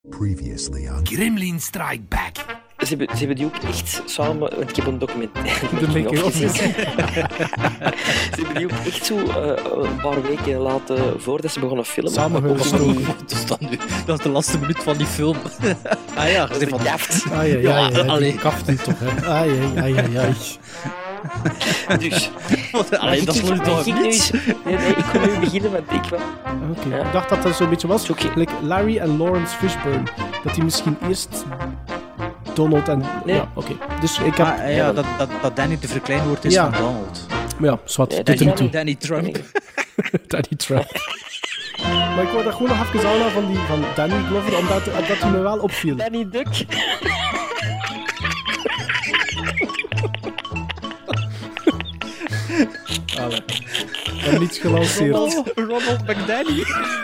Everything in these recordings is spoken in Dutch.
Previously on Gremlin Strike Back. Ze hebben die ook echt samen... Want ik heb een documentaire gezien. Ze hebben die ook echt zo een paar weken laten voordat ze begonnen filmen. Samengestoken. Dat is de laatste minuut van die film. Ah ja, dat is van kaft. Die kaft niet toch, hè. Ai. Dus... Allee, dat sloeg toch niet? Nee, ik kon nu beginnen, want ik wel... Oké. Ja. Ik dacht dat dat zo'n beetje was. Like Larry en Lawrence Fishburne. Dat die misschien eerst... Donald en... Nee. Ja, oké. Dus ik heb... Dat Danny te verklein wordt is van Donald. Maar ja, zwart. Nee, doet er niet toe. Danny Trump. Danny Trump. Maar ik wou dat gewoon nog even houden van Danny Glover, omdat hij me wel opviel. Danny Duck. Allee. En niet gelanceerd. Ronald McDanny.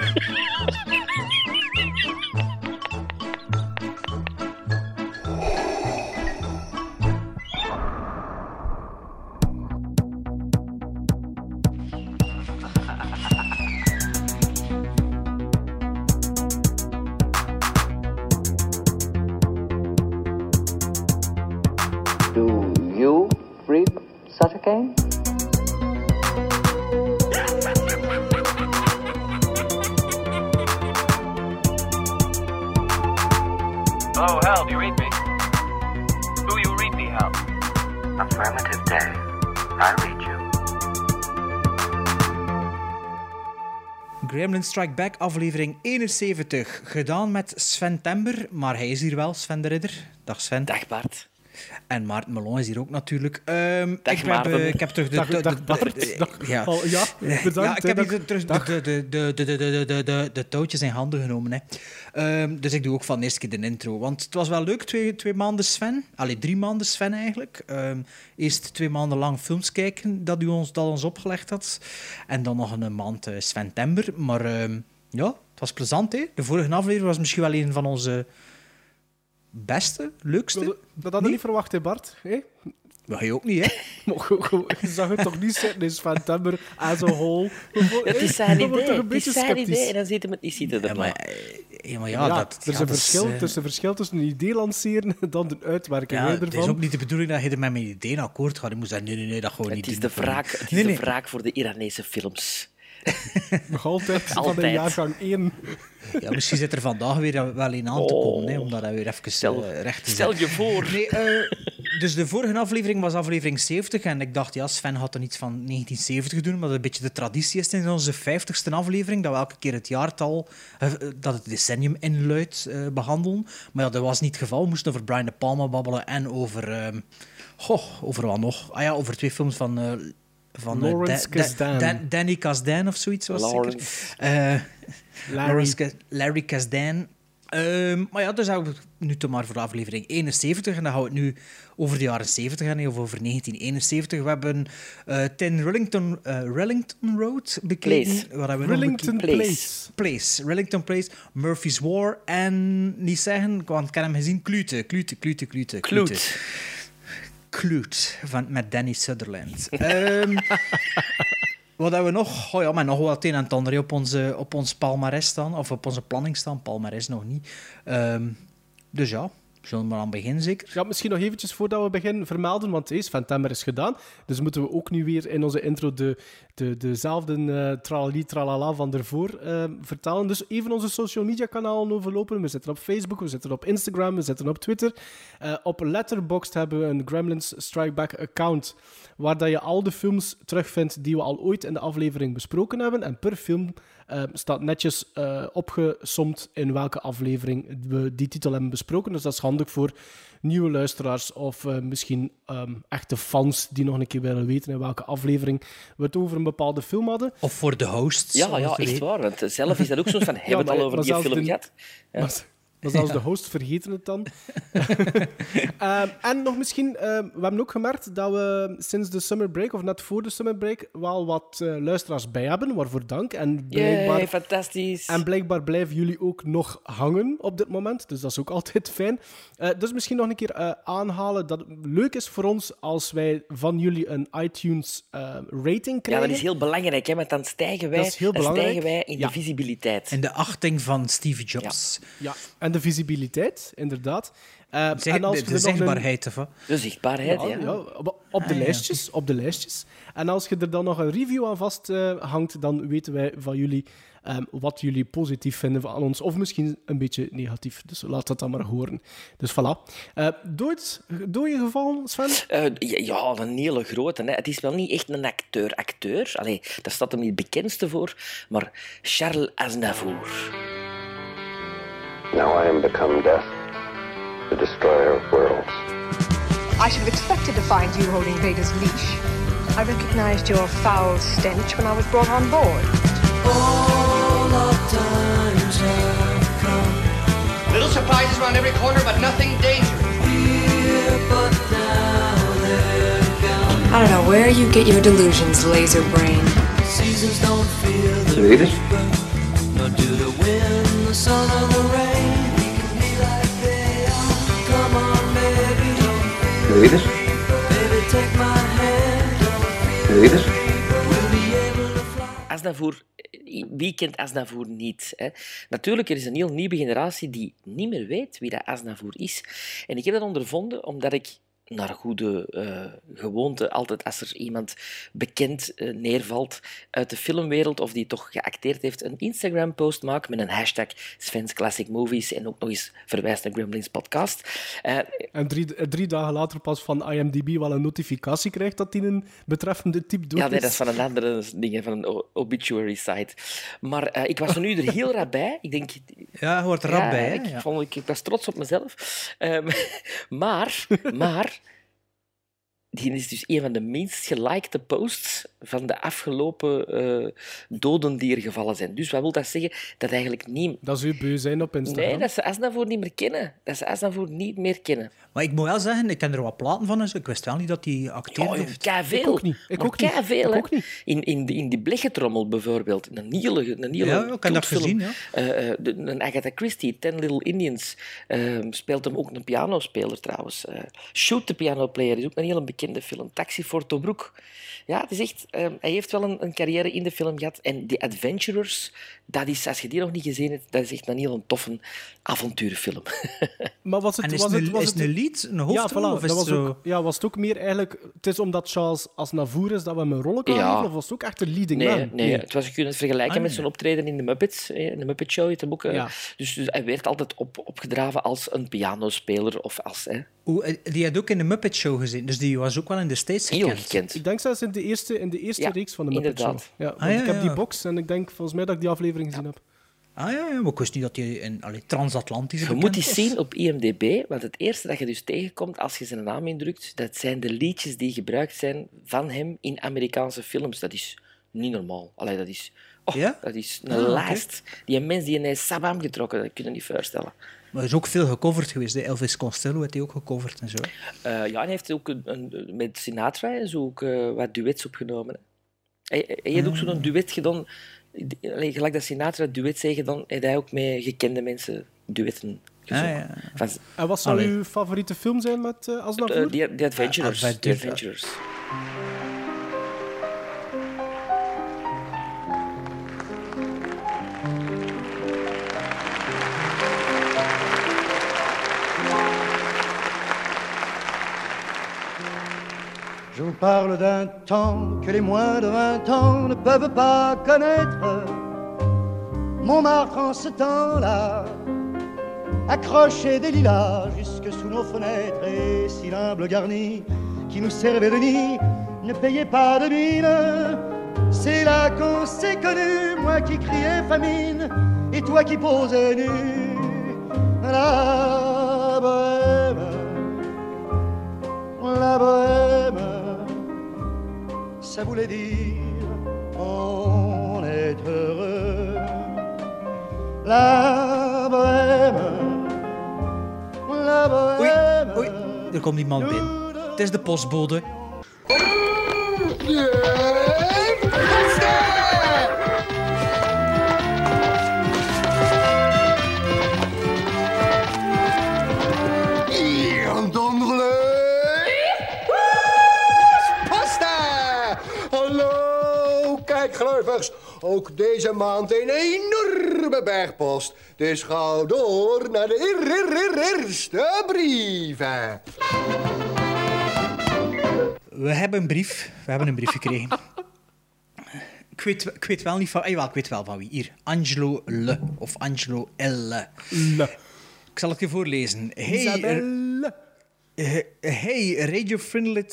Do you read such a game? Oh, Hal, do you read me? Do you read me, Hal? Affirmative, Dave. I read you. Gremlin Strike Back, aflevering 71. Gedaan met Sven Tember, maar hij is hier wel, Sven de Ridder. Dag Sven. Dag Bart. En Maarten Melon is hier ook natuurlijk. Dag Maarten. Ik heb terug Dag Bart. Ja. Oh, ja, bedankt. Ja, ik heb hier terug de touwtjes in handen genomen. Hè. Dus ik doe ook van de eerste keer de intro. Want het was wel leuk, twee maanden Sven. Allee, 3 maanden Sven eigenlijk. Eerst 2 maanden lang films kijken dat ons opgelegd had. En dan nog een maand Sven Tember. Maar ja, het was plezant. Hè. De vorige aflevering was misschien wel een van onze... beste, leukste. Dat hadden we niet verwacht, hè, Bart? Hey? Maar hij ook niet, hè? Je zag het toch niet zitten in Sven Tember as a whole? Het is zijn idee. Het is zijn idee en dan zitten we het niet zitten. Er is een verschil tussen een idee lanceren en dan de uitwerking ervan. Het is ook niet de bedoeling dat je er met mijn idee akkoord gaat. Je moet zeggen, nee, dat gewoon niet doen. Het is de wraak voor de Iranese films. Nog altijd van de jaargang 1. Ja, misschien zit er vandaag weer wel een aan te komen, hè, om dat weer even recht te zetten. Stel je voor. Nee, dus de vorige aflevering was aflevering 70 en ik dacht, ja, Sven had dan iets van 1970 doen, maar dat een beetje de traditie is in onze 50ste aflevering, dat we elke keer het jaartal, dat het decennium inluidt, behandelen. Maar ja, dat was niet het geval. We moesten over Brian De Palma babbelen en over... over wat nog? Ah ja, over 2 films van Lawrence Kasdan. Danny Kasdan of zoiets was zeker. Larry Kasdan. Maar ja, dus gaan we nu toch maar voor de aflevering 71. En dan gaan we het nu over de jaren 70 gaan, of over 1971. We hebben 10 Rillington Road bekeken. Rillington Place. Rillington Place, Murphy's War en niet zeggen, want ik heb hem gezien, Clute, met Danny Sutherland. Wat hebben we nog? Oh ja, maar nog wel het een en het ander op ons palmares staan. Of op onze planning staan. Palmares nog niet. Dus ja, zullen we maar aan beginnen zeker? Ja, misschien nog eventjes voordat we beginnen vermelden, want Sven Temmer is gedaan. Dus moeten we ook nu weer in onze intro dezelfde tralali tralala van ervoor vertellen. Dus even onze social media kanalen overlopen. We zitten op Facebook, we zitten op Instagram, we zitten op Twitter. Op Letterboxd hebben we een Gremlins Strike Back account, waar dat je al de films terugvindt die we al ooit in de aflevering besproken hebben. En per film staat netjes opgesomd in welke aflevering we die titel hebben besproken. Dus dat is handig voor nieuwe luisteraars of misschien echte fans die nog een keer willen weten in welke aflevering we het over een bepaalde film hadden. Of voor de hosts. Ja, echt waar. Want zelf is dat ook zo van, hebben we het al over die film gehad? Ja. Maar zelfs de host vergeten het dan. En nog misschien, we hebben ook gemerkt dat we sinds de summer break, of net voor de summer break, wel wat luisteraars bij hebben. Waarvoor dank. En blijkbaar, fantastisch. En blijkbaar blijven jullie ook nog hangen op dit moment. Dus dat is ook altijd fijn. Dus misschien nog een keer aanhalen dat het leuk is voor ons als wij van jullie een iTunes rating krijgen. Ja, dat is heel belangrijk, hè, want dan stijgen wij in de visibiliteit. En de achting van Steve Jobs. Ja. En En de visibiliteit, inderdaad. Zeg, als je de er nog een- zichtbaarheid, of wat? De zichtbaarheid, ja. Ja, op de lijstjes, op de lijstjes. En als je er dan nog een review aan vast hangt, dan weten wij van jullie wat jullie positief vinden van ons, of misschien een beetje negatief. Dus laat dat dan maar horen. Dus voilà. Dode geval, Sven? Ja, een hele grote. Hè. Het is wel niet echt een acteur. Allee, daar staat hem niet het bekendste voor. Maar Charles Aznavour. Now I am become death, the destroyer of worlds. I should have expected to find you holding Vader's leash. I recognized your foul stench when I was brought on board. Little surprises around every corner, but nothing dangerous. I don't know where you get your delusions, laser brain. Read it. Read it. Read it. Aznavour, wie kent Aznavour niet? Hè? Natuurlijk, er is een heel nieuwe generatie die niet meer weet wie dat Aznavour is. En ik heb dat ondervonden omdat ik naar goede gewoonte altijd als er iemand bekend neervalt uit de filmwereld of die toch geacteerd heeft, een Instagram-post maak met een hashtag Sven's Classic Movies en ook nog eens verwijst naar Gremlins podcast. En drie dagen later pas van IMDb wel een notificatie krijgt dat hij een betreffende type doet. Ja, nee, dat is van een andere ding, van een obituary site. Maar ik was er nu er heel rap bij. Ik denk... Ja, je hoort er rap bij, hè? Ja. Ik was trots op mezelf. Maar die is dus een van de minst gelikte posts van de afgelopen doden die er gevallen zijn. Dus wat wil dat zeggen? Dat eigenlijk niet... Dat ze u beu zijn op Instagram. Nee, dat ze Aznavour niet meer kennen. Maar ik moet wel zeggen, ik ken er wat platen van. Dus ik wist wel niet dat die acteerde. Oh, keiveel. Ik ook niet. Ik ook niet. In die Blechetrommel bijvoorbeeld. Een hele Ja, ik heb dat cultfilm. gezien, ja. Een Agatha Christie, 10 Little Indians, speelt hem ook een pianospeler trouwens. Shoot the Piano Player is ook een hele bekende film. Taxi voor Tobruk. Ja, het is echt... hij heeft wel een carrière in de film gehad. En The Adventurers, dat is, als je die nog niet gezien hebt, dat is echt een heel toffe avonturenfilm. Maar was het... En is was het het, was een lead, een ja, hoofdrol? voilà, Of is dat was het zo... ook, ja, was het ook meer eigenlijk... Het is omdat Charles Aznavour is dat we hem een rol kan Ja. geven, of was het ook echt de leading man? Nee, het was, je kunt het vergelijken Ah, met nee. zijn optreden in de Muppets. In de Muppet Show, het boek. Ja. Dus hij werd altijd opgedraven als een pianospeler of als... Die had ook in de Muppet Show gezien, dus die was ook wel in de States heel gekend. gekend. Ik denk zelfs in de eerste Ja, reeks van de Muppet Show. inderdaad. Ja, want Ah, ja, ik heb ja. die box en ik denk volgens mij dat ik die aflevering gezien heb. Ah ja, maar ik wist niet dat hij in transatlantische Je moet die zien op IMDb, want het eerste dat je dus tegenkomt als je zijn naam indrukt, dat zijn de liedjes die gebruikt zijn van hem in Amerikaanse films. Dat is niet normaal. Allee, dat is... Ja? Dat is een Ah, oké. lijst. Die mens die een sabam getrokken, dat kun je niet voorstellen. Maar er is ook veel gecoverd geweest. Hè. Elvis Costello heeft hij ook gecoverd en zo. Ja, hij heeft ook met Sinatra en zo ook wat duets opgenomen. Hè. Hij heeft ook zo'n duet gedaan. Gelijk dat Sinatra duet zei gedaan, heeft hij ook met gekende mensen duetten gezongen. Ah, ja. Van, En wat zou Allee. uw favoriete film zijn met Aznavour? The Adventurers. The Adventurers. Je vous parle d'un temps que les moins de 20 ans ne peuvent pas connaître. Montmartre en ce temps-là accrochait des lilas jusque sous nos fenêtres et si l'humble garni qui nous servait de nid ne payait pas de mine. C'est là qu'on s'est connus, moi qui criais famine et toi qui posais nu. La bohème, ça voulait dire on est heureux. La bohème, la bohème. Oei, er komt iemand binnen. Het is de postbode. Hallo, kijkgluivers. ook deze maand een enorme bergpost. Dus ga door naar de eerste brieven. We hebben een brief gekregen. Ik weet wel niet van... Jawel, ik weet wel van wie. Hier, Angelo Le. Of Angelo L. Le. Ik zal het je voorlezen. Isabelle. Hey, radio-friendly...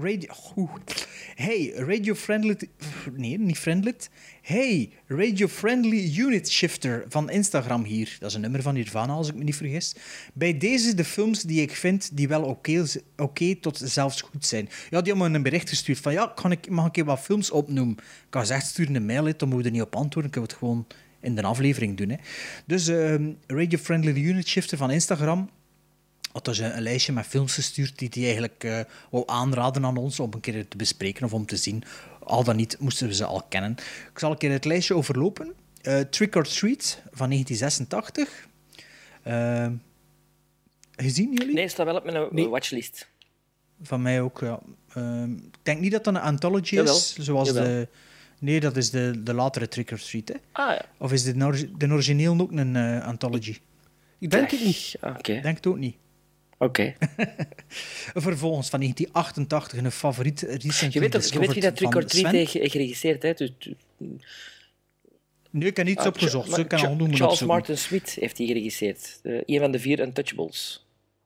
Hey, radio-friendly... Nee, niet friendly. Hey, radio-friendly unit shifter van Instagram hier. Dat is een nummer van Nirvana, als ik me niet vergis. Bij deze de films die ik vind die wel oké tot zelfs goed zijn. Ja, die hebben me een bericht gestuurd van ja, mag ik wat films opnoemen? Ik kan ze echt sturen een mail uit, dan moet je er niet op antwoorden. Ik heb het gewoon in de aflevering doen. Hè. Dus radio-friendly unit shifter van Instagram had dus een lijstje met films gestuurd die eigenlijk wou aanraden aan ons om een keer te bespreken of om te zien. Al dan niet moesten we ze al kennen. Ik zal een keer het lijstje overlopen. Trick or Treat van 1986. Gezien jullie? Nee, staat wel op mijn watchlist. Van mij ook, ja. Ik denk niet dat dat een anthology is. Zoals Jawel. Nee, dat is de latere Trick or Treat. Hè? Ah ja. Of is de origineel ook een anthology? Ik denk het niet. Oké. Ik denk het ook niet. Oké. Vervolgens van 1988 een favoriet recent. Je weet wie dat Trick or Treat heeft geregisseerd, hè? Nee, ik heb niets opgezocht. Zo kan al noemen. Charles Martin Smith heeft die geregisseerd. Een van de 4 Untouchables.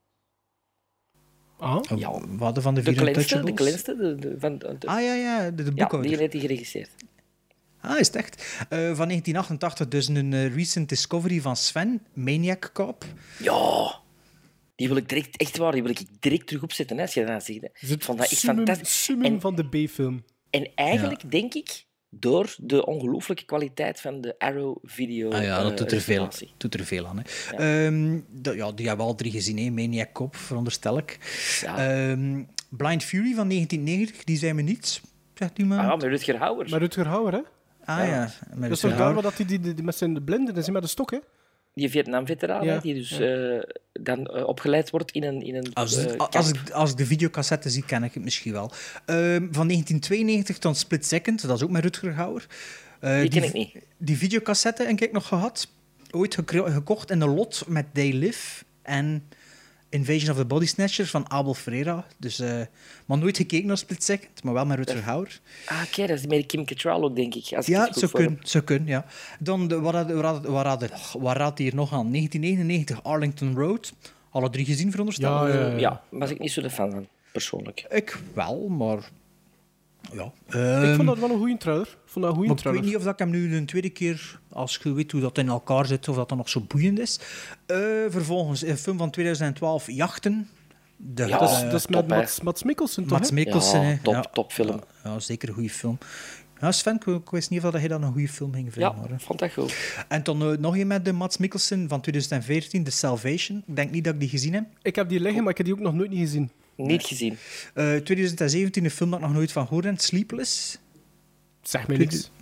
Ah? Ja, wat van de 4 Untouchables? De kleinste. De boekhouder. Die heeft hij geregisseerd. Ah, is het echt? Van 1988 dus een recent discovery van Sven, Maniac Cop. Ja! Die wil ik direct terug opzetten, hè, als je dat zegt. Ik vond dat echt fantastisch. Summum van de B-film. En eigenlijk denk ik, door de ongelooflijke kwaliteit van de Arrow-video... dat doet er veel aan. Hè. Ja. Die hebben we al 3 gezien, hè. Maniac Cop, veronderstel ik. Ja. Blind Fury van 1990, die zei me niets. Zegt iemand. Met Rutger Hauer. Met Rutger Hauer, hè? Met dat is toch daar dat hij die met zijn blinden is, met de stok, hè? Die Vietnam-veteraan, die dus dan opgeleid wordt in een als ik de videocassette zie, ken ik het misschien wel. Van 1992 tot Split Second, dat is ook met Rutger Hauer. Die ken ik niet. Die videocassette heb ik nog gehad. Ooit gekocht in een lot met They Live en Invasion of the Body Snatchers van Abel Ferreira. Dus, maar nooit gekeken naar Split Second, maar wel met Rutger Hauer. Ah, oké, dat is met Kim Cattrall ook, denk ik. Zo kun, ja. Dan, waar raad hier nog aan? 1999, Arlington Road. Alle 3 gezien, veronderstel? Ja, was ik niet zo de fan van, persoonlijk. Ik wel, maar... Ja. Ik vond dat wel een goede trailer. Ik weet niet of dat ik hem nu een tweede keer, als je weet hoe dat in elkaar zit, of dat dan nog zo boeiend is. Vervolgens, een film van 2012, Jachten. Dat is met Mads Mikkelsen, toch? Mads Mikkelsen, topfilm. Ja, zeker een goede film. Ja, Sven, ik wist niet of hij dan een goede film ging vinden. Ja, vond dat goed. En dan nog een met de Mads Mikkelsen van 2014, The Salvation. Ik denk niet dat ik die gezien heb. Ik heb die liggen, maar ik heb die ook nog nooit niet gezien. Niet gezien. 2017, een film dat ik nog nooit van gehoord heb, Sleepless. Zeg me niks.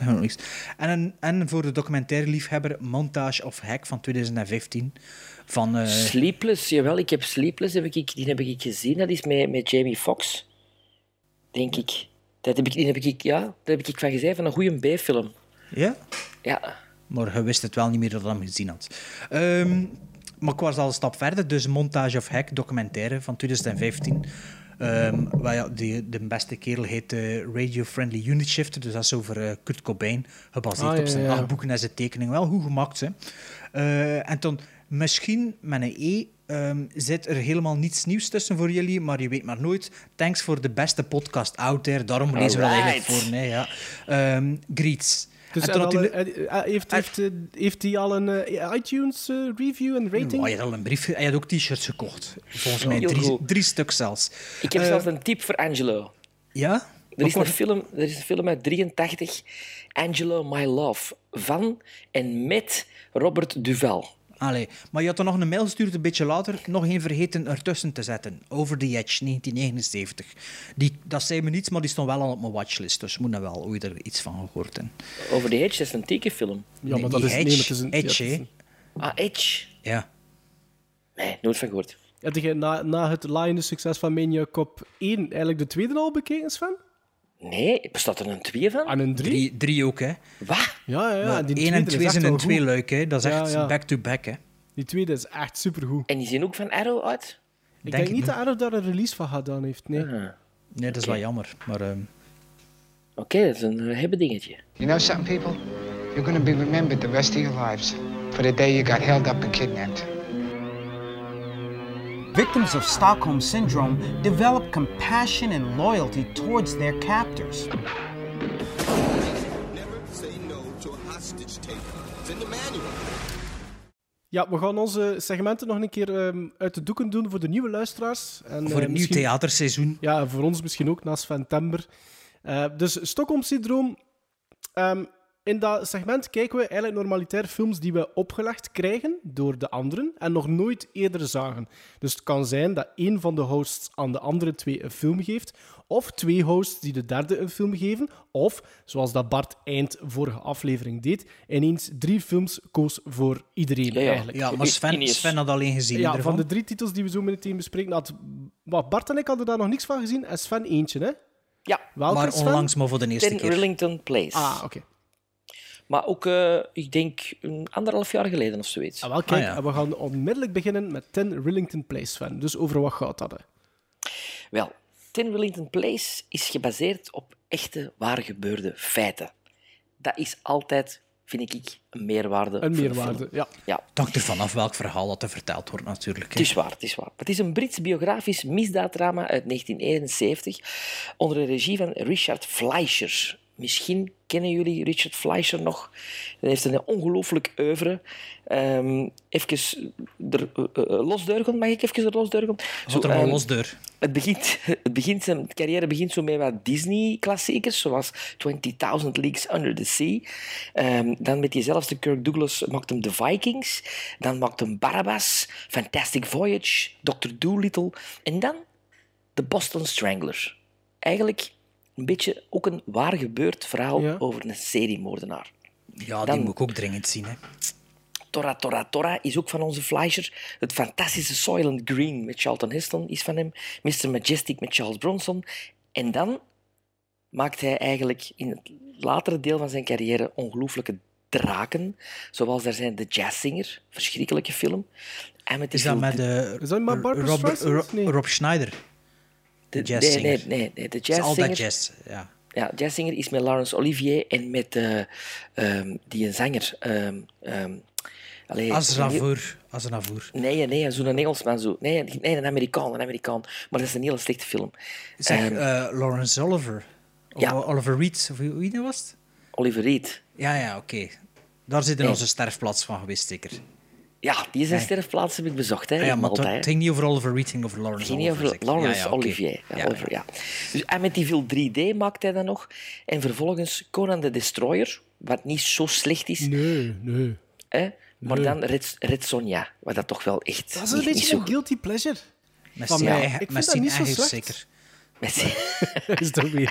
En voor de documentaire liefhebber Montage of Hack van 2015. Van, Sleepless, jawel, ik heb Sleepless, die heb ik gezien. Dat is met Jamie Foxx, denk ik. Dat heb ik van gezegd, van een goede B-film. Ja? Ja. Maar je wist het wel niet meer dat je hem gezien had. Maar ik was al een stap verder. Dus Montage of Hack, documentaire van 2015. De beste kerel heet Radio Friendly Unit Shifter. Dus dat is over Kurt Cobain. Gebaseerd op zijn 8 boeken en zijn tekening. Wel goed gemaakt, hè. En dan misschien met een E... zit er helemaal niets nieuws tussen voor jullie, maar je weet maar nooit. Thanks voor de beste podcast out there. Daarom lezen we dat eigenlijk voor. Nee, ja. Greets. Dus heeft hij al een iTunes review en rating? Hij had al een brief. Hij had ook t-shirts gekocht. Volgens mij 3 stuks zelfs. Ik heb zelfs een tip voor Angelo. Ja? Er is een film uit 83, Angelo, My Love, van en met Robert Duval. Allee, maar je had er nog een mail gestuurd een beetje later, nog één vergeten ertussen te zetten. Over the Edge, 1979. Dat zei me niets, maar die stond wel al op mijn watchlist, dus moet er wel ooit er iets van gehoord hebben. Over the Edge, dat is een tekenfilm. Ja, maar dat is... Edge, het is een... Edge, hè? Edge? Ja. Nee, nooit van gehoord. Heb je na het laaiende succes van Maniac Cop 1 eigenlijk de tweede al bekeken, Sven? Nee, bestaat er een 2 van? En een 3? 3 ook, hè. Wat? Ja. Die Die 1 en tweede 2 is zijn echt een wel goed. 2-luik, hè. Dat is echt Ja. back-to-back, hè. Die tweede is echt supergoed. En die zien ook van Arrow uit? Ik denk niet dat Arrow daar een release van gedaan heeft, nee. Nee, dat is wel jammer. Maar, Oké, dat is een hebben dingetje. You know something, people? You're going to be remembered the rest of your lives for the day you got held up and kidnapped. Victims of Stockholm Syndrome develop compassion and loyalty towards their captors. Never say no to a hostage taker. It's in the manual. Ja, we gaan onze segmenten nog een keer uit de doeken doen voor de nieuwe luisteraars. En, voor een nieuw theaterseizoen. Ja, voor ons misschien ook, naast September. Dus Stockholm Syndroom. In dat segment kijken we eigenlijk normalitair films die we opgelegd krijgen door de anderen en nog nooit eerder zagen. Dus het kan zijn dat één van de hosts aan de andere 2 een film geeft, of 2 hosts die de derde een film geven, of, zoals dat Bart eind vorige aflevering deed, ineens 3 films koos voor iedereen eigenlijk. Ja, maar Sven had alleen gezien. Ja, van de 3 titels die we zo meteen bespreken, had Bart en ik hadden daar nog niks van gezien en Sven eentje, hè? Ja. Welke, maar onlangs, maar voor de eerste keer. Rillington Place. Ah, oké. Maar ook, ik denk, 1,5 jaar geleden of zoiets. Wel, kijk, we gaan onmiddellijk beginnen met 10 Rillington Place, Sven. Dus over wat gaat dat? Hè? Wel, 10 Rillington Place is gebaseerd op echte, waar gebeurde feiten. Dat is altijd, vind ik, een meerwaarde. Een voor meerwaarde, film. ja. Ja. Het hangt ervan af welk verhaal dat er verteld wordt, natuurlijk. Hè. Het is waar, het is waar. Het is een Brits biografisch misdaaddrama uit 1971 onder de regie van Richard Fleischer. Misschien kennen jullie Richard Fleischer nog. Hij heeft een ongelooflijk oeuvre. Even losduiken. Mag ik even er losduiken? Wat er maar losdeur. Zijn carrière begint zo met wat Disney-klassiekers, zoals 20,000 Leagues Under the Sea. Dan met diezelfde Kirk Douglas maakt hem The Vikings. Dan maakt hem Barabbas, Fantastic Voyage, Dr. Dolittle. En dan The Boston Strangler. Eigenlijk een beetje ook een waar gebeurd verhaal over een seriemoordenaar. Ja, die moet ik ook dringend zien. Hè. Tora is ook van onze Fleischer. Het fantastische Soylent Green met Charlton Heston is van hem. Mr. Majestic met Charles Bronson. En dan maakt hij eigenlijk in het latere deel van zijn carrière ongelooflijke draken. Zoals daar zijn The Jazz Singer, verschrikkelijke film. En met is dat met Rob Schneider? De Jazz Singer. Nee, de Jazz All Singer. That Jazz, ja. Ja, Jazz Singer is met Laurence Olivier en met die een zanger. Aznavour. Nee, zo'n Engelsman. Zo. Nee, een Amerikaan. Maar dat is een hele slechte film. Zeg, Lawrence Oliver. Oliver Reed, of wie was het? Oliver Reed. Ja, oké. Daar zit in onze sterfplaats van geweest, zeker. Ja, die zijn sterfplaats heb ik bezocht. Hè, maar het ging niet over Oliver Reed, het ging over Lawrence Olivier. Het ging niet over Laurence Olivier. Ja. Dus, en met die veel 3D maakt hij dat nog. En vervolgens Conan the Destroyer, wat niet zo slecht is. Nee. Maar dan Red Sonja, wat dat toch wel echt... Dat is een beetje een guilty pleasure. Van mij. Ik vind dat niet zo slecht. Zeker. Is dat weer.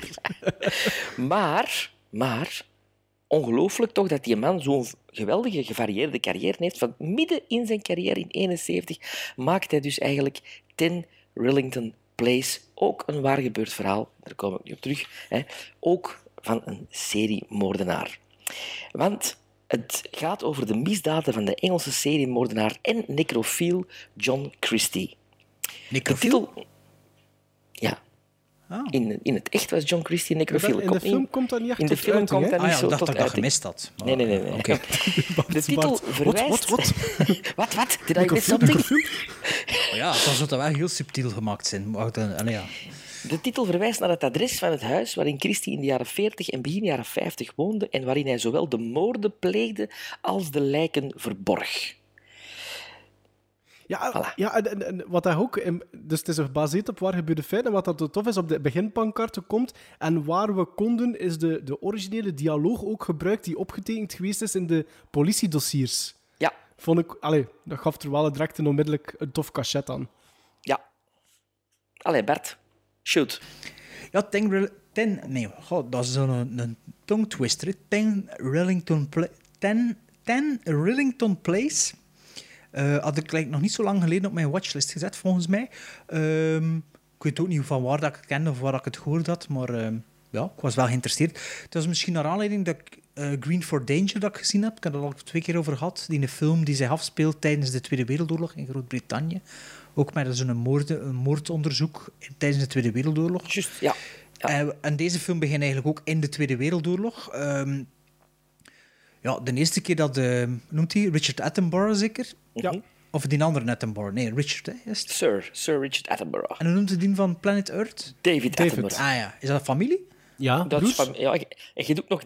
Maar... Ongelooflijk toch dat die man zo'n geweldige, gevarieerde carrière heeft. Van midden in zijn carrière in 1971 maakt hij dus eigenlijk 10 Rillington Place. Ook een waar gebeurd verhaal, daar kom ik nu op terug. Ook van een seriemoordenaar. Want het gaat over de misdaden van de Engelse seriemoordenaar en necrofiel John Christie. Necrofiel? Ja. Oh. In het echt was John Christie een necrofiel. In de film komt dat niet echt in de tot film uiting, komt dat niet zo ik dacht tot dat ik dat uiting. gemist had. Maar... Nee. Okay. De titel verwijst... Wat? Did I miss something? Ja, dan zou dat wel heel subtiel gemaakt zijn. De titel verwijst naar het adres van het huis waarin Christie in de jaren 40 en begin jaren 50 woonde en waarin hij zowel de moorden pleegde als de lijken verborg. Ja, voilà. Ja, en wat hij ook... Dus het is gebaseerd op waar gebeurde feiten. En wat dat tof is, op de beginpankaarten komt. En waar we konden, is de originele dialoog ook gebruikt die opgetekend geweest is in de politiedossiers. Ja. Vond ik... dat gaf er wel direct onmiddellijk een tof cachet aan. Ja. Allee, Bert. Shoot. Ja, dat is zo'n tongue twister. 10 Rillington Place... had ik nog niet zo lang geleden op mijn watchlist gezet, volgens mij. Ik weet ook niet van waar dat ik het kende of waar ik het gehoord had, maar ik was wel geïnteresseerd. Het was misschien naar aanleiding dat ik Green for Danger dat ik gezien heb. Ik heb het al 2 keer over gehad. Die film die zich afspeelt tijdens de Tweede Wereldoorlog in Groot-Brittannië. Ook met zo'n moordonderzoek tijdens de Tweede Wereldoorlog. Juist, ja. En deze film begint eigenlijk ook in de Tweede Wereldoorlog. De eerste keer dat... noemt hij? Richard Attenborough zeker? Ja. Of die andere Attenborough? Nee, Richard, hè? Is het? Sir Richard Attenborough. En hoe noemt hij die van Planet Earth? David Attenborough. Ah ja, is dat familie? Ja, dat is ja, en je doet nog...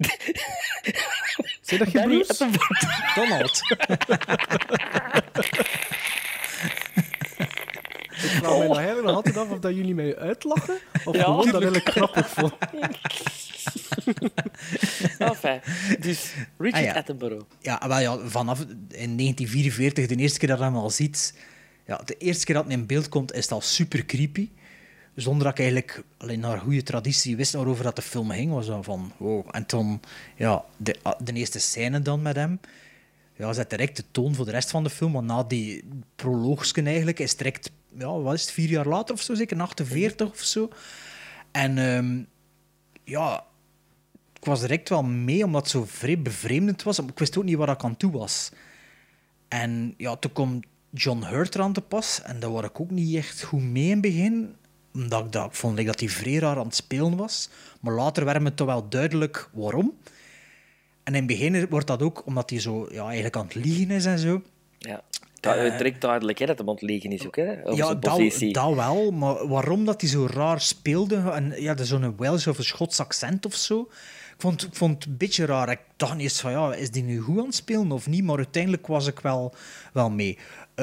Zijn dat geen broers? Donald. Ik vraag mij nog eigenlijk nog altijd af of dat jullie mij uitlachen of gewoon dat eigenlijk grappig vond. Enfin, dus Richard Attenborough. Ja, wel ja, vanaf in 1944, de eerste keer dat je hem al ziet... Ja, de eerste keer dat hij in beeld komt, is het al super creepy. Zonder dat ik eigenlijk alleen naar goede traditie wist waarover dat de film ging. Was dan van, wow. En toen, ja, de eerste scène dan met hem... Ja, zet direct de toon voor de rest van de film. Want na die proloogsken eigenlijk is het direct... Ja, wat is het, 4 jaar later of zo? Zeker, 48 of zo. En ja... Ik was direct wel mee, omdat het zo vrij bevreemdend was. Ik wist ook niet waar ik aan toe was. En ja, toen kwam John Hurt aan te pas. En daar was ik ook niet echt goed mee in het begin. Omdat ik vond dat hij vrij raar aan het spelen was. Maar later werd me toch wel duidelijk waarom. En in het begin wordt dat ook omdat hij zo eigenlijk aan het liegen is en zo. Ja, direct duidelijk hè, dat hij aan het liegen is ook. Hè, over zijn dat wel. Maar waarom dat hij zo raar speelde... En ja, dat is zo'n Welsh of een Schots accent of zo... Ik vond het een beetje raar. Ik dacht eerst van, ja, is die nu goed aan het spelen of niet? Maar uiteindelijk was ik wel mee.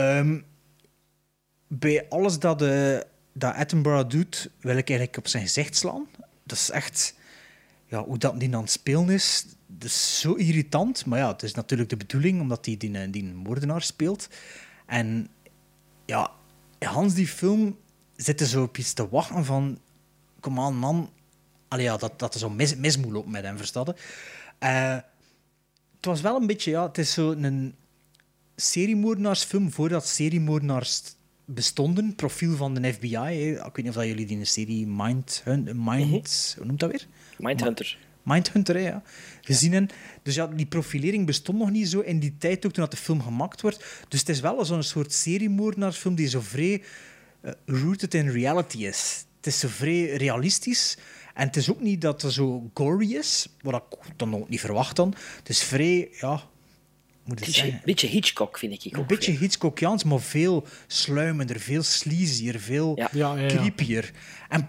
Bij alles dat Attenborough doet, wil ik eigenlijk op zijn gezicht slaan. Dat is echt... Ja, hoe dat die aan het spelen is, dat is zo irritant. Maar ja, het is natuurlijk de bedoeling, omdat hij die moordenaar speelt. En ja, Hans, die film, zit er zo op iets te wachten van... Kom aan, man... Allee, ja, dat er zo mis moet lopen met hem, verstaan je? Het was wel een beetje... Ja, het is zo een seriemoordenaarsfilm voordat seriemoordenaars bestonden. Profiel van de FBI. Hè. Ik weet niet of dat jullie die serie hoe noemt dat weer? Mindhunter. Mindhunter, hè, ja. Gezien hebben. Dus ja, die profilering bestond nog niet zo in die tijd, ook toen de film gemaakt wordt. Dus het is wel zo'n soort seriemoordenaarsfilm die zo vrij rooted in reality is. Het is zo vrij realistisch... En het is ook niet dat het zo gory is, wat ik dan ook niet verwacht dan. Het is vrij, ja... Een beetje Hitchcock, vind ik ook. Een beetje Hitchcockiaans, maar veel sluimender, veel sleazier, veel creepier. En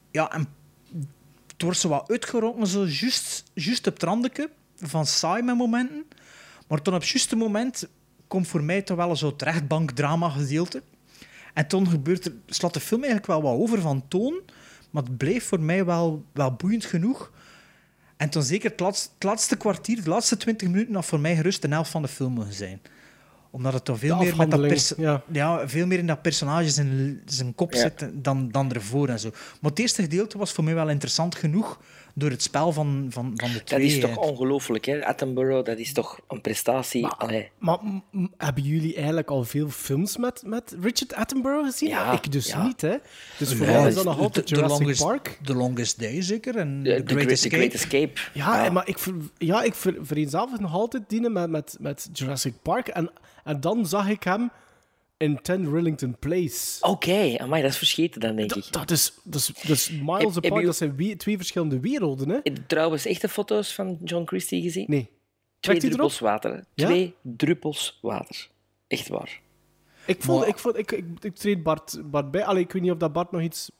het wordt zo wat uitgerokken, zo juist op het randje van saai met momenten. Maar toen op het juiste moment komt voor mij toch wel zo'n rechtbankdrama gedeelte. En toen slaat de film eigenlijk wel wat over van toon... Maar het bleef voor mij wel boeiend genoeg. En toen zeker het laatste kwartier, de laatste 20 minuten... had voor mij gerust de helft van de film mogen zijn. Omdat het toch veel meer met dat veel meer in dat personage zijn kop zit dan ervoor en zo. Maar het eerste gedeelte was voor mij wel interessant genoeg... door het spel van de twee. Dat is toch ongelooflijk, hè? Attenborough, dat is toch een prestatie. Maar hebben jullie eigenlijk al veel films met Richard Attenborough gezien? Ja, ik dus niet, hè? Dus voor mij is dat nog altijd Jurassic Park. The Longest Day, zeker. En The Great Escape. Ja, maar ik vereenzelvig nog altijd dienen met Jurassic Park. En dan zag ik hem... in 10 Rillington Place. Oké, amai, dat is verscheten dan, denk ik. Dat is miles apart. Dat zijn 2 verschillende werelden, hè? Heb je trouwens echte foto's van John Christie gezien? Nee. 2 druppels water. Hè? Ja? 2 druppels water. Echt waar. Ik treed Bart bij. Allee, ik weet niet of dat Bart nog iets...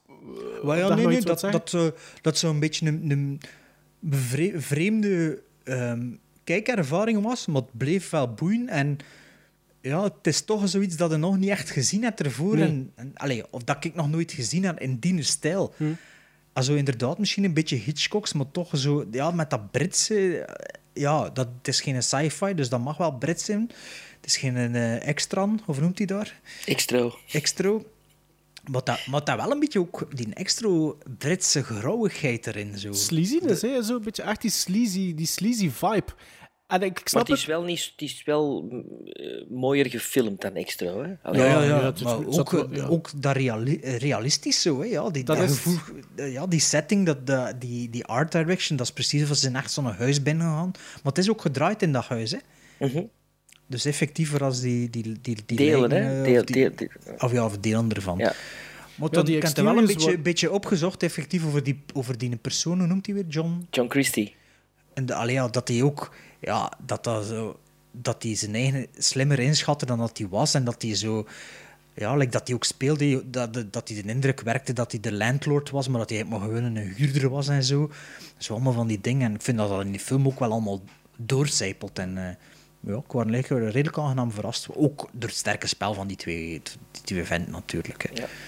dat zo'n beetje een vreemde kijkervaring was, maar het bleef wel boeien en... Ja, het is toch zoiets dat je nog niet echt gezien hebt ervoor. Nee. Of dat ik nog nooit gezien heb in die stijl. Also, inderdaad, misschien een beetje Hitchcocks, maar toch zo... Ja, met dat Britse... Ja, het is geen sci-fi, dus dat mag wel Brits zijn. Het is geen extran, of noemt hij daar? Extro. Maar dat wel een beetje ook die extra Britse grauwigheid erin. Zo. Sleaziness, hè? Zo een beetje echt die sleazy vibe. En ik Maar snap het is wel mooier gefilmd dan Extra. Hè? Allee, Ja, maar ook dat realistisch zo. Hè? Ja, die setting, die art direction, dat is precies of ze zijn echt zo'n huis binnengegaan. Maar het is ook gedraaid in dat huis. Hè? Mm-hmm. Dus effectiever als die delen, lijnen, of delen ervan. Ja. Maar dan, ik heb er wel een beetje opgezocht, effectief, over die persoon, hoe noemt hij weer? John Christie. En dat hij ook... Ja, dat hij zijn eigen slimmer inschatte dan dat hij was. En dat hij zo... Ja, dat hij ook speelde, dat hij de indruk werkte dat hij de landlord was, maar dat hij maar gewoon een huurder was en zo. Zo allemaal van die dingen. En ik vind dat in die film ook wel allemaal doorcijpelt. En ik was redelijk aangenaam verrast. Ook door het sterke spel van die twee venten natuurlijk. Hè. Ja.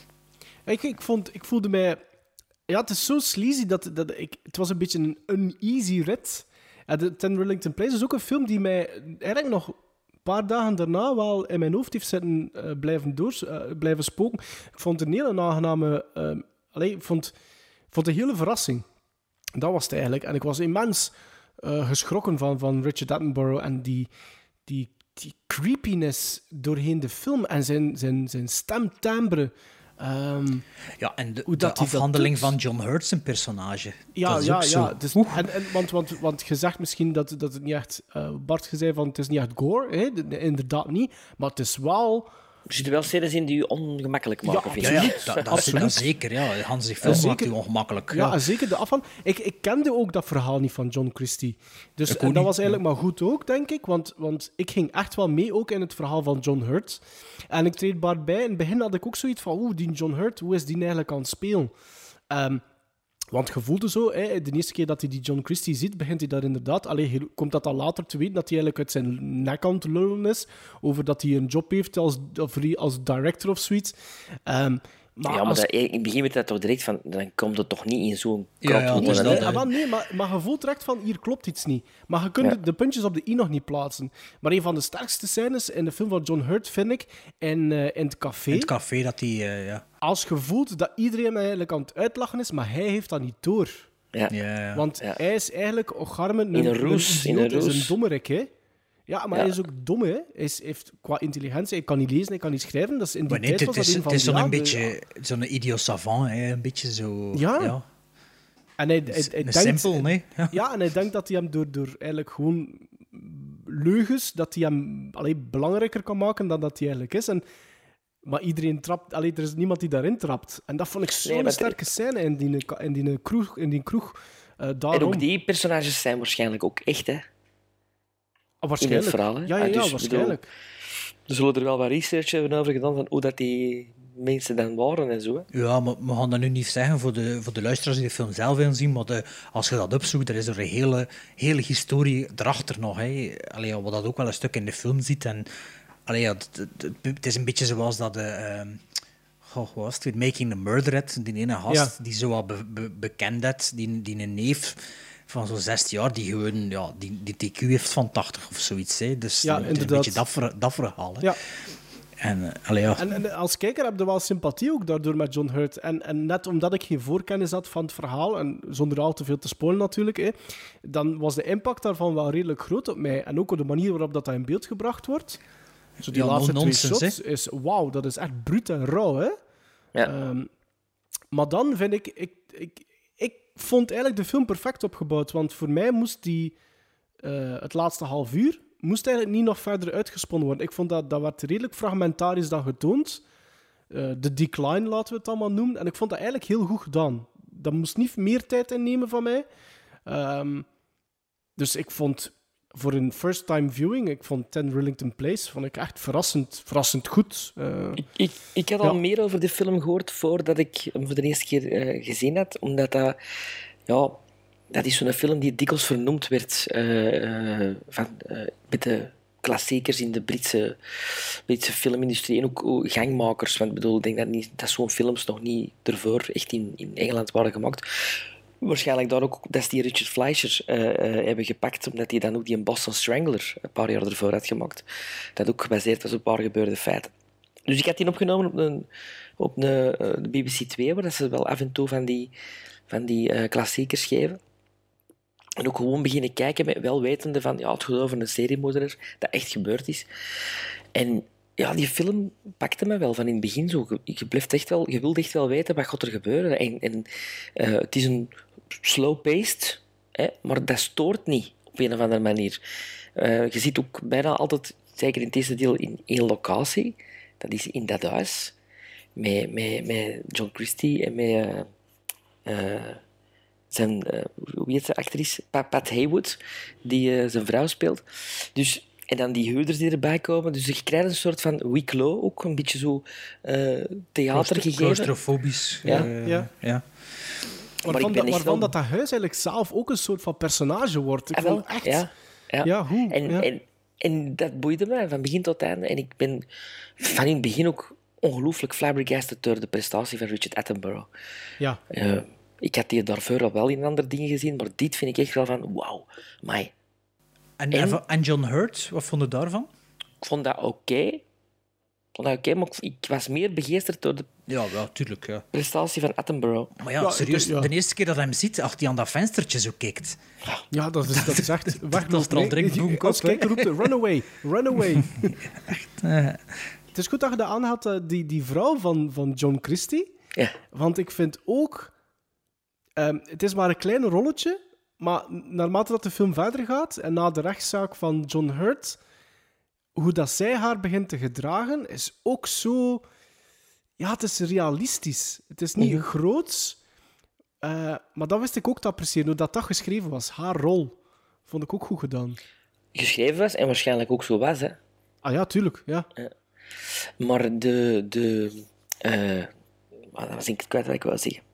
Ik voelde mij... Ja, het is zo sleazy het was een beetje een uneasy rit. The 10 Rillington Place is ook een film die mij eigenlijk nog een paar dagen daarna wel in mijn hoofd heeft zitten blijven spoken. Ik vond het een hele aangename... ik vond het een hele verrassing. Dat was het eigenlijk. En ik was immens geschrokken van Richard Attenborough en die creepiness doorheen de film en zijn stemtimbre. En de afhandeling van John Hurt zijn personage. Ja. Dus, want je zegt misschien dat het niet echt... Bart zei van het is niet echt gore. Hè? Inderdaad niet. Maar het is wel... Er zitten wel scènes in die je ongemakkelijk maken, vind ik. Dat zeker. Ja. Hans die film maakt u ongemakkelijk. Ja, zeker. De afval. Ik kende ook dat verhaal niet van John Christie. Dus en dat was eigenlijk maar goed ook, denk ik. Want ik ging echt wel mee ook in het verhaal van John Hurt. En ik treed Bart bij. In het begin had ik ook zoiets van... die John Hurt, hoe is die eigenlijk aan het spelen? Want je voelde zo, de eerste keer dat hij die John Christie ziet, begint hij daar inderdaad... komt dat dan later te weten dat hij eigenlijk uit zijn nek aan het lullen is, over dat hij een job heeft als director of zoiets. Maar in het begin werd dat toch direct van, dan komt het toch niet in zo'n krot. Nee, maar je voelt direct van, hier klopt iets niet. Maar je kunt de puntjes op de i nog niet plaatsen. Maar een van de sterkste scènes in de film van John Hurt vind ik in het café. In het café dat hij... Als je voelt dat iedereen eigenlijk aan het uitlachen is, maar hij heeft dat niet door. Ja. Want hij is eigenlijk Garmen in een roes. is een dommerik, hè. Ja, maar hij is ook dom, hè. Hij heeft qua intelligentie, hij kan niet lezen, hij kan niet schrijven. Dat is in die tijd was dat een van het is zo'n beetje zo'n idiot savant, hè. Een beetje zo... Ja. En hij denkt... Simpel, nee? Ja, en hij denkt dat hij hem door eigenlijk gewoon leugens, dat hij hem belangrijker kan maken dan dat hij eigenlijk is. Maar iedereen trapt... er is niemand die daarin trapt. En dat vond ik zo'n sterke scène in die kroeg. Daarom. En ook die personages zijn waarschijnlijk ook echt, hè? Waarschijnlijk. In het verhaal, hè? Ja, dus, waarschijnlijk. Er zullen er wel wat research hebben over gedaan van hoe dat die mensen dan waren en zo. Hè? Ja, maar we gaan dat nu niet zeggen voor de luisteraars die de film zelf willen zien, maar als je dat opzoekt, er is er een hele historie erachter nog. Hè. Wat dat ook wel een stuk in de film ziet. En, het is een beetje zoals dat... wat was het? Making the Murdered, die ene gast die zo wat bekend had, die een neef... van zo'n 16 jaar, die gewoon die TQ heeft van 80 of zoiets. Hè. Dus het is een beetje dat verhaal. Hè. Ja. En als kijker heb je wel sympathie ook daardoor met John Hurt. En net omdat ik geen voorkennis had van het verhaal, en zonder al te veel te spoilen natuurlijk, hè, dan was de impact daarvan wel redelijk groot op mij. En ook op de manier waarop dat in beeld gebracht wordt. Zo die laatste twee shots is... Wauw, dat is echt bruut en rauw. Hè? Ja. Maar dan vind ik vond eigenlijk de film perfect opgebouwd, want voor mij moest het laatste half uur moest eigenlijk niet nog verder uitgesponnen worden. Ik vond dat werd redelijk fragmentarisch dan getoond. De decline, laten we het allemaal noemen. En ik vond dat eigenlijk heel goed gedaan. Dat moest niet meer tijd innemen van mij. Dus ik vond, voor een first-time viewing, ik vond 10 Rillington Place vond ik echt verrassend goed. Ik had al meer over de film gehoord voordat ik hem voor de eerste keer gezien had, omdat dat is zo'n film die dikwijls vernoemd werd met de klassiekers in de Britse filmindustrie en ook gangmakers. Want ik denk dat zo'n films nog niet ervoor echt in Engeland waren gemaakt. Waarschijnlijk daar ook dat ze die Richard Fleischer hebben gepakt, omdat hij dan ook die Boston Strangler een paar jaar ervoor had gemaakt. Dat ook gebaseerd was op een paar gebeurde feiten. Dus ik had die opgenomen op de BBC 2, waar dat ze wel af en toe van die klassiekers geven. En ook gewoon beginnen kijken met wel wetende van ja, het gaat over een seriemoordenaar, dat echt gebeurd is. En ja, die film pakte me wel van in het begin zo. Je wilt echt wel weten wat gaat er gebeuren. En het is een slow-paced, maar dat stoort niet op een of andere manier. Je ziet ook bijna altijd, zeker in het eerste deel, in één locatie. Dat is in dat huis. Met John Christie en met zijn, hoe heet de actrice? Pat Haywood, die zijn vrouw speelt. Dus, en dan die huurders die erbij komen. Dus je krijgt een soort van Huis Clos, ook een beetje zo theater gegeven. Claustrofobisch. Ja. Waarvan dat huis eigenlijk zelf ook een soort van personage wordt. Ik vond echt... Ja, hoe? En dat boeide mij van begin tot einde. En ik ben van in het begin ook ongelooflijk flabbergasted door de prestatie van Richard Attenborough. Ja. Ik had die daarvoor al wel in andere dingen gezien, maar dit vind ik echt wel van wauw, amai. En John Hurt, wat vond je daarvan? Ik vond dat oké. Maar ik was meer begeesterd door de prestatie van Attenborough. Maar ja, serieus, de eerste keer dat hij hem ziet, als hij aan dat venstertje zo kijkt. Ja, dat is echt... Dat is er al direct boemkop. Als kijker roept run away, run away. Het is goed dat je dat aanhaalt, die vrouw van John Christie. Ja. Want ik vind ook... het is maar een klein rolletje, maar naarmate dat de film verder gaat en na de rechtszaak van John Hurt, hoe dat zij haar begint te gedragen, is ook zo... Ja, het is realistisch. Het is niet groots, maar dat wist ik ook te appreciëren, hoe dat geschreven was. Haar rol vond ik ook goed gedaan. Geschreven was en waarschijnlijk ook zo was, hè. Ah ja, tuurlijk, ja. Maar dat was ik kwijt wat ik wou zeggen.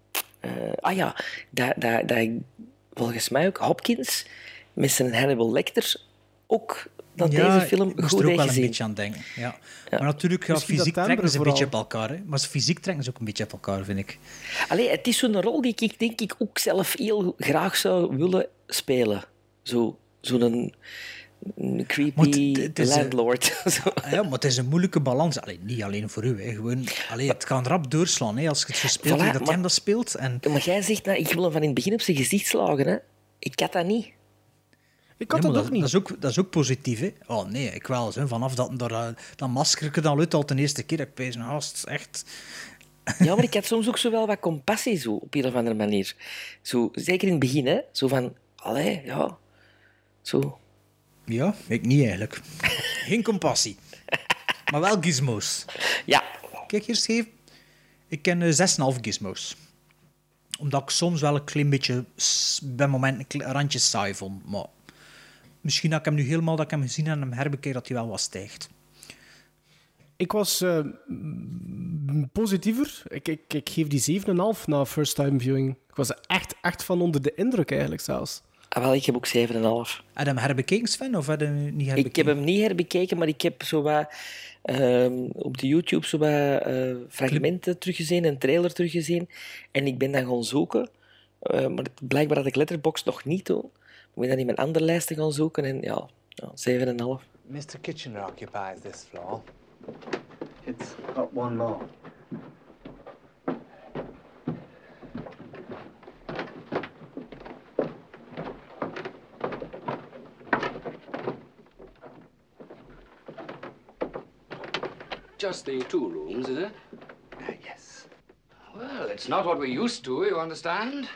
Dat volgens mij ook Hopkins met zijn Hannibal Lecter ook dat deze film goed heeft gezien. Ik moest er ook wel een beetje aan denken. Ja. Maar natuurlijk, fysiek trekken ze een beetje op elkaar. Hè. Maar fysiek trekken ze ook een beetje op elkaar, vind ik. Allee, het is zo'n rol die ik denk ik ook zelf heel graag zou willen spelen. Zo'n creepy landlord. Ja, maar het is een moeilijke balans. Allee, niet alleen voor u. Hè. Gewoon, het kan rap doorslaan hè, als je het zo speelt dat hij dat speelt. En... Maar jij zegt, ik wil hem van in het begin op zijn gezicht slagen. Hè. Ik had dat niet. Ik had dat ook niet. Dat is ook positief, hè? Oh nee, ik wel. Hè. Vanaf dat maskerke dan luidt al de eerste keer. Ik pees haast echt... Ja, maar ik had soms ook zo wel wat compassie zo, op een of andere manier. Zo, zeker in het begin, hè. Zo van, allee, ja. Zo. Ja, ik niet eigenlijk. Geen compassie. Maar wel gizmos. Ja. Kijk, hier schreef... Ik ken 6,5 gizmos. Omdat ik soms wel een klein beetje... bij momenten een randje saai vond. Maar misschien dat ik hem nu helemaal dat ik hem gezien en hem herbekeer dat hij wel wat stijgt. Ik was positiever. Ik geef die 7,5 na first time viewing. Ik was echt van onder de indruk eigenlijk zelfs. Wel, ik heb ook 7,5. Heb je hem herbekeken, Sven, of heb je hem niet herbekeken? Ik heb hem niet herbekeken, maar ik heb zo wat, op de YouTube zo wat fragmenten teruggezien, een trailer teruggezien. En ik ben dan gaan zoeken. Maar blijkbaar had ik Letterboxd nog niet toen. Ik ben dan in mijn andere lijsten gaan zoeken en ja 7,5. Mr. Kitchener occupies this floor. It's got one more. Just the 2 rooms, is it? Yes. Well, it's not what we used to, you understand?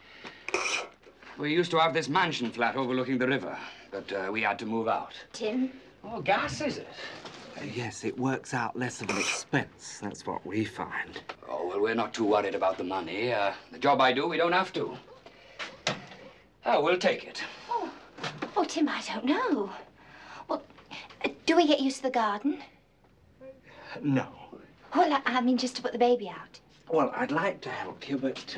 We used to have this mansion flat overlooking the river, but we had to move out. Tim? Oh, gas, is it? Yes, it works out less of an expense. That's what we find. Oh, well, we're not too worried about the money. The job I do, we don't have to. Oh, we'll take it. Oh, Tim, I don't know. Well, do we get used to the garden? No. Well, I mean, just to put the baby out. Well, I'd like to help you, but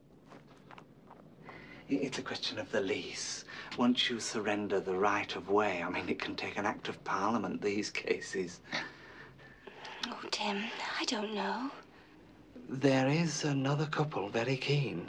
it's a question of the lease. Once you surrender the right of way, I mean, it can take an act of parliament, these cases. Oh, Tim, I don't know. There is another couple very keen.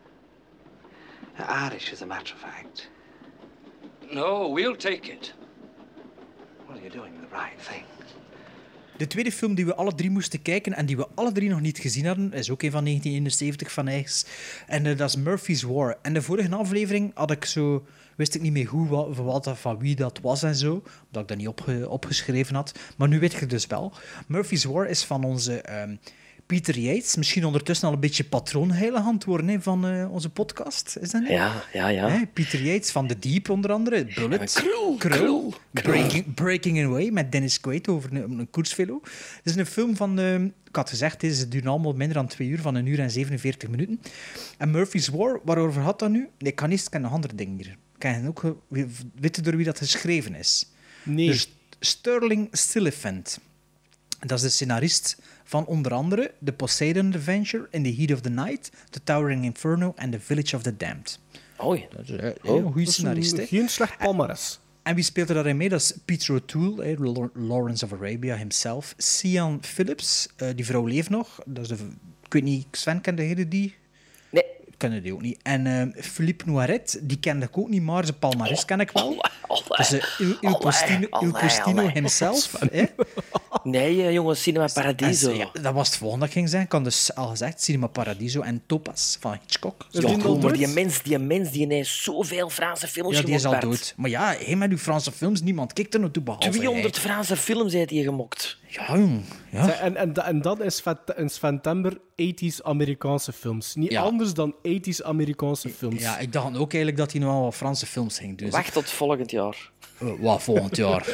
Irish, as a matter of fact. No, we'll take it. Well, you're doing the right thing. De tweede film die we alle drie moesten kijken en die we alle drie nog niet gezien hadden, is ook een van 1971 van eigens. En dat is Murphy's War. En de vorige aflevering wist ik niet meer goed van wie dat was en zo, omdat ik dat niet opgeschreven had. Maar nu weet je het dus wel. Murphy's War is van onze Peter Yates, misschien ondertussen al een beetje patroonheilig aan het worden van onze podcast, is dat niet? Ja. Peter Yates van The Deep onder andere, Bullet, Krul. Breaking Away met Dennis Quaid over een koersvelo. Het is een film van, ik had gezegd, het duurt allemaal minder dan 2 uur, van 1 uur en 47 minuten. En Murphy's War, waarover had dat nu? Nee, ik kan nog andere dingen hier. Kan je ook weten door wie dat geschreven is? Nee. Dus Sterling Stillifant. Dat is de scenarist van onder andere The Poseidon Adventure, In the Heat of the Night, The Towering Inferno en The Village of the Damned. Dat is een goede scenarist. Geen slecht palmares. En wie speelt er daarin mee? Dat is Peter O'Toole, Lawrence of Arabia himself. Sian Phillips, die vrouw leeft nog. Dat is ik weet niet, Sven kende die? Nee. Ik kende die ook niet. En Philippe Noiret, die kende ik ook niet, maar zijn palmares ken ik wel. Dat is Il Postino himself. Nee, jongens, Cinema Paradiso. Dat was het volgende dat ik ging zeggen. Ik had dus al gezegd, Cinema Paradiso en Topaz van Hitchcock. Maar die mens die heeft zoveel Franse films gemokt. Ja, die is al Bert. dood. Maar ja, met uw Franse films, niemand kijkt er naartoe behalve 200 Franse films heeft hij gemokt. Ja, jong. Ja. En dat is Sven Tember 80s Amerikaanse films. Niet anders dan 80s Amerikaanse films. Ja, ik dacht ook eigenlijk dat hij nog wel wat Franse films ging. Dus wacht tot volgend jaar. Wat volgend jaar?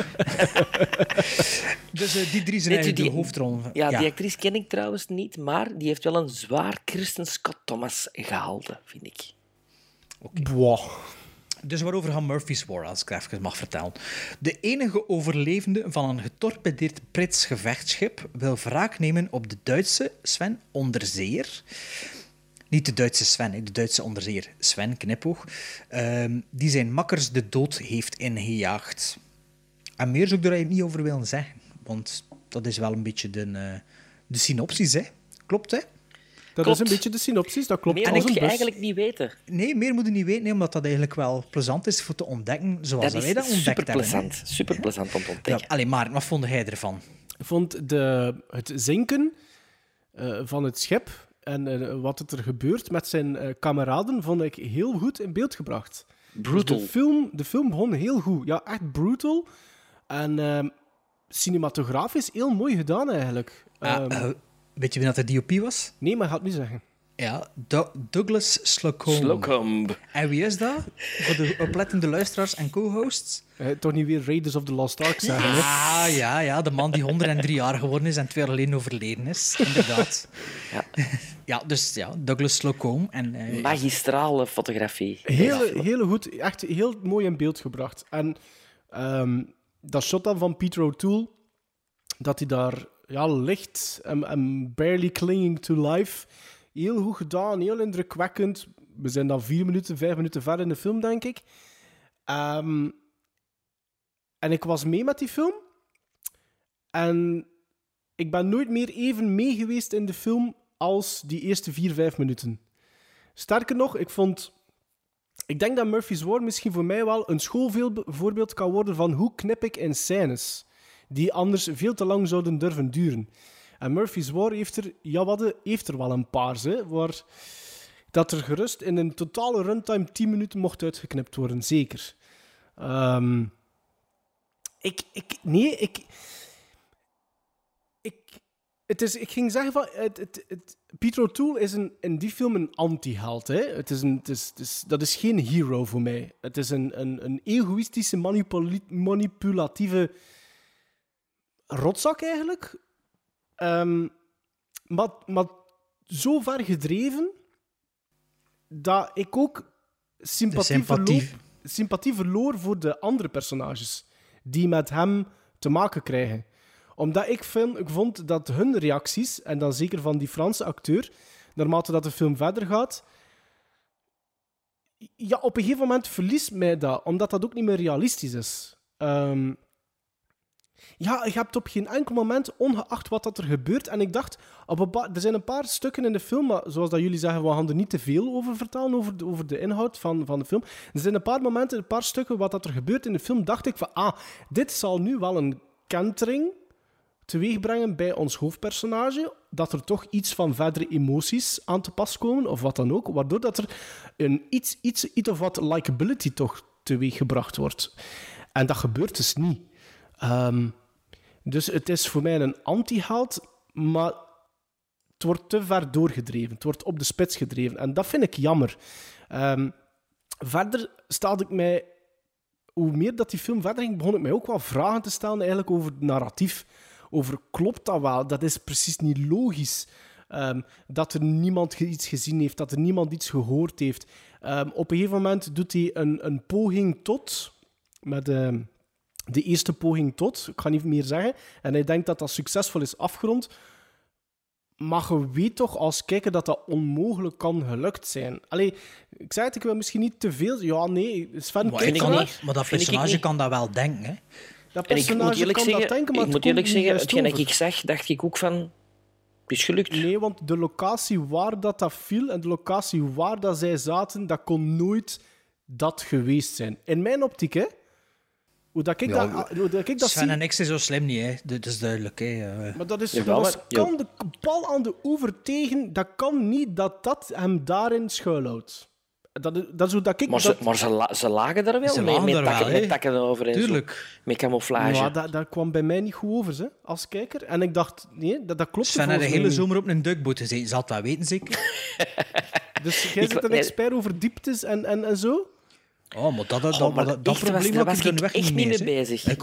Dus die drie zijn eigenlijk de hoofdrol. Ja, die actrice ken ik trouwens niet, maar die heeft wel een zwaar Kristen Scott Thomas gehalte, vind ik. Wow. Dus waarover gaat Murphy's War, als ik even mag vertellen. De enige overlevende van een getorpedeerd Brits gevechtsschip wil wraak nemen op de Duitse Sven onderzeeër. Niet de Duitse Sven, de Duitse onderzeeër Sven, knipoog. Die zijn makkers de dood heeft ingejaagd. En meer zou ik er niet over willen zeggen. Want dat is wel een beetje de synopsis, hè? Klopt, hè? Dat is een beetje de synopsis, dat klopt. Meer moet je eigenlijk niet weten. Nee, meer moet je niet weten, omdat dat eigenlijk wel plezant is voor te ontdekken, zoals wij dat ontdekt hebben. Super plezant om te ontdekken. Ja, maar wat vond jij ervan? Ik vond het zinken van het schip en wat er gebeurt met zijn kameraden, vond ik heel goed in beeld gebracht. Brutal. Dus de film begon heel goed. Ja, echt brutal. En cinematografisch heel mooi gedaan, eigenlijk. Weet je wie dat de DOP was? Nee, maar ik ga het niet zeggen. Ja, Douglas Slocumb. En wie is dat? Voor de oplettende luisteraars en co-hosts? Toch niet weer Raiders of the Lost Ark zeggen, hè? Ja, de man die 103 jaar geworden is en 2 jaar geleden overleden is. Inderdaad. Dus Douglas Slocumb. En, magistrale fotografie. Heel goed, echt heel mooi in beeld gebracht. En dat shot dan van Peter O'Toole, dat hij daar ligt en barely clinging to life. Heel goed gedaan, heel indrukwekkend. We zijn dan 5 minuten verder in de film, denk ik. En ik was mee met die film. En ik ben nooit meer even mee geweest in de film als die eerste 4-5 minuten. Sterker nog, ik denk dat Murphy's War misschien voor mij wel een schoolvoorbeeld kan worden van hoe knip ik in scènes die anders veel te lang zouden durven duren. En Murphy's War heeft er wel een paar, waar dat er gerust in een totale runtime 10 minuten mocht uitgeknipt worden, zeker. Ik ging zeggen van... Peter O'Toole is in die film een anti-held. Hè? Dat is geen hero voor mij. Het is een egoïstische, manipulatieve rotzak eigenlijk. Maar zo ver gedreven dat ik ook sympathie verloor voor de andere personages die met hem te maken krijgen. Omdat ik vond dat hun reacties, en dan zeker van die Franse acteur, naarmate dat de film verder gaat, op een gegeven moment verliest mij dat, omdat dat ook niet meer realistisch is. Je hebt op geen enkel moment, ongeacht wat dat er gebeurt, en ik dacht, er zijn een paar stukken in de film, maar zoals dat jullie zeggen, we gaan er niet te veel over vertellen, over de inhoud van de film. Er zijn een paar stukken wat dat er gebeurt in de film, dacht ik van, dit zal nu wel een kentering teweegbrengen bij ons hoofdpersonage, dat er toch iets van verdere emoties aan te pas komen, of wat dan ook, waardoor dat er een iets of wat likability toch teweeggebracht wordt. En dat gebeurt dus niet. Dus het is voor mij een anti-held, maar het wordt te ver doorgedreven. Het wordt op de spits gedreven. En dat vind ik jammer. Verder stelde ik mij... Hoe meer dat die film verder ging, begon ik mij ook wel vragen te stellen eigenlijk over het narratief. Over, klopt dat wel? Dat is precies niet logisch. Dat er niemand iets gezien heeft, dat er niemand iets gehoord heeft. Op een gegeven moment doet hij een poging tot... Met de eerste poging tot, ik ga niet meer zeggen. En hij denkt dat dat succesvol is afgerond. Maar je weet toch als kijker dat dat onmogelijk kan gelukt zijn. Allee, ik zei het, ik wil misschien niet te veel... Ja, nee, Sven, maar dat personage kan dat wel denken, hè? Dat personage kan dat denken, maar ik moet eerlijk zeggen, hetgeen dat ik zag, dacht ik ook van... Het is gelukt. Nee, want de locatie waar dat viel en de locatie waar dat zij zaten, dat kon nooit dat geweest zijn. In mijn optiek, hè. Hoe dat ik dat Sven en ik zijn zo slim niet, hè. Dat is duidelijk, hè. Maar dat is... de bal aan de oever tegen, dat kan niet dat hem daarin schuilhoudt. Dat is hoe dat ik... Maar ze lagen er wel mee, met takken erover. Tuurlijk. Met camouflage. Ja, dat kwam bij mij niet goed over, hè, als kijker. En ik dacht, nee, dat klopt. Sven had de hele zomer op een duikboot gezeten. Zal het wel weten, zeker? Dus jij bent een expert over dieptes en zo? Oh, maar dat probleem daar was ik echt niet mee bezig. Ik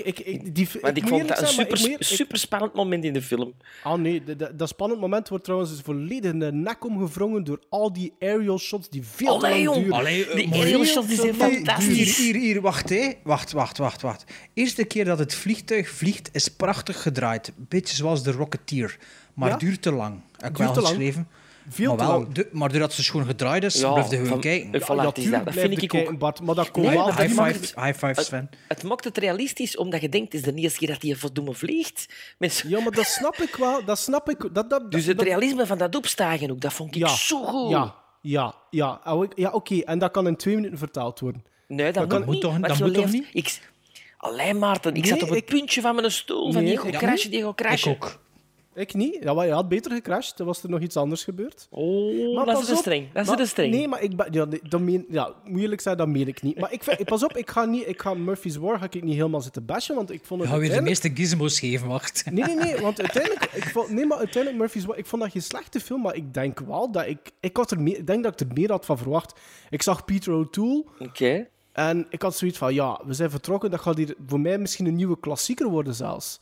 vond dat een super spannend moment in de film. Nee, dat spannend moment wordt trouwens volledig in de nek omgevrongen door al die aerial shots die veel te lang duren. Die aerial shots die zijn fantastisch. Hier, wacht, hè. Wacht. Eerste keer dat het vliegtuig vliegt, is prachtig gedraaid. Beetje zoals de Rocketeer. Maar duurt te lang. Heb ik wel geschreven. Veel te lang. Maar doordat ze gewoon gedraaid is, blijf je gewoon kijken. Dat vind ik ook. Bart, maar dat komt wel. High five, Sven. Het maakt het realistisch, omdat je denkt, het is de eerste keer dat hij verdomme vliegt. Ja, maar dat snap ik wel. Dus het realisme van dat opstijgen ook, dat vond ik zo goed. Ja, oké. En dat kan in 2 minuten vertaald worden. Nee, dat moet toch niet? Alleen Maarten, ik zat op het puntje van mijn stoel, van die gaat crashen. Ik ook. Ik niet. Ja, maar je had beter gecrashed. Dan was er nog iets anders gebeurd. Maar dat is de streng. Nee, maar moet eerlijk zijn, dat meen ik niet. Maar pas op, ik ga Murphy's War ga ik niet helemaal zitten bashen, want ik vond het weer de meeste gizmos geven, wacht. Nee, want uiteindelijk Murphy's War, ik vond dat geen slechte film, maar ik denk wel dat ik denk dat ik er meer had van verwacht. Ik zag Peter O'Toole. Oké. En ik had zoiets van, we zijn vertrokken, dat gaat hier voor mij misschien een nieuwe klassieker worden zelfs.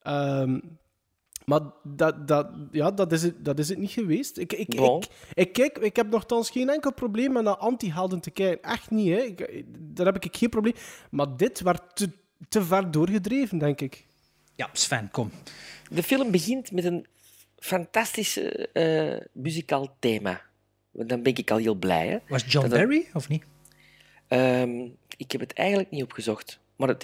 Maar dat is het niet geweest. Ik heb nogthans geen enkel probleem met naar anti-helden te kijken. Echt niet, hè. Daar heb ik geen probleem. Maar dit werd te ver doorgedreven, denk ik. Ja, Sven, kom. De film begint met een fantastisch muzikaal thema. Dan ben ik al heel blij. Hè. Was John Barry, of niet? Ik heb het eigenlijk niet opgezocht. Maar het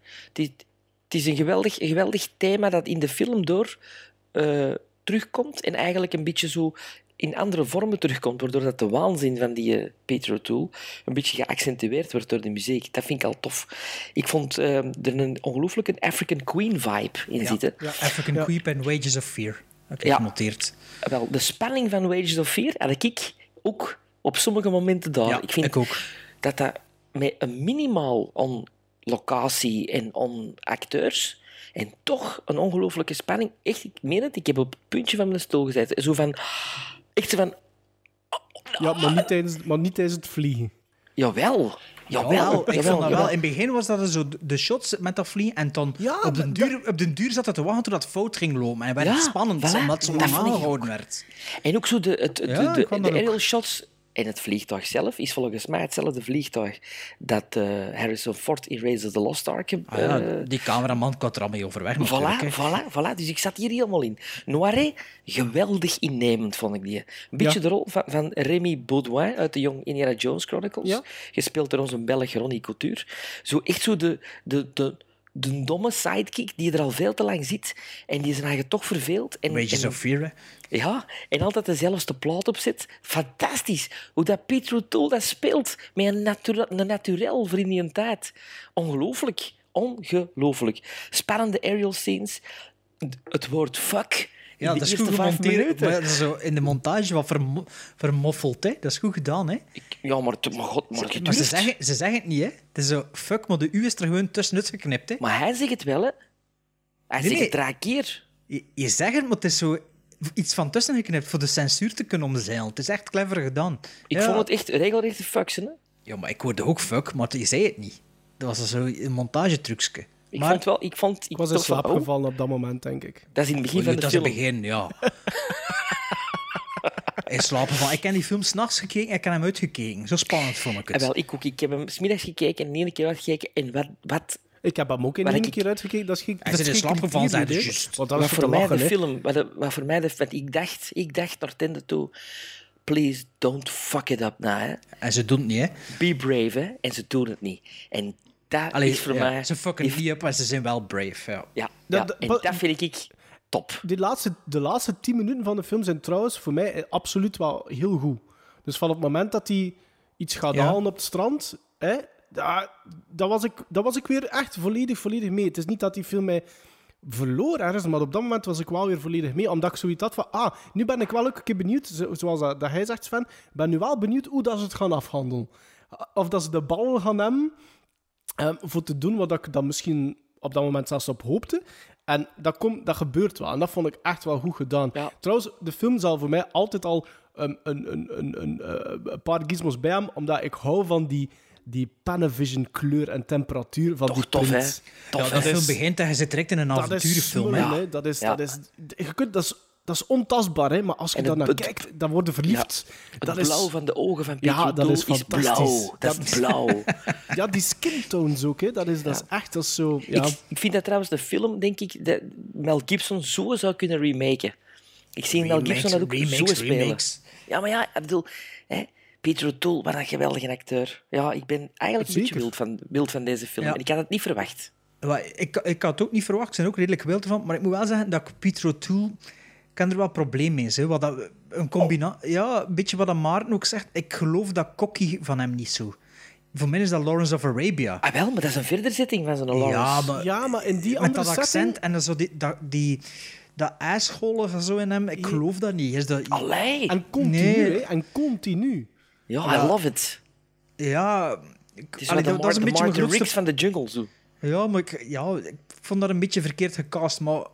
is een geweldig thema dat in de film door terugkomt en eigenlijk een beetje zo in andere vormen terugkomt, waardoor dat de waanzin van die Peter O'Toole een beetje geaccentueerd wordt door de muziek. Dat vind ik al tof. Ik vond er een ongelooflijke African Queen vibe in zitten. Ja, African Queen en Wages of Fear. Heb ik genoteerd. Wel, de spanning van Wages of Fear had ik ook op sommige momenten daar. Ja, ik vind ik ook. dat met een minimaal on locatie en on acteurs en toch een ongelooflijke spanning. Echt, ik meen het, ik heb op het puntje van mijn stoel gezeten. Zo van... Echt zo van... Ja, maar niet tijdens het vliegen. Jawel. Ik vond dat wel. In het begin was dat zo de shots met dat vliegen en dan op den duur zat het te wachten tot dat fout ging lopen. En het werd spannend, omdat het zo lang aangehouden werd. En ook zo de aerial shots en het vliegtuig zelf is volgens mij hetzelfde vliegtuig dat Harrison Ford in Raiders of the Lost Ark... die cameraman kan er al mee overweg. Voilà. Dus ik zat hier helemaal in. Noiret, geweldig innemend, vond ik die. Een beetje de rol van Rémi Baudouin uit de Young Indiana Jones Chronicles. Ja. Gespeeld door onze Belg Ronnie Couture. Zo echt zo de domme sidekick die er al veel te lang zit en die zijn eigen toch verveelt. Wages of Fear, hè? Ja, en altijd dezelfde plaat opzet. Fantastisch. Hoe dat Peter O'Toole dat speelt. Met een naturel vriendelijkheid. Ongelooflijk. Spannende aerial scenes. het woord fuck Ja, in dat de is goed eerste 5 gemonteerd. minuten. Maar dat is zo in de montage wat vermoffeld. Hè? Dat is goed gedaan. Hè? Ja, maar god, maar Maar ze zeggen het niet. Hè? Het is zo, fuck, maar de U is er gewoon tussenuit geknipt. Hè? Maar hij zegt het wel, hè. Hij zegt het 3 keer. Je zegt het, maar het is zo iets van tussen geknipt voor de censuur te kunnen omzeilen. Het is echt clever gedaan. Ik vond het echt regelrecht fucksen, hè. Ja, maar ik hoorde ook fuck, maar je zei het niet. Dat was zo een montagetrucje. Ik vond wel... Ik was in slaap gevallen op dat moment, denk ik. Dat is in het begin van de dat film. Dat is het begin, ja. In slapen van. Ik heb die film 's nachts gekeken en ik heb hem uitgekeken. Zo spannend vond ik het. Wel, ik ook. Ik heb hem 's middags gekeken en de ene keer uitgekeken. En wat... Ik heb hem ook in één keer uitgekeken. Dat is geen... Hij is in slaap gevallen, zei hij juist. Want dat wat is voor mij lachen, de hè. film... Wat voor mij want ik dacht naar Tende toe... Please, don't fuck it up now, hè. En ze doen het niet, hè. Be brave, hè. En ze doen het niet. En dat Allee, is voor mij... Ze fucken niet up en ze zijn wel brave, ja. Ja, Dat- en dat vind ik top. De laatste 10 minuten van de film zijn trouwens voor mij absoluut wel heel goed. Dus van het moment dat hij iets gaat halen op het strand, hè, dat was ik weer echt volledig mee. Het is niet dat die film mij verloor ergens, maar op dat moment was ik wel weer volledig mee, omdat ik zoiets had van, nu ben ik wel ook een keer benieuwd, zoals dat hij zegt, Sven, ik ben nu wel benieuwd hoe dat ze het gaan afhandelen. Of dat ze de bal gaan hebben voor te doen wat ik dan misschien op dat moment zelfs op hoopte. En dat gebeurt wel. En dat vond ik echt wel goed gedaan. Ja. Trouwens, de film zal voor mij altijd al een paar gizmos bij hem, omdat ik hou van die Panavision kleur en temperatuur van die tof, print. hè? Ja, dat film begint en je zit direct in een avonturenfilm. Hè? Dat is ontastbaar, hè? Maar als je daar naar kijkt, dan word je verliefd. Het blauw van de ogen van Pietro Ja, dat is fantastisch. blauw. Dat is blauw. Ja, die skin tones ook, hè? Dat is echt dat is zo... Ja. Ik vind dat trouwens de film, denk ik, dat Mel Gibson zo zou kunnen remaken. Ik zie Mel Gibson dat ook zo spelen. Ja, maar ja, ik bedoel... Hè, Pietro O'Toole, wat een geweldige acteur. Ja, ik ben eigenlijk een beetje wild van deze film. Ja. En ik had het niet verwacht. Ik had het ook niet verwacht. Ik ben ook redelijk wild van. Maar ik moet wel zeggen dat ik Pietro O'Toole... Ik heb er wel probleem mee. Hè. Ja, een beetje wat Maarten ook zegt. Ik geloof dat kokkie van hem niet zo. Voor mij is dat Lawrence of Arabia. Ah, wel, maar dat is een verderzetting van zo'n Lawrence. Ja, maar in die met andere dat accent en zo dat ijscholige zo in hem, ik geloof dat niet. Is dat... Allee. En continu, hè? En continu. Ja, I love it. Ja... Het is dat is een beetje Martin Riggs van de jungle, zo. Ja, maar ik vond dat een beetje verkeerd gecast, maar...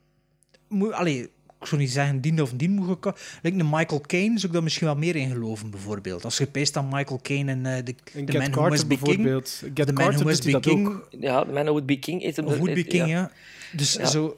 Ik zou niet zeggen dien of dien moet gecast. Like de Michael Caine zou ik daar misschien wel meer in geloven, bijvoorbeeld. Als je peest aan Michael Caine en The Man Who Must Be King. The Man Who Must Be King. Ja, The Man Who Would Be King. Of Would Be King, ja. Dus zo...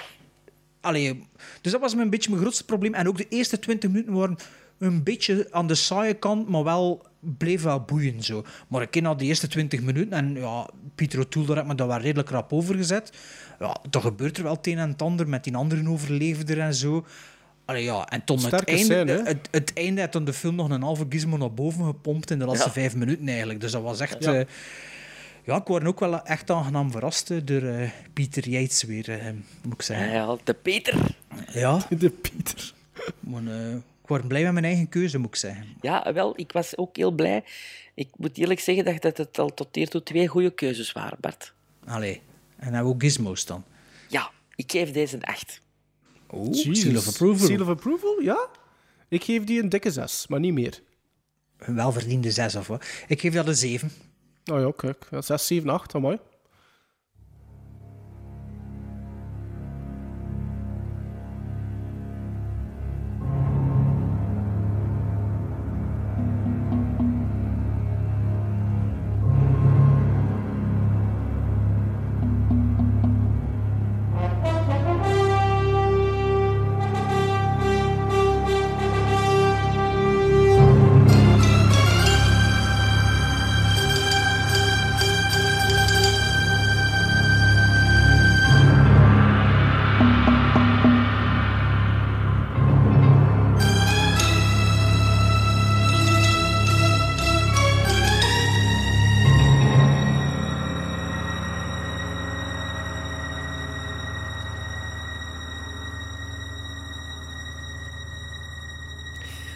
Dus dat was een beetje mijn grootste probleem. En ook de eerste 20 minuten waren een beetje aan de saaie kant, maar bleef wel boeiend zo. Maar ik ken al de eerste 20 minuten en ja, Pietro O'Toole, daar heb ik me dat wel redelijk rap over gezet. Ja, dan gebeurt er wel het een en het ander met die andere overlevender en zo. En toen het einde had dan de film nog een halve gizmo naar boven gepompt in de laatste 5 minuten eigenlijk. Dus dat was echt... ik word ook wel echt aangenaam verrast door Pieter Yates weer, moet ik zeggen. Ja, de Peter. Ja. De Pieter. Maar, ik word blij met mijn eigen keuze, moet ik zeggen. Ja, wel, ik was ook heel blij. Ik moet eerlijk zeggen dat het al tot hiertoe 2 goede keuzes waren, Bart. Allee, en nou ook gizmos dan? Ja, ik geef deze een 8. Oeh, seal of approval. Seal of approval, ja? Ik geef die een dikke 6, maar niet meer. Een welverdiende 6 of wat? Ik geef dat een 7. Oh ja, kijk. 6, 7, 8, mooi.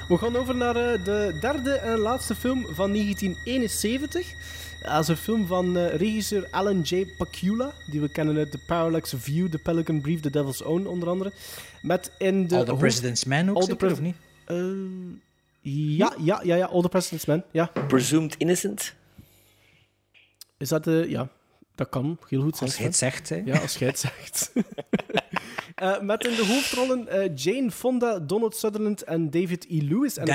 We gaan over naar de derde en laatste film van 1971. Dat is een film van regisseur Alan J. Pakula, die we kennen uit The Parallax View, The Pelican Brief, The Devil's Own, onder andere. Met in de All the President's Men ook zeker, of niet? Ja, All the President's Men, ja. Presumed Innocent? Is dat ja, dat kan heel goed zijn. Als jij het zegt, hè. Ja, als jij het zegt. Met in de hoofdrollen Jane Fonda, Donald Sutherland en David E. Lewis. En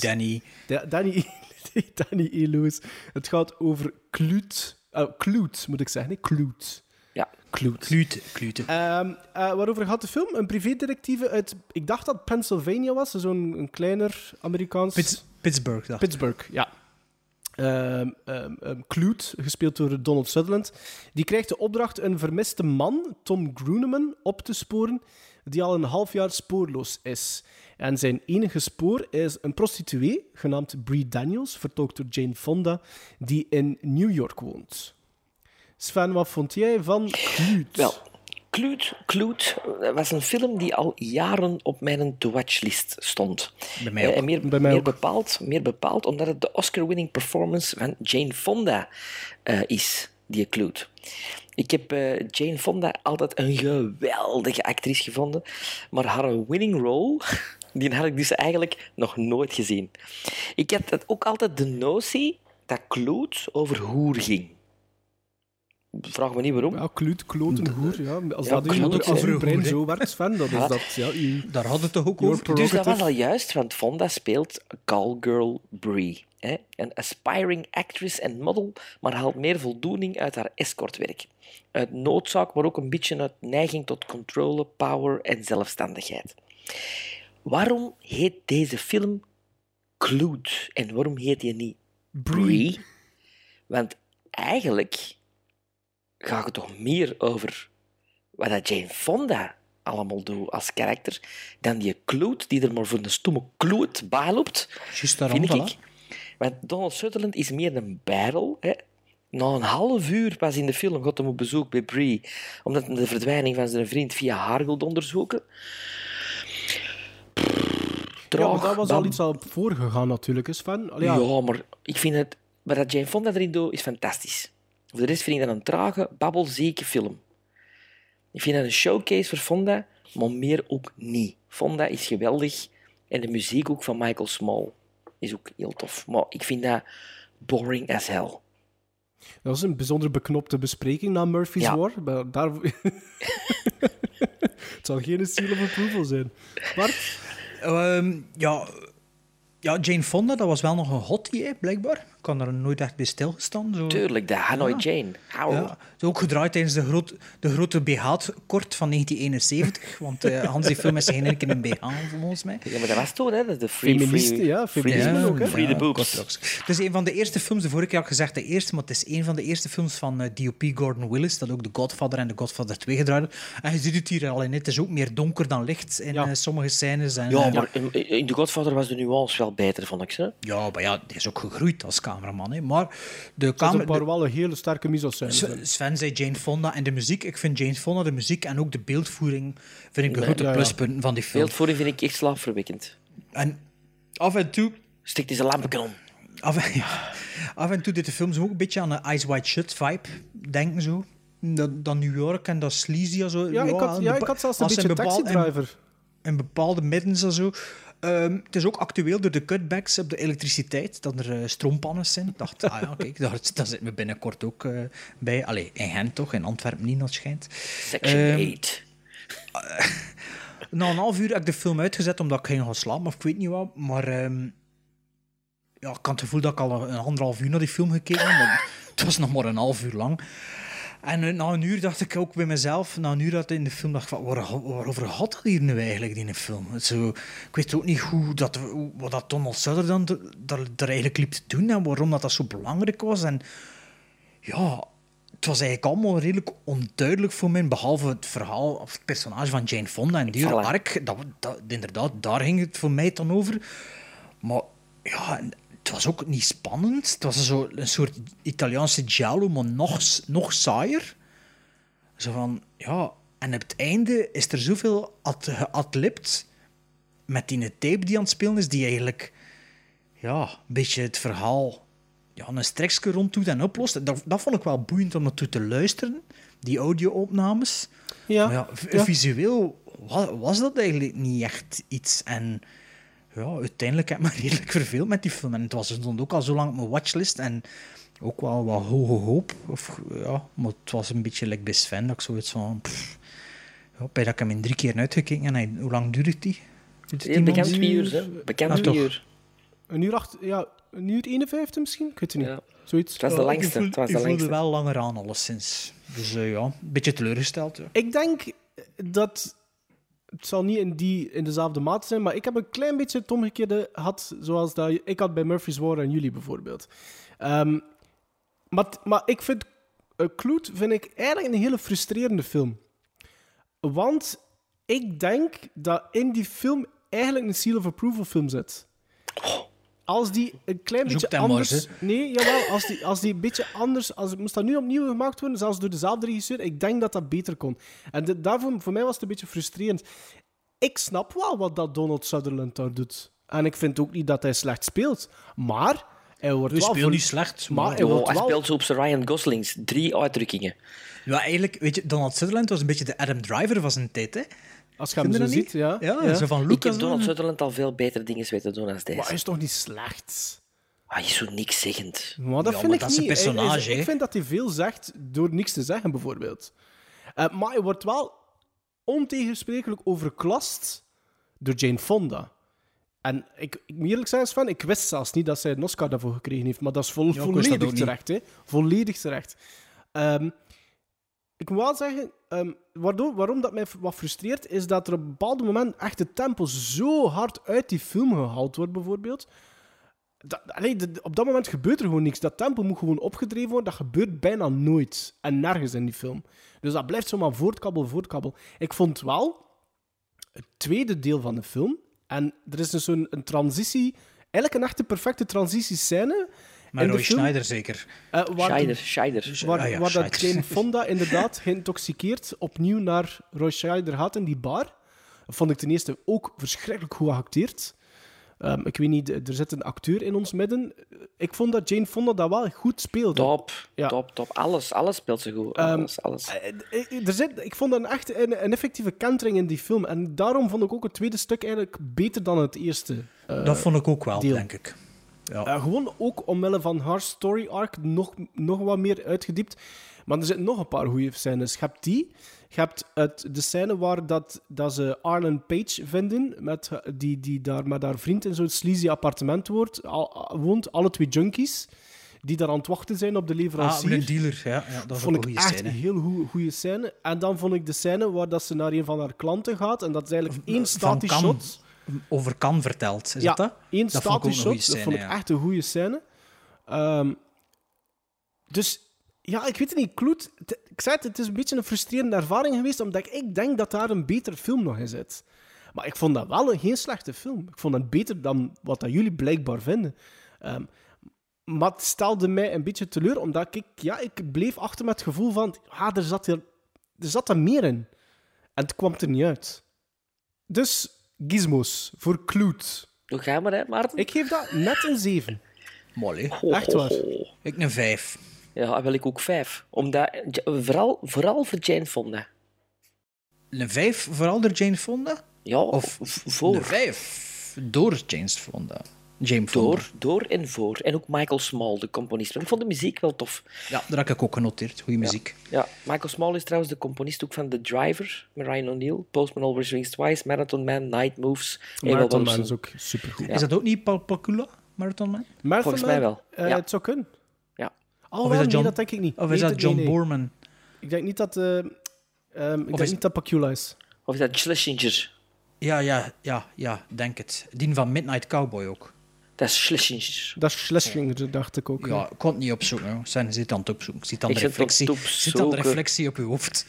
Danny E. Lewis. Het gaat over Clute, moet ik zeggen. Nee, Clute. Ja. Clute. Waarover gaat de film? Een privédetectieve uit, ik dacht dat Pennsylvania was, zo'n kleiner Amerikaans... Pittsburgh, dacht ik. Pittsburgh, ja. Clute, gespeeld door Donald Sutherland, die krijgt de opdracht een vermiste man, Tom Gruneman, op te sporen, die al een half jaar spoorloos is. En zijn enige spoor is een prostituee, genaamd Bree Daniels, vertolkt door Jane Fonda, die in New York woont. Sven, wat vond jij van Clute? Wel, Clute was een film die al jaren op mijn to-watch-list stond. Bij mij ook. En meer bepaald omdat het de Oscar-winning performance van Jane Fonda is, die Clute. Ik heb Jane Fonda altijd een geweldige actrice gevonden, maar haar winning role, die had ik dus eigenlijk nog nooit gezien. Ik had ook altijd de notie dat Clute over hoer ging. Vraag me niet waarom. Ja, kloot en hoer. Ja. Als ja, dat uw brein zo werkt, Sven, dat is dat... Ja, daar hadden het toch ook over? Dus dat was al juist, want Fonda speelt Callgirl Bree. Hè? Een aspiring actress en model, maar haalt meer voldoening uit haar escortwerk. Uit noodzaak, maar ook een beetje uit neiging tot controle, power en zelfstandigheid. Waarom heet deze film Clute en waarom heet hij niet Bree? Want eigenlijk gaat het toch meer over wat dat Jane Fonda allemaal doet als karakter dan die Clute die er maar voor een stomme Clute bijloopt. Juist daarom, vind ik. Want Donald Sutherland is meer een barrel. Hè. Na een half uur pas in de film gaat hij op bezoek bij Bree, omdat hij de verdwijning van zijn vriend via haar wil onderzoeken. Ja, maar dat was al iets al voorgegaan natuurlijk, is van. Ja, maar ik vind het... Wat dat Jane Fonda erin doet, is fantastisch. Voor de rest vind ik dat een trage, babbelzieke film. Ik vind dat een showcase voor Fonda, maar meer ook niet. Fonda is geweldig en de muziek ook van Michael Small is ook heel tof. Maar ik vind dat boring as hell. Dat was een bijzonder beknopte bespreking na Murphy's War. Maar daar... Het zal geen seal of approval zijn. Bart? Ja, Jane Fonda, dat was wel nog een hottie, hè, blijkbaar. Ik kan er nooit echt bij stilgestaan. Zo. Tuurlijk, de Hanoi Jane. Ja, ook gedraaid tijdens de grote BH-kort van 1971. Want Hans die film is geen enkele in een BH, volgens mij. Ja, maar dat was toen, hè? De feminisme ook, hè? Free the boobs. Het is een van de eerste films, de vorige keer had ik gezegd de eerste, maar het is een van de eerste films van D.O.P. Gordon Willis, dat ook The Godfather en The Godfather 2 gedraaid. En je ziet het hier al in. Het is ook meer donker dan licht in sommige scènes. En, maar in The Godfather was de nuance wel beter, vond ik ze. Ja, maar ja, die is ook gegroeid als cameraman. Hè. Maar er zijn een paar wel een hele sterke mise-en-scènes. Sven zei Jane Fonda en de muziek. Ik vind Jane Fonda, de muziek en ook de beeldvoering vind ik de grote pluspunten van die film. Beeldvoering vind ik echt slaapverwekkend. En af en toe... Stikt deze lampen om. Af en toe deed de film ook een beetje aan een Eyes Wide Shut vibe, denken zo. Dat New York en dat sleazy en zo. Ja, ik had zelfs een beetje Taxi Driver. In bepaalde middens en zo. Het is ook actueel door de cutbacks op de elektriciteit, dat er stroompannen zijn. Ik dacht, kijk, daar zitten we binnenkort ook bij. Allee, in Gent toch, in Antwerpen niet, dat schijnt. Section 8. Na een half uur heb ik de film uitgezet omdat ik ging gaan slapen, of ik weet niet wat. Maar ik had het gevoel dat ik al een 1,5 uur naar die film gekeken heb. Maar het was nog maar een half uur lang. En na een uur dacht ik ook bij mezelf, na een uur dat in de film dacht ik van, waarover gaat dat hier nu eigenlijk in de film? Zo, ik weet ook niet wat dat Donald Sutherland daar eigenlijk liep te doen en waarom dat zo belangrijk was. En ja, het was eigenlijk allemaal redelijk onduidelijk voor mij, behalve het verhaal of het personage van Jane Fonda en die arc. Inderdaad, daar ging het voor mij dan over. Maar ja... Het was ook niet spannend. Het was een soort Italiaanse giallo, maar nog saaier. Zo van, ja... En op het einde is er zoveel geadlipt met die tape die aan het spelen is, die eigenlijk een beetje het verhaal een strekje rond doet en oplost. Dat vond ik wel boeiend om naartoe te luisteren, die audio-opnames. Ja. Maar visueel was dat eigenlijk niet echt iets. En uiteindelijk heb ik me redelijk verveeld met die film. En het stond ook al zo lang op mijn watchlist en ook wel wat hoge hoop. Maar het was een beetje like bij Sven, dat ik zoiets van... bij dat ik hem in 3 keer uitgekeken en hoe lang duurt die? Bekend 2 uur, hè? Bekend 2 uur. Een uur 51 misschien? Ik weet het niet. Ja. Zoiets. Het was de langste. Ik voelde wel langer aan, alleszins. Dus een beetje teleurgesteld. Ja. Ik denk dat... Het zal niet in dezelfde mate zijn, maar ik heb een klein beetje het omgekeerde gehad, zoals dat ik had bij Murphy's War en jullie bijvoorbeeld. Maar ik vind... Kloot vind ik eigenlijk een hele frustrerende film. Want ik denk dat in die film eigenlijk een seal of approval film zit. Als die een klein beetje anders... Nee, jawel. Als die een beetje anders... Moest dat nu opnieuw gemaakt worden, zelfs door dezelfde regisseur, ik denk dat dat beter kon. En daarvoor, voor mij was het een beetje frustrerend. Ik snap wel wat dat Donald Sutherland daar doet. En ik vind ook niet dat hij slecht speelt. Maar... Hij speelt niet slecht. Maar hij speelt zo op zijn Ryan Goslings. 3 uitdrukkingen. Ja, eigenlijk, weet je, Donald Sutherland was een beetje de Adam Driver van zijn tijd, hè? Als je hem zo ziet, ja. Zo van ik heb Donald Sutherland al veel betere dingen weten doen als deze. Maar hij is toch niet slecht? Hij is zo nikszeggend. Maar dat vind ik dat niet. is een personage, ik vind dat hij veel zegt door niks te zeggen, bijvoorbeeld. Maar hij wordt wel ontegensprekelijk overklast door Jane Fonda. En ik moet eerlijk zijn, Sven, ik wist zelfs niet dat zij een Oscar daarvoor gekregen heeft. Maar dat is volledig terecht. Hè? Volledig terecht. Ik moet wel zeggen, waarom dat mij wat frustreert, is dat er op een bepaald moment echt het tempo zo hard uit die film gehaald wordt, bijvoorbeeld. Op dat moment gebeurt er gewoon niks. Dat tempo moet gewoon opgedreven worden. Dat gebeurt bijna nooit. En nergens in die film. Dus dat blijft zomaar voortkabbel. Ik vond wel het tweede deel van de film... En er is dus een transitie... Eigenlijk een echte perfecte transitiescène. Maar Roy Schneider zeker. Scheider. Waar dat Jane Fonda inderdaad geïntoxiceerd opnieuw naar Roy Scheider gaat in die bar. Dat vond ik ten eerste ook verschrikkelijk goed geacteerd. Ik weet niet, er zit een acteur in ons midden. Ik vond dat Jane Fonda dat wel goed speelde. Top. Alles speelt ze goed. Alles. Ik vond dat echt een effectieve kentering in die film. En daarom vond ik ook het tweede stuk eigenlijk beter dan het eerste. Dat vond ik ook wel, deel. denk ik. Ja. Gewoon ook omwille van haar story arc nog wat meer uitgediept. Maar er zitten nog een paar goede scènes. Je hebt die. Je hebt de scène waar dat ze Arlen Page vinden, die daar met haar vriend in zo'n sleazy appartement woont. Alle 2 junkies, die daar aan het wachten zijn op de leverancier. Een dealer, ja dat vond ik een echt scène. een heel goede scène. En dan vond ik de scène waar dat ze naar een van haar klanten gaat, en dat is eigenlijk één statisch shot. Over Kan verteld, is dat? Één statisch shot. Dat vond ik echt een goede scène. Dus... Ja, ik weet het niet. Kloot, ik zei het is een beetje een frustrerende ervaring geweest, omdat ik denk dat daar een betere film nog in zit. Maar ik vond dat wel geen slechte film. Ik vond dat beter dan wat dat jullie blijkbaar vinden. Maar het stelde mij een beetje teleur, omdat ik bleef achter met het gevoel van... er zat er meer in. En het kwam er niet uit. Dus, gizmos voor Kloot. Hoe gaan we, hè, Maarten? Ik geef dat net een 7. Mooi. Echt waar. Ik een 5. Ja, wil ik ook 5. Omdat, vooral voor Jane Fonda. Een 5 vooral door Jane Fonda? Ja, of voor. Een 5 door Jane Fonda. Door en voor. En ook Michael Small, de componist. Ik vond de muziek wel tof. Ja, daar heb ik ook genoteerd. Goeie muziek. Ja, Michael Small is trouwens de componist ook van The Driver, met Ryan O'Neill, Postman Always Rings Twice, Marathon Man, Night Moves. Marathon Man is ook supergoed. Ja. Is dat ook niet Paul Pacula, Marathon Man? Volgens mij wel. Het zou kunnen. Ja. Of is dat John... dat denk ik niet. Of is dat John Boorman? Ik denk niet dat... niet dat Pacula is. Of is dat Schlesinger? Ja, denk het. Die van Midnight Cowboy ook. Dat is Schlesinger. Dat is Schlesinger, dacht ik ook. Ja, ik kon het niet opzoeken. Zijn zit aan het opzoeken. Zit aan de reflectie op je hoofd.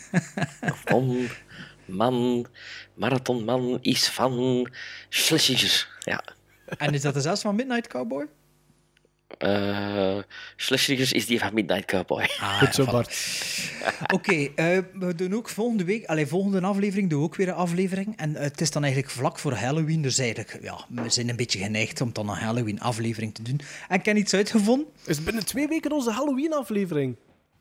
Marathon Man is van Schlesinger. Ja. En is dat de zelfs van Midnight Cowboy? Schleswigers is die van Midnight Cowboy. Goed zo, Bart. Oké, we doen ook volgende week... volgende aflevering doen we ook weer een aflevering. En het is dan eigenlijk vlak voor Halloween. Dus eigenlijk, we zijn een beetje geneigd om dan een Halloween-aflevering te doen. En ik heb iets uitgevonden. Is binnen 2 weken onze Halloween-aflevering?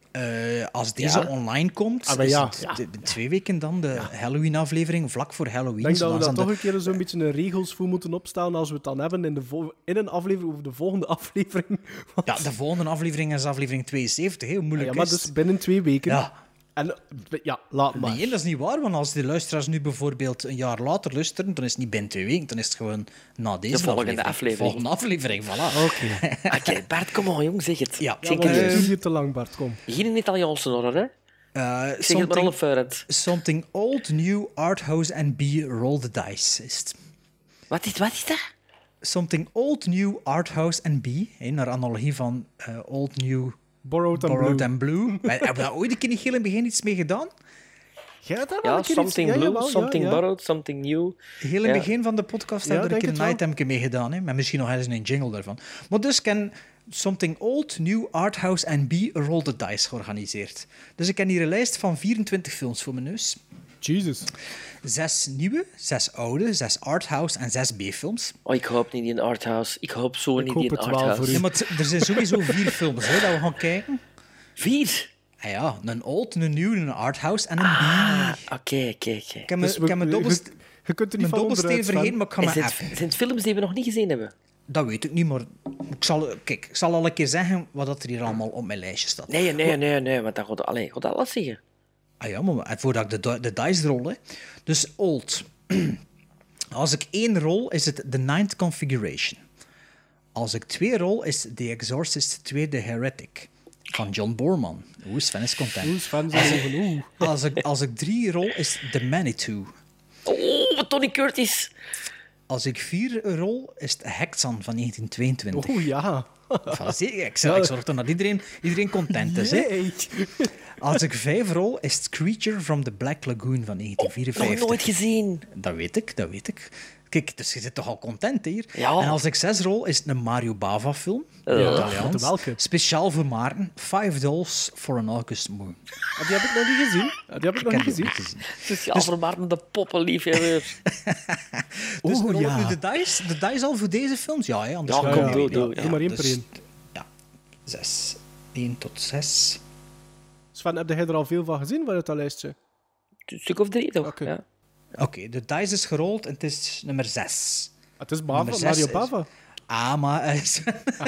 Als deze online komt, is het 2 weken dan de Halloween-aflevering, vlak voor Halloween. Ik denk dat we dan toch een keer zo'n beetje een regels voor moeten opstellen als we het dan hebben in een aflevering over de volgende aflevering. Want... Ja, de volgende aflevering is aflevering 72. Heel moeilijk maar dus binnen 2 weken. Ja. En laat maar. Nee, dat is niet waar, want als de luisteraars nu bijvoorbeeld een jaar later luisteren, dan is het niet binnen 2 weken, dan is het gewoon na deze volgende aflevering. De volgende aflevering, voilà. Oké, Bart, kom on, jong, zeg het. Ja, want het duurt hier te lang, Bart, kom. Geen Italiaanse horror, hè? Zeg het maar al vooruit. Something old, new, arthouse and B, roll the dice. Is het. Wat is dat? Something old, new, arthouse and B, naar analogie van old, new... Borrowed and Blue. Hebben we daar ooit een keer in het begin iets mee gedaan? Something Blue, Something Borrowed, Something New. Heel in het begin van de podcast hebben we er een keer een itemje mee gedaan. Hè? Met misschien nog eens een jingle daarvan. Maar dus ken Something Old, New, Arthouse and B, Roll the Dice georganiseerd. Dus ik heb hier een lijst van 24 films voor mijn neus. Jesus. 6 nieuwe, 6 oude, 6 arthouse en 6 B-films. Oh, ik hoop niet in arthouse. Ik hoop zo niet in arthouse. Nee, maar er zijn sowieso 4 films hè, dat we gaan kijken. 4? Ah ja, een old, een nieuw, een arthouse en een B. Oké. Ik heb mijn dobbelsteen vergeten, maar ik ga maar even. Zijn het films die we nog niet gezien hebben? Dat weet ik niet, maar ik zal al een keer zeggen wat er hier allemaal op mijn lijstje staat. Nee, want dan gaat dat alles zeggen. Ah ja, maar voordat ik de dice rol, hè. Dus old. Als ik 1 rol, is het The Ninth Configuration. Als ik 2 rol, is The Exorcist 2 The Heretic. Van John Boorman. Sven is content. Als ik 3 rol, is The Manitou. Oh, Tony Curtis. Als ik 4 rol, is het Hexan van 1922. Oh ja. Ik zorg ervoor dat iedereen content is. Hè? Als ik 5 rol, is het Creature from the Black Lagoon van 1954. Nog nooit gezien. Dat weet ik. Kijk, dus je zit toch al content hier. Ja. En als ik 6 rol, is het een Mario Bava-film. Italiaans. Welke? Speciaal voor Maarten. $5 for an August Moon. Die heb ik nog niet gezien. Speciaal voor Maarten, de poppenliefhebber. Dus rol ik nu de dice al voor deze films? Ja, hè, anders kom, doe. Doe maar 1 per 1. Ja, 6. 1 tot 6. Sven, heb jij er al veel van gezien vanuit dat lijstje? Een stuk of 3, toch? Okay. Ja. Oké, de dice is gerold en het is nummer 6. Het is Bava, Mario Bava. Maar... het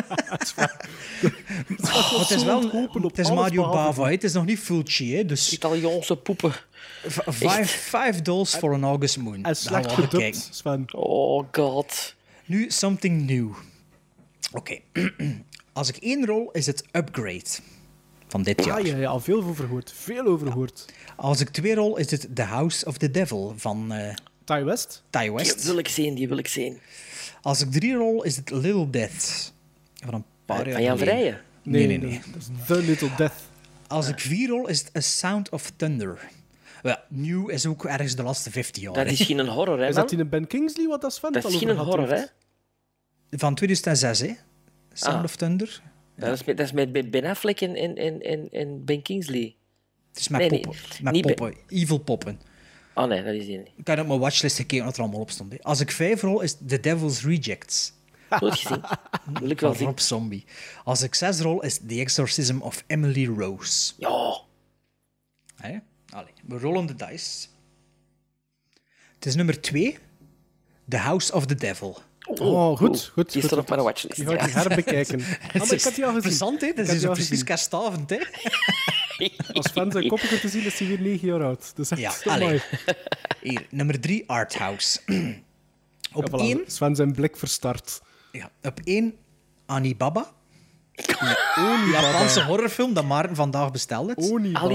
is Mario Bava, het is nog niet Fulci, hè, dus... Italiaanse poepen. $5 for an August Moon. En slecht gedubt, Sven. Oh god. Nu, something new. Oké. Als ik 1 rol, is het Upgrade. Van dit jaar. Ja, al veel over gehoord. Als ik 2 rol, is het The House of the Devil van... Ty West. Die wil ik zien. Als ik 3 rol, is het Little Death. Van een paar jaar van Jan Vrijen? Nee. Dat is The Little Death. Als ik 4 rol, is het A Sound of Thunder. Ja, nieuw is ook ergens de laatste 15 jaar. Dat is geen een horror, hè? Is dat in een Ben Kingsley wat dat Sven Dat is geen een horror, hè? Van 2006, hè? Sound of Thunder. Ja. Dat is met Ben Affleck en Ben Kingsley. Het is met poppen. Met poppen. Evil poppen. Oh nee, dat is die niet. Ik heb op mijn watchlist gekeken wat er allemaal op stond. Hè. Als ik 5 rol, is The Devil's Rejects. Goed gezien. Wil ik wel zien. Rob Zombie. Als ik 6 rol, is The Exorcism of Emily Rose. Ja. Allee, we rollen de dice. Het is nummer 2. The House of the Devil. Oh, goed. Die staat op mijn watchlist. Die ga ik herbekijken. Het is interessant, hè? Dat is zo precies kerstavond, hè? Als fan zijn koppige te zien, is hij weer 9 jaar oud. Dat is echt mooi. Hier, nummer 3, Arthouse. Op 1... Sven zijn blik verstart. Ja, op 1, Onibaba. Een Japanse horrorfilm dat Maarten vandaag besteld heeft.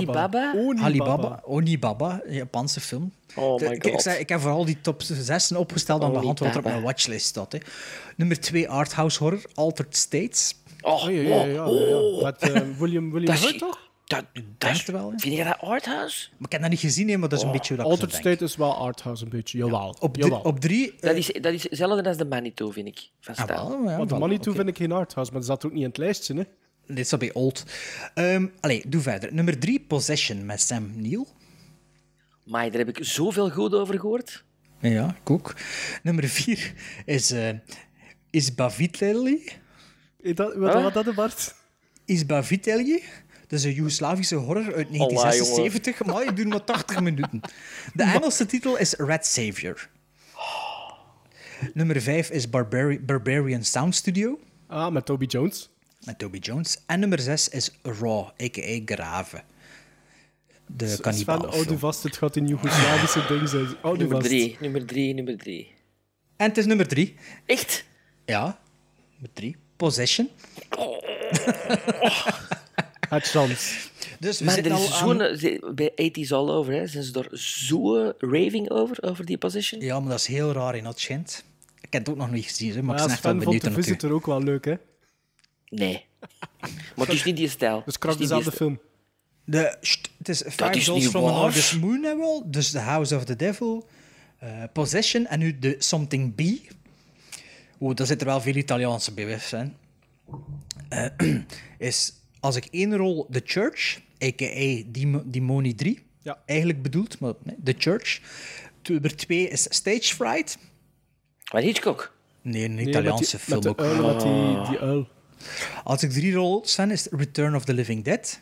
Onibaba, Japanse film. Oh my god. Ik heb vooral die top 6 opgesteld aan de hand wat er op mijn watchlist staat. Hè. Nummer 2, Arthouse horror, Altered States. Ja. Met William Hurt, toch? Denk je wel, hè? Vind je dat arthouse? Maar ik heb dat niet gezien, hè, maar dat is een beetje hoe dat ik zo Altered denk. State is wel arthouse een beetje, jawel. Ja. Op 3... Dat is hetzelfde als de Manitou, vind ik. Van stijl. Maar de Manitou vind ik geen arthouse, maar dat zat ook niet in het lijstje. Hè? Dit staat bij Old. Allee, doe verder. Nummer 3, Possession met Sam Neill. Maar daar heb ik zoveel goed over gehoord. Ja, ik ook. Nummer 4 is Bavitelli. Wat dat, Bart? Is Bavitelli. Dat is een Joegoslavische horror uit 1976. Maar ik doe maar 80 minuten. De Engelse titel is Red Savior. Nummer 5 is Barbarian Sound Studio. Met Toby Jones. En nummer 6 is Raw, a.k.a. Grave. De kannibaalfilm. Sven, houd u vast, het gaat in Joegoslavische dingen zijn. Nummer 3. En het is nummer 3. Echt? Ja, nummer 3. Possession. Het chance. Dus we maar zitten er al is aan... bij 80's All Over, hè, zijn ze er zo raving over die Possession? Ja, maar dat is heel raar in dat schijnt. Ik heb het ook nog niet gezien, hè, maar ik ben echt Sven wel vond benieuwd. de Visitor ook wel leuk, hè? Nee. Maar het is niet die stijl. Dus krak dezelfde film. Het is $5 from an August Moon, hè, wel. Dus The House of the Devil, Possession en nu The Something B. Daar zitten wel veel Italiaanse bij, zijn. Is als ik 1 rol The Church, a.k.a. Dimoni 3, eigenlijk bedoeld, maar nee, The Church. Nummer 2 is Stage Fright. Maar Hitchcock? Nee, een Italiaanse film met ook. de uil, met die uil. Als ik 3 rol, Sven, is Return of the Living Dead.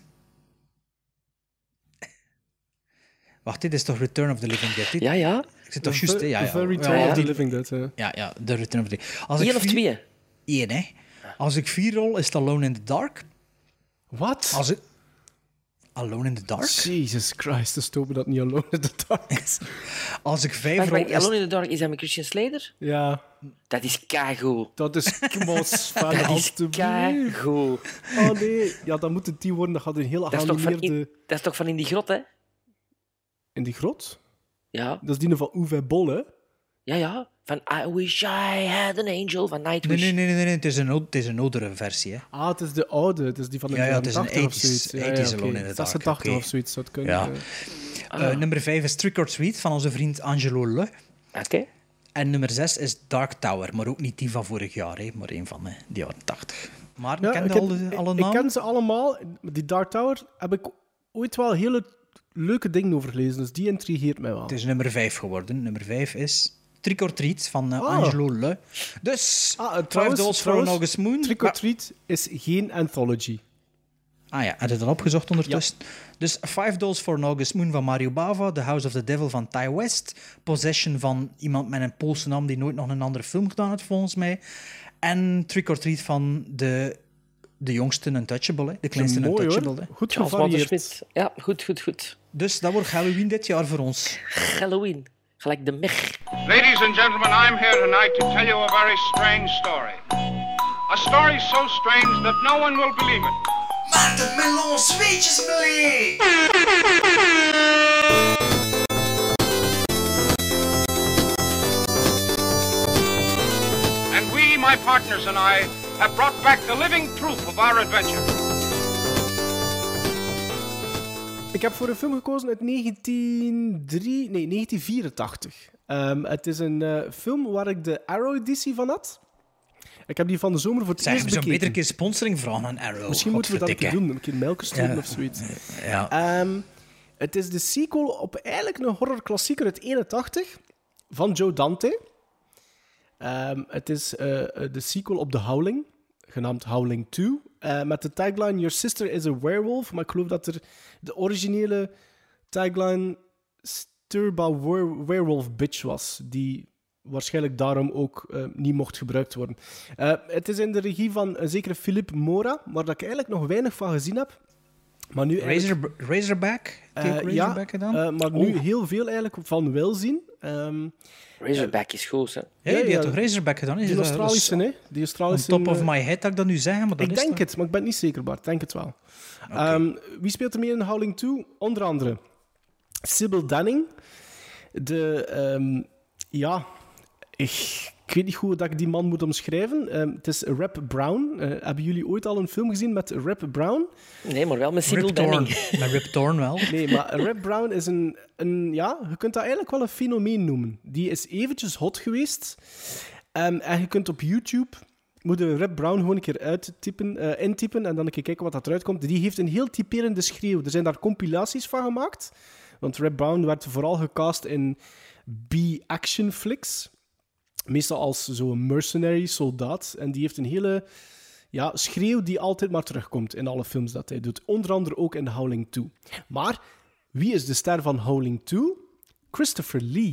Wacht, dit is toch Return of the Living Dead? Dit? Ja. Ik zit toch juist... Ja. The Return of the Living Dead, ja. Ja, de Return of the Living Dead. 1 of 2? 1, hè. Als ik 4 rol, is het Alone in the Dark. Wat? Alone in the Dark? Jesus Christ, dus topen dat niet Alone in the Dark is. Als ik 5 rol... Alone in the Dark, is dat met Christian Slater? Ja. Dat is keigoed. Dat is kmos van Dat is keigoed. Oh nee, ja, dat moet het die worden. Dat gaat een hele geanimeerde... Dat is toch van in die grot, hè? In die grot? Ja. Dat is die van Uwe Boll, hè? Ja. Van I Wish I Had an Angel van Nightwish. Nee. Het is een oudere versie, hè. Het is de oude. Het is die van de het is een 80 of zoiets. 80's Alone in the Dark. 86 of zoiets zou het kunnen. Ja. Nummer 5 is Trick or Treat van onze vriend Angelo Le. Oké. En nummer 6 is Dark Tower, maar ook niet die van vorig jaar, hè, maar een van de jaren 80. Maar ken je alle namen? Ik ken ze allemaal. Die Dark Tower heb ik ooit wel hele leuke dingen over gelezen, dus die intrigeert mij wel. Het is nummer 5 geworden. Nummer 5 is Trick or Treat van Angelo Le. Dus, $5 for an August Moon. Trick or Treat is geen anthology. Ah ja, had je dat opgezocht ondertussen? Ja. Dus $5 for an August Moon van Mario Bava, The House of the Devil van Ty West, Possession van iemand met een Poolse naam die nooit nog een andere film gedaan heeft, volgens mij. En Trick or Treat van de jongste Untouchable, hè? De kleinste mooi, Untouchable. Hè? Goed gevarieerd. Ja, goed. Dus dat wordt Halloween dit jaar voor ons. Halloween. Gelijk de mech. Ladies and gentlemen, I'm here tonight to tell you a very strange story. A story so strange that no one will believe it. Maar de melon zweetjes melee! And we, my partners and I, have brought back the living proof of our adventure. Ik heb voor een film gekozen uit 1984. Het is een film waar ik de Arrow-editie van had. Ik heb die van de zomer voor het eerst bekeken. We zouden beter een keer sponsoring vragen aan Arrow. Misschien moeten we dat een keer doen. Een keer melken sturen of zoiets. Ja. Het is de sequel op eigenlijk een horrorklassieker uit 81 van Joe Dante. Het is de sequel op The Howling, genaamd Howling 2. Met de tagline Your sister is a werewolf. Maar ik geloof dat er de originele tagline Sturba werewolf bitch was. Die waarschijnlijk daarom ook niet mocht gebruikt worden. Het is in de regie van een zekere Philippe Mora, waar ik eigenlijk nog weinig van gezien heb. Maar nu Razorback? Razorback gedaan? Maar nu heel veel eigenlijk van wil zien. Razorback is goed, hè? Ja, die had toch Razorback gedaan? Die Australische, hè? Die Australische... On top of my head, dat ik dat nu zeggen, maar dat ik is denk het, maar ik ben niet zeker, Bart. Ik denk het wel. Okay. Wie speelt er mee in Howling 2? Onder andere Sybil Danning. Ik Ik weet niet hoe dat ik die man moet omschrijven. Het is Rap Brown. Hebben jullie ooit al een film gezien met Rap Brown? Nee, maar wel met Sybil Danning. Met Rip Torn wel. Nee, maar Rap Brown is ja, je kunt dat eigenlijk wel een fenomeen noemen. Die is eventjes hot geweest. En je kunt op YouTube... Moet je Rap Brown gewoon een keer intypen en dan een keer kijken wat dat eruit komt. Die heeft een heel typerende schreeuw. Er zijn daar compilaties van gemaakt. Want Rap Brown werd vooral gecast in B-action flicks. Meestal als zo'n mercenary soldaat. En die heeft een hele schreeuw die altijd maar terugkomt in alle films dat hij doet. Onder andere ook in Howling 2. Maar wie is de ster van Howling 2? Christopher Lee.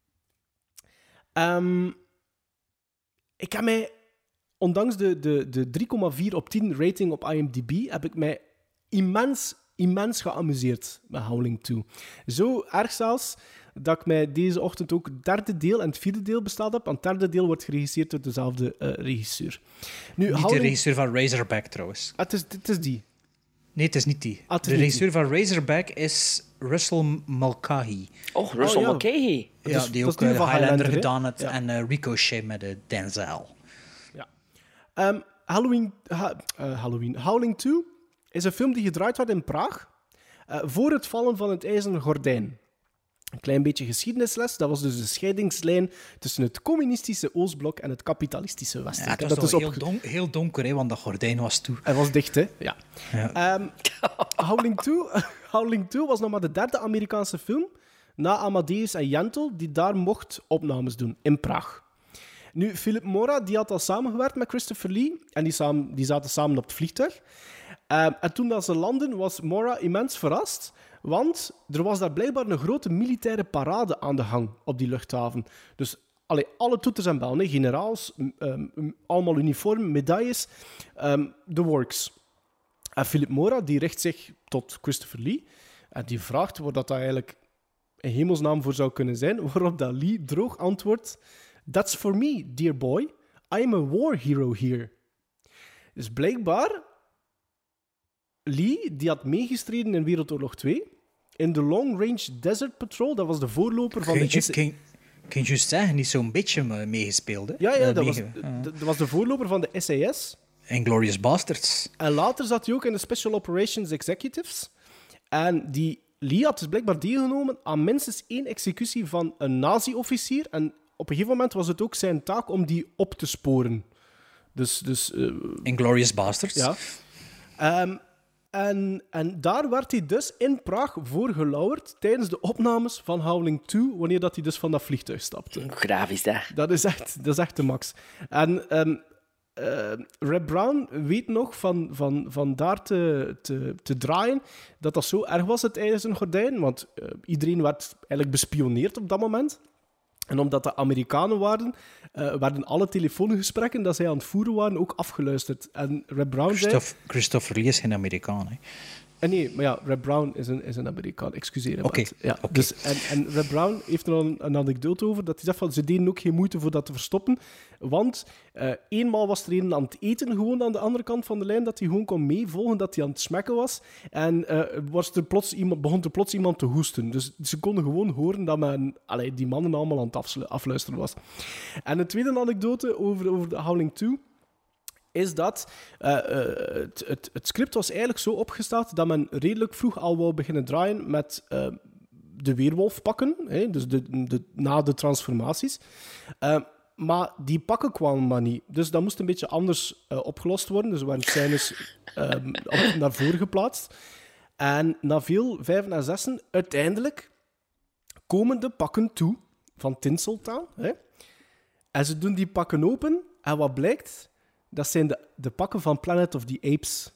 Ik heb mij... Ondanks de 3,4 op 10 rating op IMDb heb ik mij immens geamuseerd met Howling 2. Zo erg zelfs dat ik mij deze ochtend ook het derde deel en het vierde deel besteld heb. Want het derde deel wordt geregisseerd door dezelfde regisseur. Nu, niet de regisseur van Razorback trouwens. Het is die. Nee, het is niet die. De regisseur van Razorback is Russell Mulcahy. Oh, Russell Mulcahy. Ja, die ook Highlander gedaan heeft en Ricochet met Denzel. Howling 2 is een film die gedraaid werd in Praag voor het vallen van het IJzeren Gordijn. Een klein beetje geschiedenisles, dat was dus de scheidingslijn tussen het communistische Oostblok en het kapitalistische Westblok. Ja, het was heel donker, hè, want dat gordijn was toe. Hij was dicht, hè? Ja. Howling 2 was nog maar de derde Amerikaanse film na Amadeus en Yentl die daar mocht opnames doen, in Praag. Nu, Philip Mora die had al samengewerkt met Christopher Lee en die zaten samen op het vliegtuig. En toen dat ze landden, was Mora immens verrast, want er was daar blijkbaar een grote militaire parade aan de gang op die luchthaven. Dus alle toeters en bellen, generaals, allemaal uniform, medailles, the works. En Philip Mora die richt zich tot Christopher Lee en die vraagt waar dat eigenlijk een hemelsnaam voor zou kunnen zijn, waarop dat Lee droog antwoordt: "That's for me, dear boy. I am a war hero here." Dus blijkbaar, Lee die had meegestreden in Wereldoorlog 2 in de Long Range Desert Patrol. Dat was de voorloper van de... Kun je juist zeggen, niet zo'n beetje meegespeeld, hè? Ja, dat was de voorloper van de SAS. Inglourious Basterds. En later zat hij ook in de Special Operations Executives. En die Lee had dus blijkbaar deelgenomen aan minstens 1 executie van een nazi-officier. En op een gegeven moment was het ook zijn taak om die op te sporen. Dus Inglourious Basterds. Ja. En daar werd hij dus in Praag voor gelauwerd tijdens de opnames van Howling 2, wanneer dat hij dus van dat vliegtuig stapte. Hoe graaf is dat? Dat is echt de max. En Rap Brown weet nog van daar te draaien dat zo erg was, het IJzeren Gordijn, want iedereen werd eigenlijk bespioneerd op dat moment. En omdat dat Amerikanen waren, werden alle telefoongesprekken dat zij aan het voeren waren ook afgeluisterd. En Rap Brown zei... Christopher Lee is geen Amerikaan, hè? Nee, maar ja, Rap Brown is een Amerikaan, excuseer. Oké. Ja, dus, en Rap Brown heeft er een anekdote over, dat hij zegt van, ze deden ook geen moeite voor dat te verstoppen, want eenmaal was er een aan het eten gewoon aan de andere kant van de lijn, dat hij gewoon kon meevolgen, dat hij aan het smekken was, en begon er plots iemand te hoesten. Dus ze konden gewoon horen dat die mannen allemaal aan het afluisteren was. En een tweede anekdote over de Howling 2... is dat het script was eigenlijk zo opgesteld dat men redelijk vroeg al wou beginnen draaien met de weerwolfpakken, dus na de transformaties. Maar die pakken kwamen maar niet. Dus dat moest een beetje anders opgelost worden. Dus er werden scènes naar voren geplaatst. En na veel vijven en zessen, uiteindelijk komen de pakken toe van Tinseltown. En ze doen die pakken open en wat blijkt... Dat zijn de pakken van Planet of the Apes.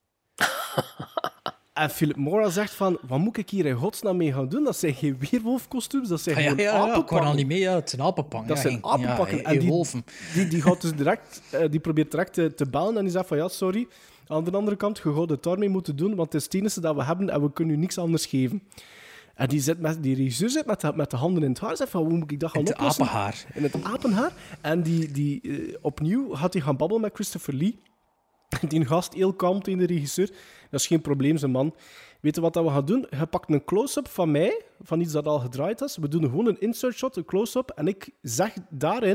En Philip Mora zegt van, wat moet ik hier in godsnaam mee gaan doen? Dat zijn geen weerwolfkostuums, dat zijn gewoon apenpakken. Ik hoor al niet mee, het zijn apenpakken. Dat zijn apenpakken. Ja, en wolven. Die gaat dus direct, die probeert direct te bellen en die zegt van, ja, sorry. Aan de andere kant, je gaat het daarmee moeten doen, want het is het enige dat we hebben en we kunnen u niks anders geven. En die regisseur zit met de handen in het haar. Zegt van, hoe moet ik dat gaan oplossen? In het apenhaar. En opnieuw had hij gaan babbelen met Christopher Lee. Die gast heel kalm tegen de regisseur. Dat is geen probleem, zijn man. Weet je wat we gaan doen? Je pakt een close-up van mij, van iets dat al gedraaid is. We doen gewoon een insert shot, een close-up. En ik zeg daarin,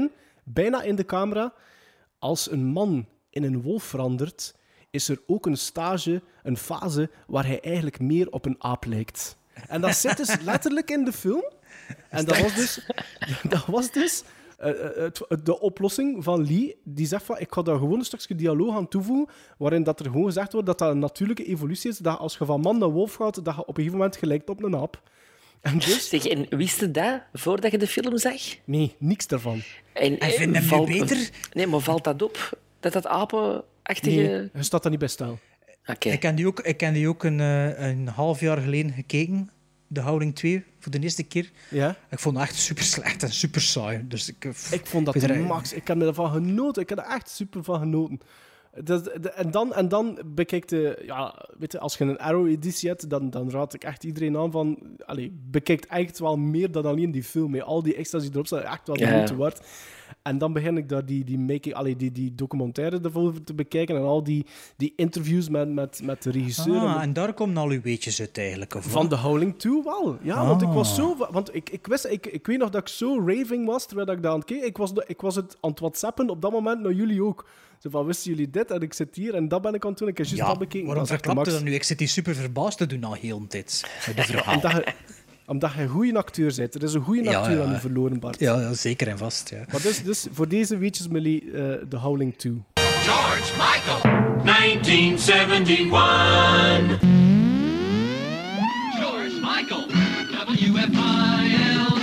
bijna in de camera. Als een man in een wolf verandert, is er ook een fase waar hij eigenlijk meer op een aap lijkt. En dat zit dus letterlijk in de film. En dat was dus de oplossing van Lee. Die zegt van, ik ga daar gewoon een stukje dialoog aan toevoegen, waarin dat er gewoon gezegd wordt dat een natuurlijke evolutie is, dat als je van man naar wolf gaat, dat je op een gegeven moment gelijkt op een aap. En dus... Zeg, en wist je dat voordat je de film zag? Nee, niks daarvan. En vind je hem nu beter? Nee, maar valt dat op? Dat apenachtige... Nee, je staat dat niet bij stil. Okay. Ik ken die ook een half jaar geleden gekeken. De Howling 2, voor de eerste keer. Ja? Ik vond het echt super slecht en super saai. Dus ik vond dat de max. Ik heb ervan genoten. Ik heb er echt super van genoten. En dan bekijk weet je, als je een Arrow-editie hebt, dan raad ik echt iedereen aan van... bekijkt echt wel meer dan alleen die film. Met al die extra's die erop staan, echt wel de moeite waard. En dan begin ik daar die documentaire ervoor te bekijken en al die interviews met de regisseur. En daar komen al uw weetjes uit eigenlijk? Of van The Howling 2 wel. Ja, want ik was zo... Want ik weet nog dat ik zo raving was, terwijl ik dat aan het keek. Ik was het aan het whatsappen op dat moment naar jullie ook. Zo van, wisten jullie dit? En ik zit hier en dat ben ik aan het doen. Ik heb juist dat bekeken. Waarom verklapte dat nu? Ik zit hier super verbaasd te doen al heel de tijd. Omdat je een goede acteur bent. Er is een goede acteur aan je verloren, Bart. Ja, zeker en vast. Ja. Maar dus voor deze weetjes, Millie, The Howling 2. George Michael, 1971. George Michael, WFIL.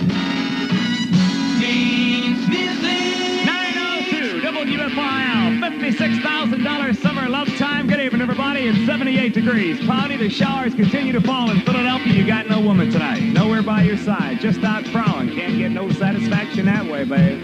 Dean Smith. 902 WFIL, $56,000 summer love time. Good evening, everybody. It's 78 degrees. Cloudy. The showers continue to fall in Philadelphia. You got no woman tonight. Nowhere by your side. Just out prowling. Can't get no satisfaction that way, babe.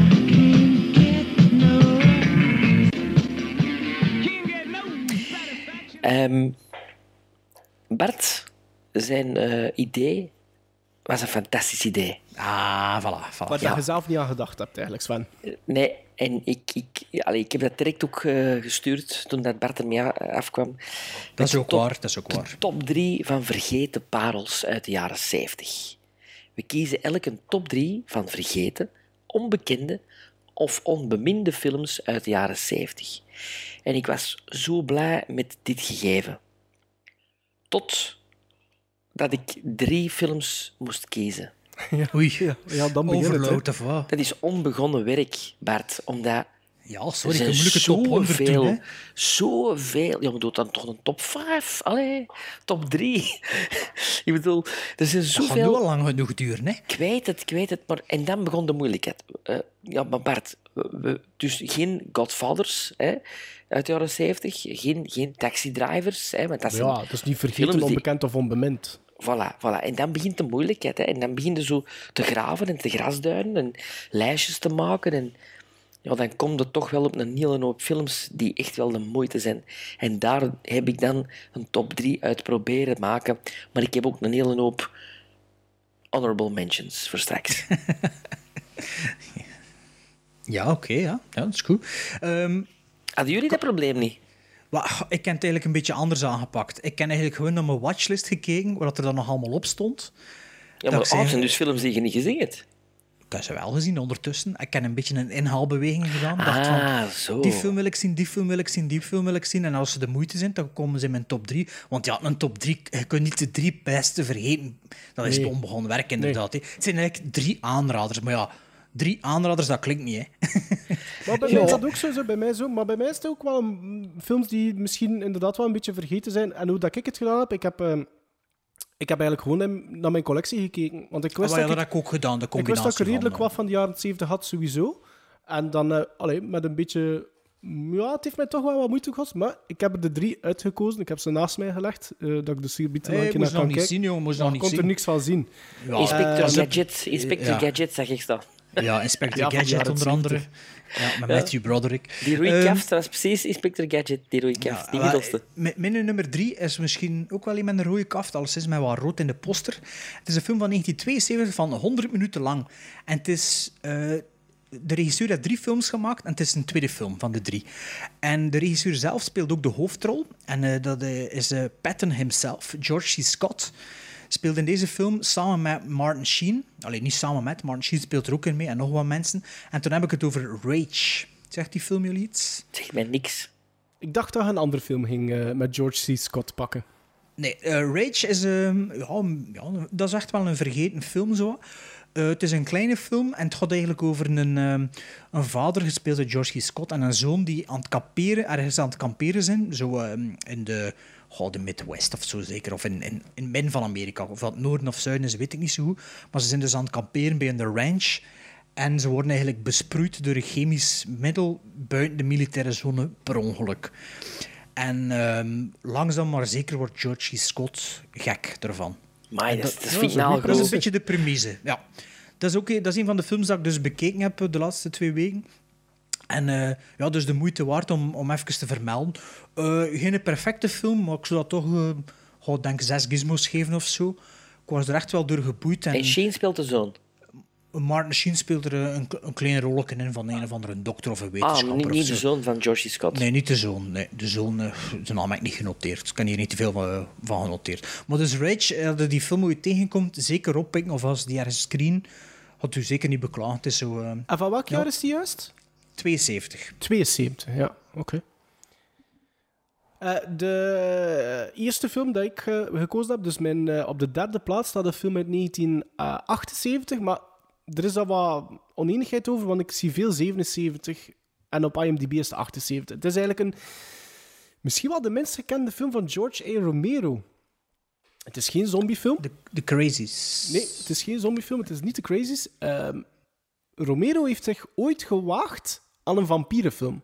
Bart, zijn idee was een fantastisch idee. Voilà. Waar je zelf niet aan gedacht hebt, eigenlijk, Sven. Nee, en ik heb dat direct ook gestuurd toen dat Bart ermee afkwam. Dat is ook waar. De top 3 van vergeten parels uit de jaren 70. We kiezen elk een top 3 van vergeten, onbekende of onbeminde films uit de jaren 70. En ik was zo blij met dit gegeven. Tot dat ik 3 films moest kiezen. Oei, dan begint het. Of wat? Dat is onbegonnen werk, Bart, omdat... Ja, sorry, je moeilijke top 100 doen, hè? Zoveel. Ja, maar doe dan toch een top 5? Allee, top 3. Ik bedoel, er zijn zoveel... Dat gaat nu al lang genoeg duren, hè? Ik weet het, maar... En dan begon de moeilijkheid. Maar Bart, dus geen Godfathers, hè, uit de jaren 70, geen taxidrivers, hè, want dat zijn dat is niet vergeten, onbekend of onbemind. Voilà. En dan begint de moeilijkheid. Hè. En dan begin je zo te graven en te grasduinen en lijstjes te maken. En ja, dan kom je toch wel op een hele hoop films die echt wel de moeite zijn. En daar heb ik dan een top 3 uit proberen te maken. Maar ik heb ook een hele hoop honorable mentions voor straks. Ja, oké, ja, dat is goed. Hadden jullie dat probleem niet? Ik heb het eigenlijk een beetje anders aangepakt. Ik heb eigenlijk gewoon naar mijn watchlist gekeken, wat er dan nog allemaal op stond. Ja, maar zijn dus films die je niet gezien hebt? Ik heb ze wel gezien ondertussen. Ik heb een beetje een inhaalbeweging gedaan. Dacht van, zo. Die film wil ik zien, die film wil ik zien, die film wil ik zien. En als ze de moeite zijn, dan komen ze in mijn top 3. Want ja, een top 3, je kunt niet de 3 beste vergeten. Dat is onbegonnen werk, inderdaad. Nee. Het zijn eigenlijk 3 aanraders. Maar ja, 3 aanraders, dat klinkt niet, hè. Maar bij mij is dat ook zo, bij mij zo. Maar bij mij is het ook wel films die misschien inderdaad wel een beetje vergeten zijn. En hoe dat ik het gedaan heb, ik heb eigenlijk gewoon naar mijn collectie gekeken. Want ik wist dat heb ik ook gedaan, de combinatie. Ik wist dat ik redelijk wat van de jaren 70 had, sowieso. En dan met een beetje... Ja, het heeft mij toch wel wat moeite gekost. Maar ik heb er de 3 uitgekozen. Ik heb ze naast mij gelegd. Dat ik dus hier een beetje naar kan kijken. Zien, jongen, ik kon er niks van zien. Ja. Inspector Gadget, zag ik dat. Ja, Inspector Gadget onder andere. Ja, met Matthew Broderick. Die rode kaft, dat was precies Inspector Gadget, die rode kaft, die middelste. Mijn nummer 3 is misschien ook wel iemand met een rode kaft, al is met wat rood in de poster. Het is een film van 1972 van 100 minuten lang. En het is... de regisseur heeft 3 films gemaakt en het is een tweede film van de 3. En de regisseur zelf speelt ook de hoofdrol. En dat is Patton himself, George C. Scott. speelt in deze film samen met Martin Sheen. Alleen niet samen met, Martin Sheen speelt er ook in mee en nog wat mensen. En toen heb ik het over Rage. Zegt die film jullie iets? Zeg mij niks. Ik dacht dat je een andere film ging met George C. Scott pakken. Nee, Rage is, dat is echt wel een vergeten film zo. Het is een kleine film en het gaat eigenlijk over een vader, gespeeld door George C. Scott, en een zoon die ergens aan het kamperen zijn. Zo in de Midwest of zo zeker, of in het midden van Amerika. Of dat het noorden of zuiden is, weet ik niet zo goed. Maar ze zijn dus aan het kamperen bij een ranch. En ze worden eigenlijk besproeid door een chemisch middel buiten de militaire zone per ongeluk. En langzaam maar zeker wordt George C. Scott gek ervan. Maar dat is finaal dat is een beetje de premise. Ja. Dat is een van de films dat ik dus bekeken heb de laatste 2 weken. En dus de moeite waard om even te vermelden. Geen perfecte film, maar ik zou dat toch denk 6 gizmos geven of zo. Ik was er echt wel door geboeid. En Sheen speelt de zoon? Martin Sheen speelt er een klein rolletje in van een of andere dokter of een wetenschapper. Niet de zoon van George C. Scott? Nee, niet de zoon. Nee, de zoon, zijn naam heb ik niet genoteerd. Ik kan hier niet te veel van genoteerd. Maar dus Rage, als die film ooit tegenkomt, zeker oppikken. Of als die ergens screen, had u zeker niet beklaagd. Het is zo, en van welk jaar is die juist? 72. 72, ja. Oké. De eerste film dat ik gekozen heb, dus op de 3e plaats staat een film uit 1978, maar er is al wat oneenigheid over, want ik zie veel 77 en op IMDb is het 78. Het is eigenlijk misschien wel de minst gekende film van George A. Romero. Het is geen zombiefilm. The Crazies. Nee, het is geen zombiefilm, het is niet The Crazies. Romero heeft zich ooit gewaagd aan een vampierenfilm.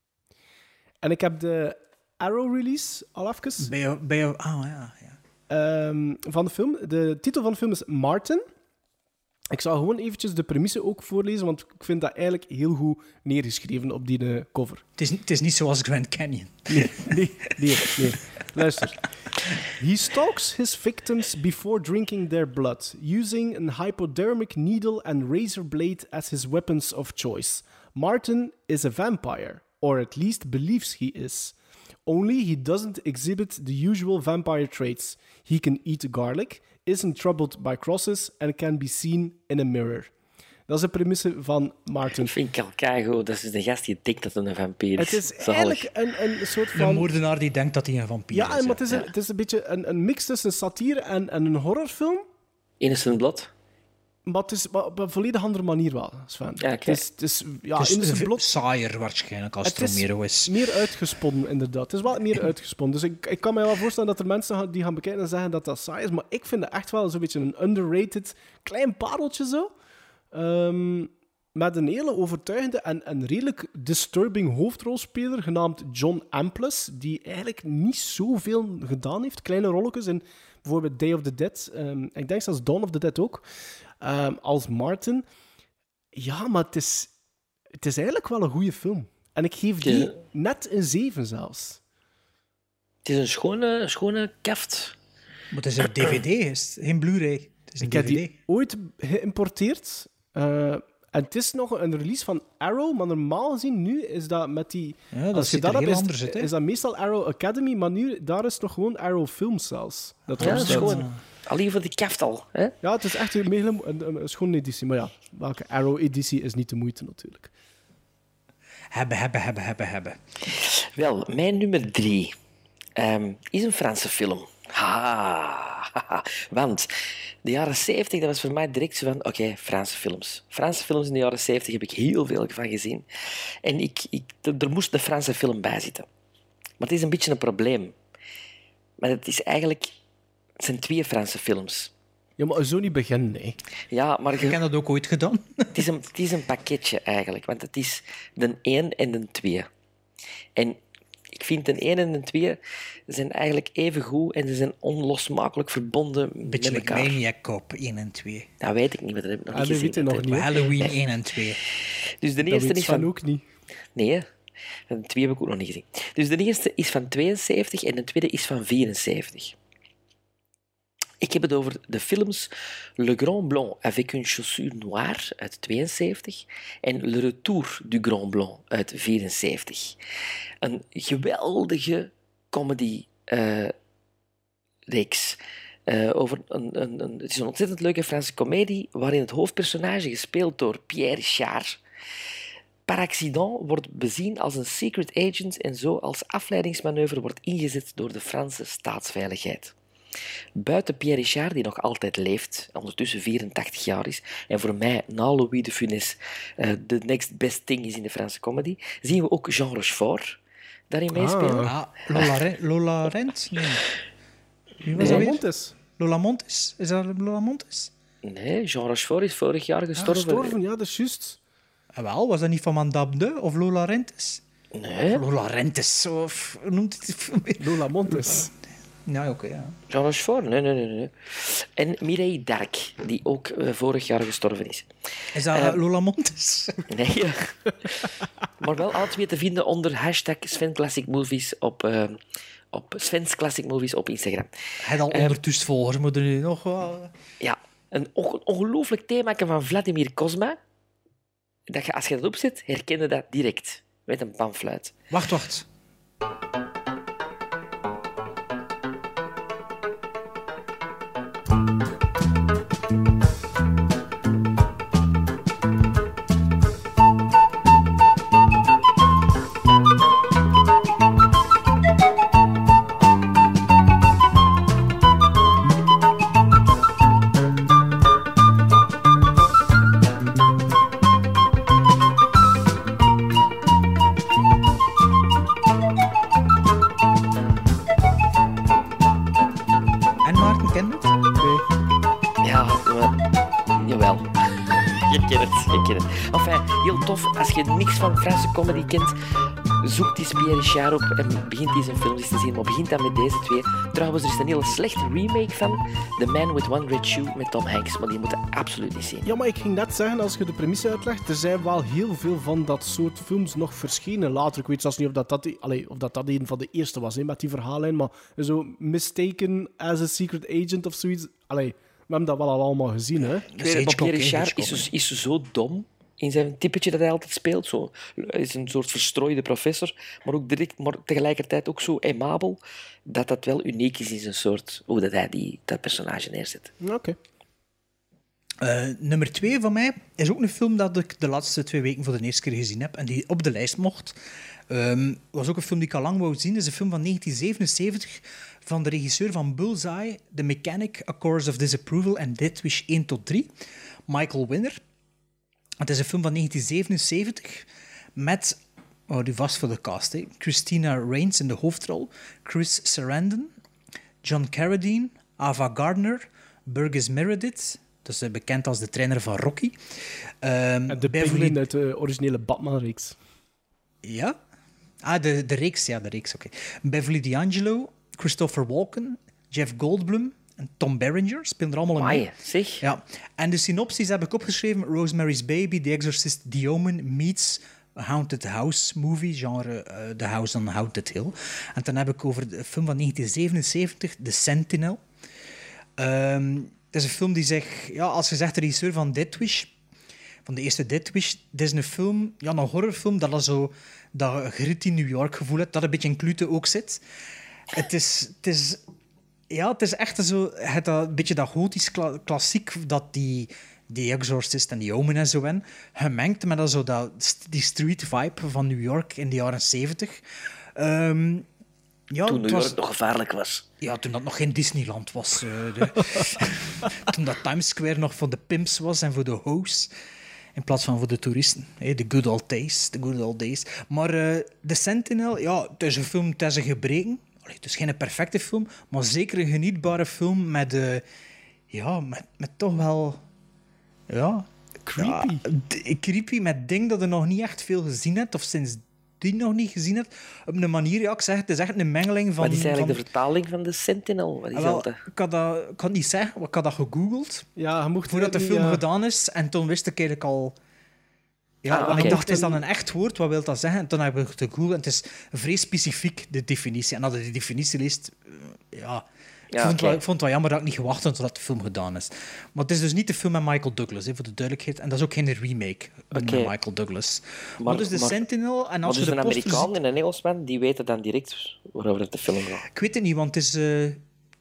En ik heb de Arrow-release al even. Van de film. De titel van de film is Martin. Ik zal gewoon eventjes de premisse ook voorlezen, want ik vind dat eigenlijk heel goed neergeschreven op die cover. Het is niet zoals Grand Canyon. Nee. Luister. He stalks his victims before drinking their blood, using a hypodermic needle and razor blade as his weapons of choice. Martin is a vampire, or at least believes he is. Only he doesn't exhibit the usual vampire traits. He can eat garlic, isn't troubled by crosses, and can be seen in a mirror. Dat is de premisse van Martin. Ik vind Calcago, dat is de gast die denkt dat hij een vampier is. Het is eigenlijk een soort van... Een moordenaar die denkt dat hij een vampier is. Ja, maar het is een beetje een mix tussen satire en een horrorfilm. Innocent Blood. Maar het is op een volledig andere manier wel, Sven. Ja, okay. Het is Innocent Blood... saaier waarschijnlijk als het Romero is. Meer uitgesponnen, inderdaad. Het is wel meer uitgesponnen. Dus ik kan me wel voorstellen dat er mensen die gaan bekijken en zeggen dat dat saai is. Maar ik vind het echt wel zo'n beetje een underrated klein pareltje zo. Met een hele overtuigende en redelijk disturbing hoofdrolspeler genaamd John Amplas, die eigenlijk niet zoveel gedaan heeft. Kleine rolletjes in bijvoorbeeld Day of the Dead. Ik denk zelfs Dawn of the Dead ook. Als Martin. Ja, maar het is eigenlijk wel een goede film. En ik geef die net een 7 zelfs. Het is een schone kaft. Maar het is een DVD, is geen Blu-ray. Ik heb die ooit geïmporteerd. En het is nog een release van Arrow, maar normaal gezien nu is dat met die... Ja, dat als je dat hebt, is dat meestal Arrow Academy, maar nu daar is nog gewoon Arrow Films zelfs. Dat is gewoon... Al liever die kaft al. Hè? Ja, het is echt een schone editie. Maar ja, welke Arrow-editie is niet de moeite natuurlijk. Hebben. Wel, mijn nummer 3 is een Franse film. Want de jaren 70, dat was voor mij direct zo van... Oké, Franse films. Franse films in de jaren 70 heb ik heel veel van gezien. En er moest een Franse film bij zitten. Maar het is een beetje een probleem. Maar het is eigenlijk... Het zijn 2 Franse films. Ja, maar zo niet beginnen, nee. Ja, maar ik heb dat ook ooit gedaan. Het is een pakketje eigenlijk. Want het is de 1 en de 2. En ik vind de 1 en de 2 zijn eigenlijk even goed en ze zijn onlosmakelijk verbonden met elkaar. Beetje Maniac Cop 1 en 2. Dat weet ik niet, maar dat heb ik nog niet gezien. Weet je nog niet. Halloween 1 en 2. Dus de eerste is van... ook niet. Nee, de 2 heb ik ook nog niet gezien. Dus de eerste is van 72 en de tweede is van 74. Ik heb het over de films Le Grand Blanc avec une chaussure noire uit 72 en Le Retour du Grand Blanc uit 74. Een geweldige comedy-reeks. Over het is een ontzettend leuke Franse komedie waarin het hoofdpersonage, gespeeld door Pierre Richard, par accident wordt bezien als een secret agent en zo als afleidingsmanoeuvre wordt ingezet door de Franse staatsveiligheid. Buiten Pierre Richard, die nog altijd leeft, ondertussen 84 jaar is, en voor mij na Louis de Funès de next best thing is in de Franse comedy, zien we ook Jean Rochefort daarin meespelen. Lola Rent? Nee. Wie was Lola dat Montes. Lola Montes? Is dat Lola Montes? Nee, Jean Rochefort is vorig jaar gestorven. Ja, dat is juist. Wel, was dat niet van Madame de of Lola Rentes? Nee. Lola Rentes, of hoe noemt het? Lola Montes. Ja, oké. Ja. Jean Rochefort? Nee. En Mireille Darc, die ook vorig jaar gestorven is. Is dat Lola Montes? Nee. Maar wel alle twee te vinden onder hashtag Sven Classic Movies op Sven's Classic Movies op Instagram. Hij had al ondertussen volgers, moet er nu nog wel... Ja, een ongelooflijk thema van Vladimir Cosma. Dat je, als je dat opzet, herkende dat direct. Met een panfluit. Wacht. Heel tof, als je niks van Franse comedy kent, zoek die Pierre Richard op en begint die zijn films te zien. Maar begint dan met deze twee. Trouwens, er is een hele slechte remake van The Man with One Red Shoe met Tom Hanks, maar die moet je absoluut niet zien. Ja, maar ik ging net zeggen, als je de premisse uitlegt, er zijn wel heel veel van dat soort films nog verschenen later. Ik weet zelfs niet of dat een van de eerste was, met die verhaallijn, maar zo Mistaken as a Secret Agent of zoiets. We hebben dat wel al allemaal gezien, hè? Pierre Richard is zo dom in zijn typetje dat hij altijd speelt. Hij is een soort verstrooide professor, maar tegelijkertijd ook zo aimabel, dat wel uniek is in zijn soort, hoe dat hij dat personage neerzet. Oké. Nummer 2 van mij is ook een film dat ik de laatste 2 weken voor de eerste keer gezien heb en die op de lijst mocht. Was ook een film die ik al lang wou zien. Het is een film van 1977 van de regisseur van Bullseye, The Mechanic, A Course of Disapproval en Death Wish 1-3, Michael Winner. Het is een film van 1977 met, die vast voor de cast, Christina Rains in de hoofdrol, Chris Sarandon, John Carradine, Ava Gardner, Burgess Meredith, dus bekend als de trainer van Rocky. En de Penguin uit de originele Batman-reeks. Ja? De reeks, oké. Beverly D'Angelo, Christopher Walken, Jeff Goldblum en Tom Berenger spelen er allemaal in mee. Zeg. Ja. En de synopsis heb ik opgeschreven. Rosemary's Baby, The Exorcist, The Omen meets a Haunted House movie, genre The House on Haunted Hill. En dan heb ik over de film van 1977, The Sentinel. Het is een film die zegt, als je zegt de regisseur van Death Wish, van de eerste Death Wish, dit is een film, een horrorfilm dat zo dat gritty New York gevoel heeft, dat een beetje in Klute ook zit. Het is echt zo, het een beetje dat gotisch klassiek dat die Exorcist en die Omen en zo en gemengd met zo die street vibe van New York in de jaren 70. Toen New York nog gevaarlijk was. Ja, toen dat nog geen Disneyland was. Toen dat Times Square nog voor de pimps was en voor de hoes. In plaats van voor de toeristen. The good old days. Maar The Sentinel, het is een film, het is een gebreken. Het is geen perfecte film, maar zeker een genietbare film met toch wel... Creepy. Creepy, met dingen dat je nog niet echt veel gezien hebt, of sindsdien nog niet gezien hebt. Op een manier, ik zeg, het is echt een mengeling van... Wat is eigenlijk de vertaling van de Sentinel? Wat is dat? Ik kan het niet zeggen, maar ik had dat gegoogeld. Ja, je mocht voordat de film gedaan is, en toen wist ik eigenlijk al... Ik dacht, is dat een echt woord? Wat wil dat zeggen? En toen heb ik het gegoogeld en het is vrij specifiek, de definitie. En als je die definitie leest, ik vond het wel jammer dat ik niet gewacht had totdat de film gedaan is. Maar het is dus niet de film met Michael Douglas, voor de duidelijkheid. En dat is ook geen remake met Michael Douglas. Maar dus de Sentinel... En als dus je de Amerikaan en een Engelsman, die weten dan direct waarover het de film gaat. Ik weet het niet, want het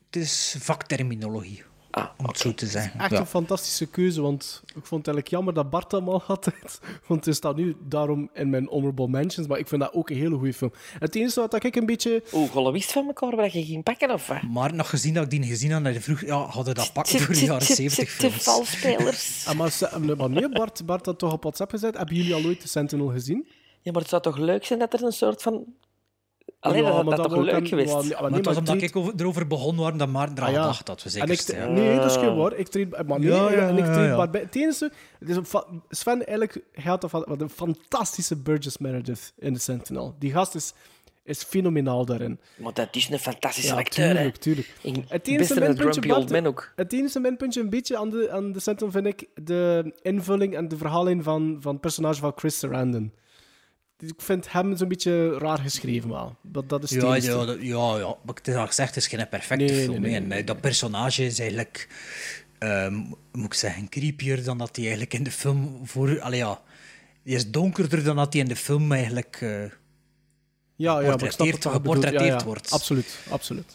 is vakterminologie. Om het zo te zeggen. Echt een fantastische keuze, want ik vond het eigenlijk jammer dat Bart hem al had. Want het staat nu daarom in mijn honorable mentions, maar ik vind dat ook een hele goede film. Het enige wat ik een beetje... Golle wist van elkaar waar je ging pakken, of wat? Maar nog gezien dat ik die gezien had, en vroeg, hadden dat pakken voor de jaren 70 films. Te valspelers. Maar nee, Bart had toch op WhatsApp gezet. Hebben jullie al ooit The Sentinel gezien? Ja, maar het zou toch leuk zijn dat er een soort van... Alleen dat toch leuk geweest. Maar het was omdat ik erover begonnen was dat Maarten eraan dacht dat we zeker... Nee, dat is geen waar. Ik treed Bart bij. Het enige... Sven, eigenlijk gaat er wat een fantastische Burgess Meredith in The Sentinel. Die gast is fenomenaal daarin. Maar dat is een fantastische acteur. Tuurlijk. Het enige minpuntje een beetje aan The Sentinel vind ik de invulling en de verhaling van het personage van Chris Sarandon. Ik vind hem zo'n beetje raar geschreven, wel. Dat is ja. Maar het is al gezegd, het is geen perfecte film. Nee. En dat personage is eigenlijk, moet ik zeggen, creepier dan dat hij eigenlijk in de film die is donkerder dan dat hij in de film eigenlijk geportretteerd wordt. Absoluut.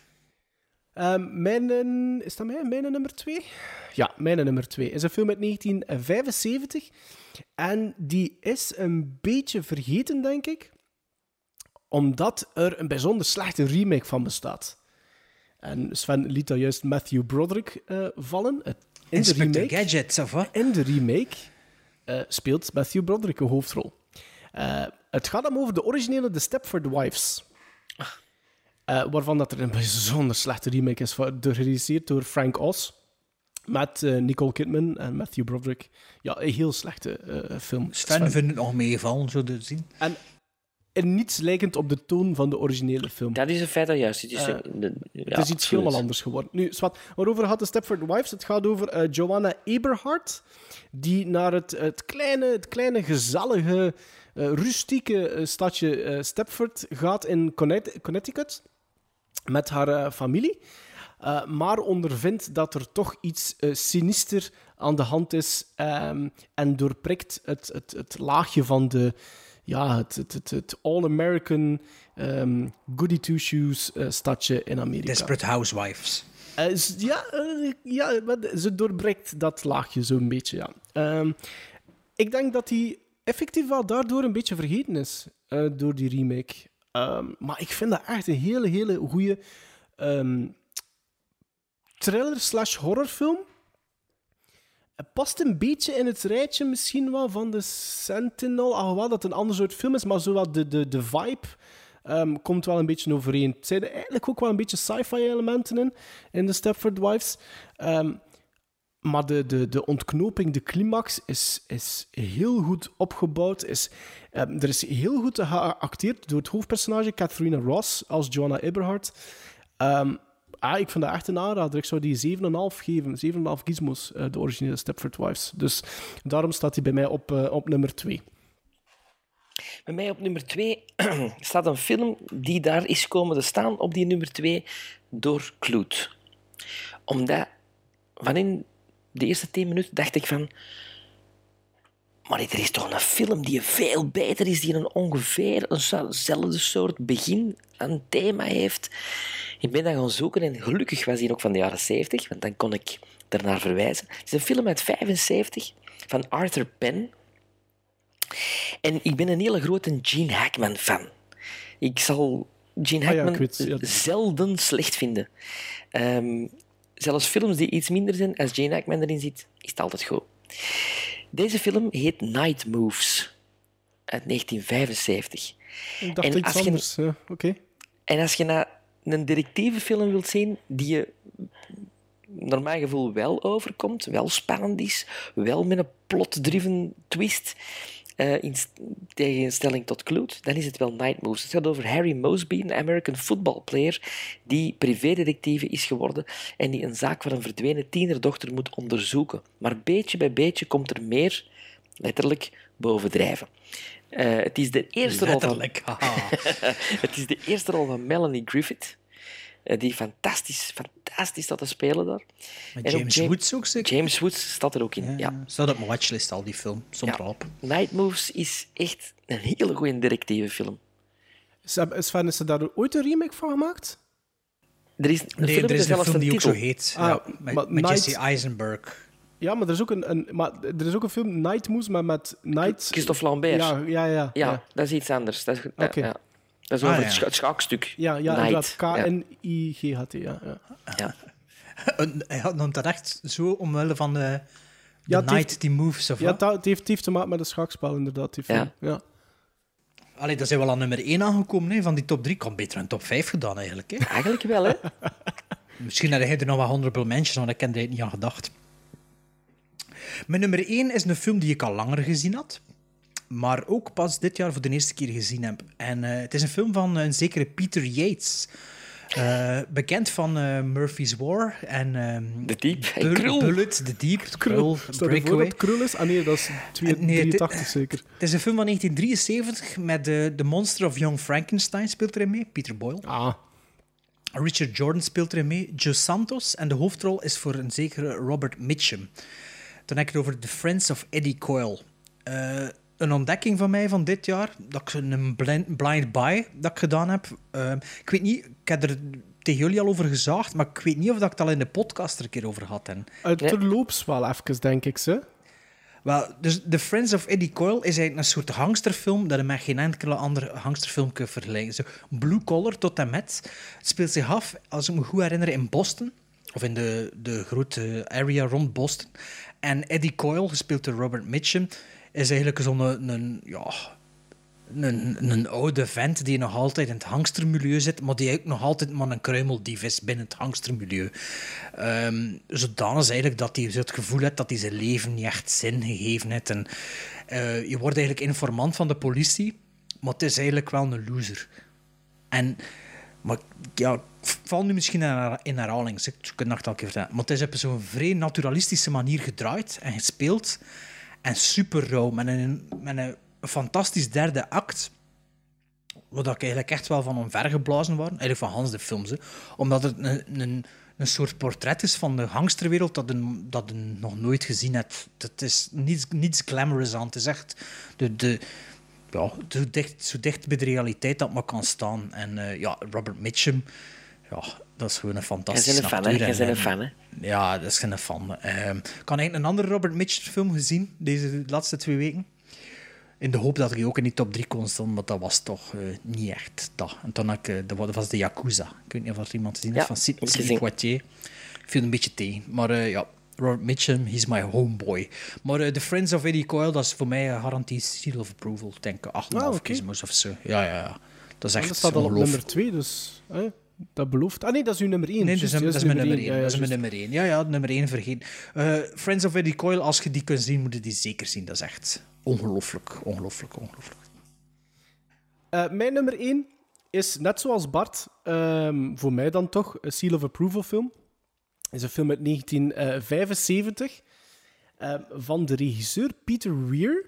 Is dat mijn nummer 2? Ja, mijn nummer 2 is een film uit 1975. En die is een beetje vergeten, denk ik. Omdat er een bijzonder slechte remake van bestaat. En Sven liet daar juist Matthew Broderick vallen. Inspector Gadget, of wat? In de remake speelt Matthew Broderick een hoofdrol. Het gaat hem over de originele The Stepford Wives. Waarvan dat er een bijzonder slechte remake is, geregisseerd door Frank Oz. Met Nicole Kidman en Matthew Broderick. Ja, een heel slechte film. Sven vindt het nog meevallen, zo te zien. En niets lijkend op de toon van de originele film. Dat is een feit dat juist. Het is iets helemaal anders geworden. Nu, Swat, waarover gaat de Stepford Wives? Het gaat over Joanna Eberhard, die naar het kleine gezellige, rustieke stadje Stepford gaat in Connecticut met haar familie. Maar ondervindt dat er toch iets sinister aan de hand is en doorprikt het laagje van het all-American goody two-shoes stadje in Amerika. Desperate Housewives. Ze doorprikt dat laagje zo'n beetje, ja. Ik denk dat die effectief wel daardoor een beetje vergeten is door die remake. Maar ik vind dat echt een hele goede... thriller/horrorfilm. Het past een beetje in het rijtje misschien wel van The Sentinel, alhoewel dat een ander soort film is, maar zo wat de vibe komt wel een beetje overeen. Er zijn eigenlijk ook wel een beetje sci-fi elementen in The Stepford Wives. Maar de ontknoping, de climax is heel goed opgebouwd. Er is heel goed geacteerd door het hoofdpersonage, Katharina Ross, als Joanna Eberhard. Ik vind dat echt een aanrader. Ik zou die 7,5 geven. 7,5 gizmos, de originele Stepford Wives. Dus daarom staat hij bij mij op nummer 2. Bij mij op nummer 2 staat een film die daar is komen te staan op die nummer 2 door Clute. Omdat van in de eerste 10 minuten dacht ik van... Maar er is toch een film die veel beter is, die ongeveer eenzelfde soort begin en thema heeft. Ik ben dan gaan zoeken en gelukkig was die ook van de jaren 70, want dan kon ik daarnaar verwijzen. Het is een film uit 75 van Arthur Penn. En ik ben een hele grote Gene Hackman fan. Ik zal Gene Hackman zelden slecht vinden. Zelfs films die iets minder zijn, als Gene Hackman erin zit, is het altijd goed. Deze film heet Night Moves, uit 1975. Ik dacht iets anders, oké. En als je naar een detectivefilm wilt zien die je naar mijn gevoel wel overkomt, wel spannend is, wel met een plot-driven twist, in tegenstelling tot Clute, dan is het wel Night Moves. Het gaat over Harry Mosby, een American football player die privédetectieve is geworden en die een zaak van een verdwenen tienerdochter moet onderzoeken. Maar beetje bij beetje komt er meer, letterlijk, bovendrijven. Het is de eerste rol van... Het is de eerste rol van Melanie Griffith, die fantastisch staat te spelen daar. Met James Woods ook zeker? James Woods staat er ook in, ja. Staat op mijn watchlist al, die film. Stond erop. Night Moves is echt een hele goede detectieve film. Sven, is er daar ooit een remake van gemaakt? Er is een Nee, film, er is een zelfs film die ook titel. zo heet. Ah, Ja, maar met Night- Jesse Eisenberg. Ja, maar er is ook een film, Nightmoose, maar met Night... Christophe Lambert. Ja. Dat is iets anders. Dat is, Oké. ja. Dat is over Ah, het ja. het schaakstuk. Ja, Night. inderdaad. K-N-I-G-H-T, ja. Ja. Hij noemt dat echt zo omwille van de Ja, het Night heeft- die moves, of Ja, wat? het heeft te maken met een schaakspel, inderdaad. Die film. Ja. Allee, dat zijn wel aan nummer 1 aangekomen hè, van die top 3. Ik had beter een top 5 gedaan, eigenlijk. Hè. Eigenlijk wel, hè? Misschien had hij er nog wat honorable mentions, want ik heb er niet aan gedacht. Mijn nummer 1 is een film die ik al langer gezien had, maar ook pas dit jaar voor de eerste keer gezien heb. En het is een film van een zekere Peter Yates. Bekend van Murphy's War en The Deep en Krul. Bullet, The Deep, Krul, Stel je voor Breakaway. dat Krul is? Ah nee, dat is 83 zeker. Het is een film van 1973 met The Monster of Young Frankenstein speelt erin mee, Peter Boyle. Ah. Richard Jordan speelt erin mee, Joe Santos en de hoofdrol is voor een zekere Robert Mitchum. Dan heb ik het over The Friends of Eddie Coyle. Een ontdekking van mij van dit jaar, dat ik een blind buy dat ik gedaan heb. Ik weet niet, ik heb er tegen jullie al over gezaagd, maar ik weet niet of dat ik het al in de podcast er een keer over had. Terloops wel even, denk ik, ze. Wel, dus The Friends of Eddie Coyle is eigenlijk een soort hangsterfilm dat je met geen enkele andere hangsterfilm kunt vergelijken. Zo blue collar tot en met. Het speelt zich af, als ik me goed herinner, in Boston. Of in de grote area rond Boston. En Eddie Coyle, gespeeld door Robert Mitchum, is eigenlijk een oude vent die nog altijd in het hangstermilieu zit, maar die ook nog altijd maar een kruimeldief is binnen het hangstermilieu. Zodanig is eigenlijk dat hij het gevoel heeft dat hij zijn leven niet echt zin gegeven heeft. En, je wordt eigenlijk informant van de politie, maar het is eigenlijk wel een loser. Maar ja, ik val nu misschien in herhaling, dus ik kan het nog een keer vertellen. Maar het is op zo'n vrij naturalistische manier gedraaid en gespeeld. En super rauw, met een fantastisch derde act. Waar ik eigenlijk echt wel van omvergeblazen waren. Eigenlijk van Hans de films. Hè. Omdat het een soort portret is van de gangsterwereld dat je nog nooit gezien hebt. Het is niets glamorous aan. Het is echt zo dicht bij de realiteit dat maar kan staan. En Robert Mitchum, dat is gewoon een fantastische acteur. Jij bent een fan, hè? Ja, dat is geen fan. Ik had eigenlijk een andere Robert Mitchum film gezien deze laatste 2 weken. In de hoop dat ik ook in die top 3 kon staan, maar dat was toch niet echt dat. En toen dat was de Yakuza. Ik weet niet of er iemand gezien heeft van Sidney Poitier. Ik viel een beetje tegen. Maar Robert Mitchum, he's my homeboy. Maar The Friends of Eddie Coyle, dat is voor mij een garantie seal of approval. Ik denk 8,5 gizmos of zo. Ja. Dat is echt dat staat al op ongelooflijk. nummer 2, dus... Dat belooft... Ah nee, dat is uw nummer 1. Nee, dat is mijn nummer 1. Dat is mijn juist. nummer 1. Ja, nummer 1 vergeten. Friends of Eddie Coyle, als je die kunt zien, moet je die zeker zien. Dat is echt ongelooflijk. Mijn nummer 1 is, net zoals Bart, voor mij dan toch, een Seal of Approval film. Het is een film uit 1975 van de regisseur Peter Weir.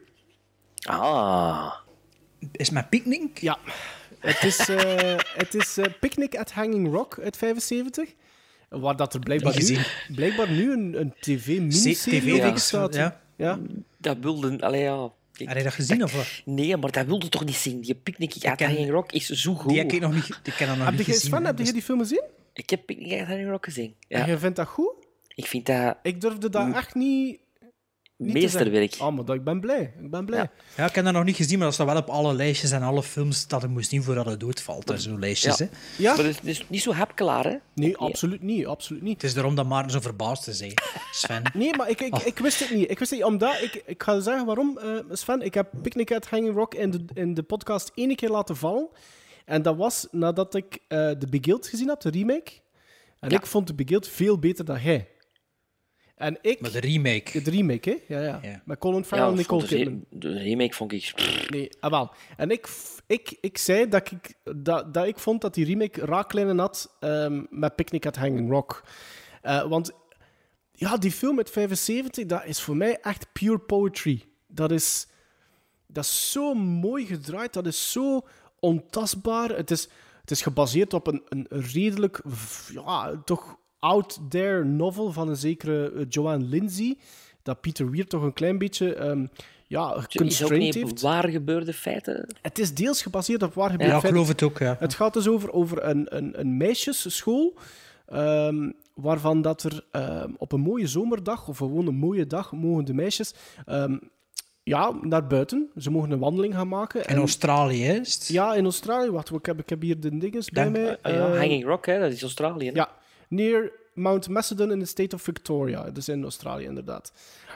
Is mijn Picnic? Ja. Het is Picnic at Hanging Rock uit 75. Waar dat er blijkbaar nu een tv-miniserie op staat. Ja. Dat wilde... Allee, ja. Heb je dat gezien of wat? Nee, maar dat wilde toch niet zien. Die Picnic at Hanging Rock is zo goed. Die heb ik nog niet gezien. Heb je die film gezien? Ik heb Picnic at Hanging Rock gezien. Ja. En je vindt dat goed? Ik vind dat... Ik durfde dat echt niet meesterwerk. Maar ik ben blij. Ja, ik heb dat nog niet gezien, maar dat staat wel op alle lijstjes en alle films dat je moest zien voordat het doodvalt. En zo'n lijstjes, hè. Ja. Maar het is niet zo hapklaar, hè? Nee, absoluut niet. Het is daarom dat Maarten zo verbaasd is, hè, Sven. Nee, maar ik wist het niet. Ik wist het niet, omdat... Ik ga zeggen waarom, Sven. Ik heb Picnic at Hanging Rock in de podcast 1 keer laten vallen. En dat was nadat ik The Big Guild gezien had, de remake. En ik vond The Big Guild veel beter dan hij. En Maar de remake. De remake, hè? Ja. Met Colin Farrell en Nicole Kidman. De remake vond ik... Nee, wel. En ik zei dat ik vond dat die remake raaklijnen had met Picnic at Hanging Rock. Want ja, die film uit 75, dat is voor mij echt pure poetry. Dat is zo mooi gedraaid, dat is zo ontastbaar. Het is gebaseerd op een redelijk, toch out there novel van een zekere Joanne Lindsay, dat Peter Weir toch een klein beetje ja, Is ook constraint niet heeft. op waar gebeurde feiten? Het is deels gebaseerd op waar gebeurde Ja, ik feiten. geloof het ook, ja. Het gaat dus over een meisjesschool, waarvan dat er op een mooie zomerdag, of gewoon een mooie dag, mogen de meisjes naar buiten. Ze mogen een wandeling gaan maken. In Australië is het? Ja, in Australië. Wacht, ik heb hier de dinges bij mij. Hanging Rock, hè, dat is Australië. Hè? Ja, near Mount Macedon in the state of Victoria. Dus in Australië, inderdaad.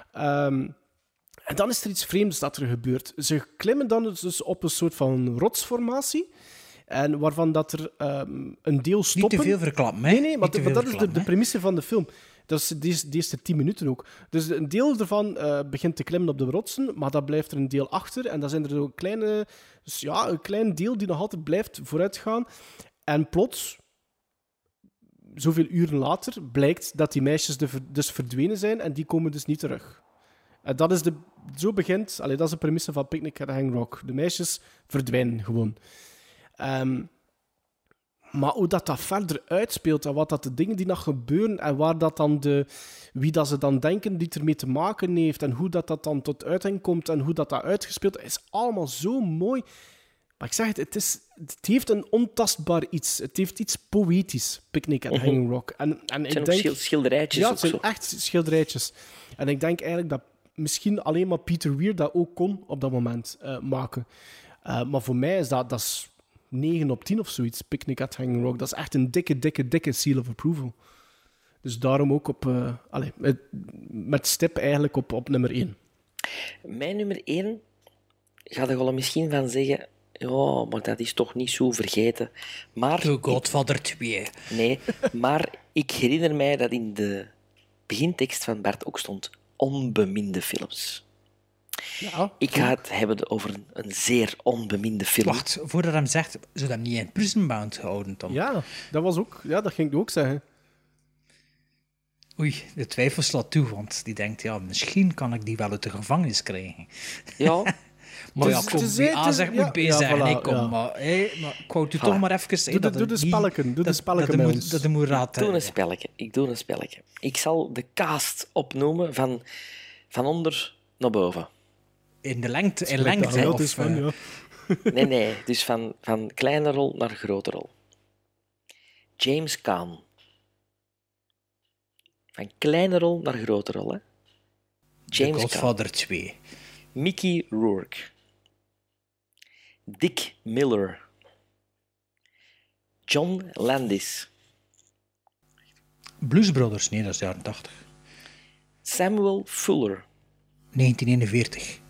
En dan is er iets vreemds dat er gebeurt. Ze klimmen dan dus op een soort van rotsformatie. En waarvan dat er een deel stoppen. Niet te veel verklappen, hè? Nee, maar dat is de premisse van de film. Dat is de eerste 10 minuten ook. Dus een deel ervan begint te klimmen op de rotsen, maar dan blijft er een deel achter. En dan zijn er zo een klein deel die nog altijd blijft vooruitgaan. En plots, zoveel uren later, blijkt dat die meisjes dus verdwenen zijn en die komen dus niet terug. En dat is zo begint... dat is de premisse van Picnic at Hanging Rock. De meisjes verdwijnen gewoon. Maar hoe dat verder uitspeelt en wat dat de dingen die nog gebeuren en waar dat dan wie dat ze dan denken die ermee te maken heeft en hoe dat dan tot uiting komt en hoe dat uitgespeeld is allemaal zo mooi. Maar ik zeg het heeft een ontastbaar iets. Het heeft iets poëtisch, Picnic at Hanging Rock. En het zijn ook schilderijtjes. Ja, het zijn echt schilderijtjes. En ik denk eigenlijk dat misschien alleen maar Peter Weir dat ook kon op dat moment maken. Maar voor mij is dat is 9 op 10 of zoiets, Picnic at Hanging Rock. Dat is echt een dikke seal of approval. Dus daarom ook met stip eigenlijk op nummer 1. Mijn nummer 1 gaat er wel misschien van zeggen... Ja, maar dat is toch niet zo vergeten. Maar The Godfather 2. Nee, maar ik herinner mij dat in de begintekst van Bart ook stond... Onbeminde films. Ja, ik ga het hebben over een zeer onbeminde film. Wacht, voordat hij hem zegt, zou hij hem niet in Prison Bound houden, Tom? Ja, dat ging ik ook zeggen. Oei, de twijfel slaat toe, want die denkt, ja, misschien kan ik die wel uit de gevangenis krijgen. Ja. Maar ja, kom, wie A zegt, moet B zeggen. Voilà, Nee, kom, ja. maar ik wou het u toch maar even... Doe de spelleken bij ons. Dat moet raad Ik doe een spelletje. Ik zal de cast opnoemen van onder naar boven. In lengte? Of, ja. Nee. Dus van kleine rol naar grote rol. James Caan. Van kleine rol naar grote rol, hè. James The Godfather 2. Mickey Rourke. Dick Miller. John Landis. Blues Brothers, nee, dat is de jaren 80. Samuel Fuller. 1941.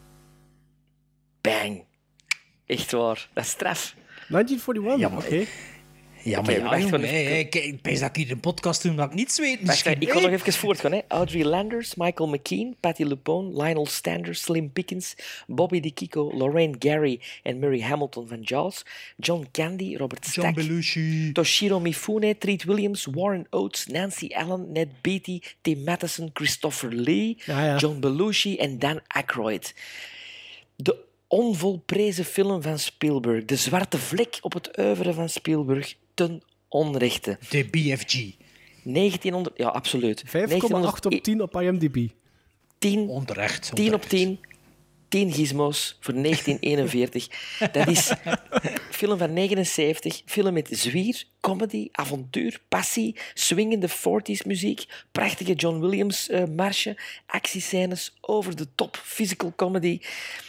Bang. Echt waar. Dat is straf. 1941, ja, oké. Ja, maar ik pees dat ik hier een podcast doen dat ik niets weet. Ik kan nog even voortgaan. Hè. Audrey Landers, Michael McKean, Patti LuPone, Lionel Sanders, Slim Pickens, Bobby DeKico, Lorraine Gary en Murray Hamilton van Jaws, John Candy, Robert Stack, Toshiro Mifune, Treat Williams, Warren Oates, Nancy Allen, Ned Beatty, Tim Matheson, Christopher Lee, John Belushi en Dan Aykroyd. De onvolprezen film van Spielberg. De zwarte vlek op het oeuvre van Spielberg ten onrechte. De BFG. 1900... Ja, absoluut. 5,8 op 10 op IMDb. 10 onterecht. 10 op 10. 10 gizmos voor 1941. Dat is film van 79. Film met zwier, comedy, avontuur, passie, swingende 40s muziek, prachtige John Williams marge, actiescènes, over de top, physical comedy.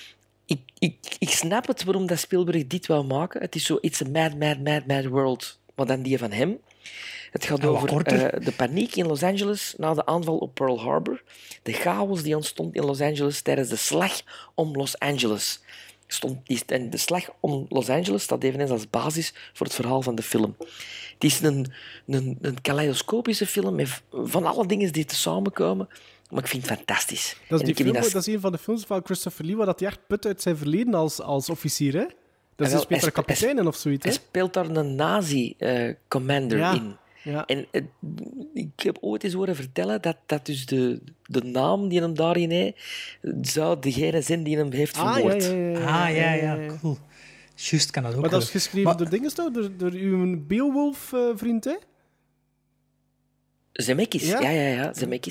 Ik snap het waarom dat Spielberg dit wou maken. Het is zo It's a mad world, maar dan die van hem. Het gaat over de paniek in Los Angeles na de aanval op Pearl Harbor. De chaos die ontstond in Los Angeles tijdens de slag om Los Angeles. En de slag om Los Angeles staat eveneens als basis voor het verhaal van de film. Het is een kaleidoscopische film met van alle dingen die te samenkomen. Maar ik vind het fantastisch. Dat is een van de films van Christopher Lee waar hij echt put uit zijn verleden als officier. Hè? Dat is speelt daar kapitein of zoiets. Hij speelt daar een nazi-commander in. Ja. En ik heb ooit eens horen vertellen dat dus de naam die hem daarin heeft, zou degene zijn die hem heeft vermoord. Ja, cool. Juist, kan dat ook. Maar dat is geschreven door dinges toch? Door uw Beowulf-vriend, hè? Zemeckis, ja, Zemeckis.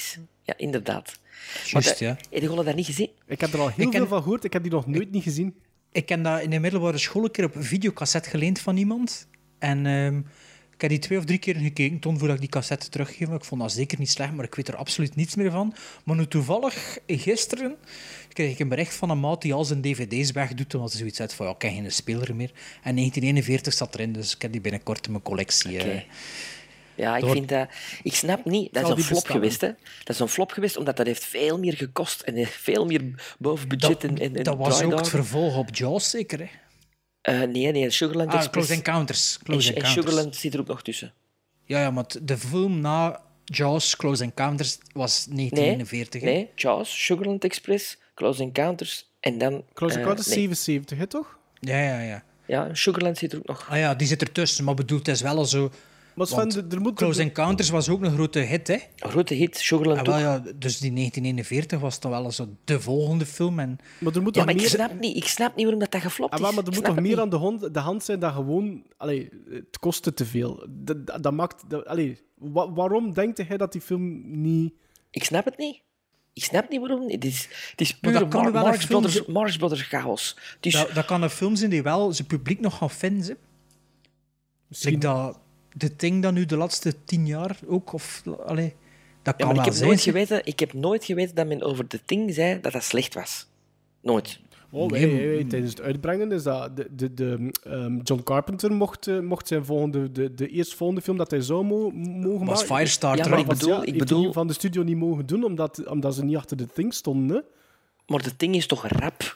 Ja, inderdaad. Juist, ja. Heb je dat niet gezien? Ik heb er al heel veel van gehoord. Ik heb die nog nooit niet gezien. Ik heb dat in de middelbare school een keer op videocassette geleend van iemand. En ik heb die 2 of 3 keer gekeken, toen voordat ik die cassette teruggeef. Ik vond dat zeker niet slecht, maar ik weet er absoluut niets meer van. Maar nu toevallig, gisteren, kreeg ik een bericht van een maat die al zijn dvd's wegdoet, omdat hij zoiets had van, ja, ik heb geen speler meer. En 1941 zat erin, dus ik heb die binnenkort in mijn collectie. Ja, ik vind dat... Ik snap niet... Dat is een flop geweest, hè. Dat is een flop geweest, omdat dat heeft veel meer gekost en heeft veel meer boven budget en dat was ook het vervolg op Jaws, zeker, hè? Nee, Sugarland Express. Close Encounters. En Sugarland zit er ook nog tussen. Ja, maar de film na Jaws, Close Encounters, was 1941. Nee, Jaws, Sugarland Express, Close Encounters en dan... Close Encounters 77, hè, toch? Ja. Ja, Sugarland zit er ook nog. Ah ja, die zit ertussen, maar bedoeld, het is wel zo... Maar Sven, er moet Close Encounters was ook een grote hit, hè? Een grote hit, Sugarland ook. Ja, dus die 1941 was dan wel zo de volgende film. En... Maar er moet ja, toch maar meer... ik snap niet waarom dat geflopt is. Maar er moet toch meer aan de hand zijn dat gewoon... Allee, het kostte te veel. Dat maakt... waarom denkt hij dat die film niet... Ik snap het niet. Ik snap niet waarom. Het is puur Marx Brothers chaos. Dat kan een film zijn die wel zijn publiek nog gaan vinden. Misschien dat... De Thing dan nu de laatste 10 jaar ook? Of, dat kan wel zijn. Ik heb nooit geweten dat men over The Thing zei dat slecht was. Nooit. Tijdens het uitbrengen is dat... John Carpenter mocht zijn de eerstvolgende film dat hij zou mogen maken... Was Firestarter. Ja, maar ik bedoel... van de studio niet mogen doen, omdat ze niet achter The Thing stonden. Hè? Maar The Thing is toch rap?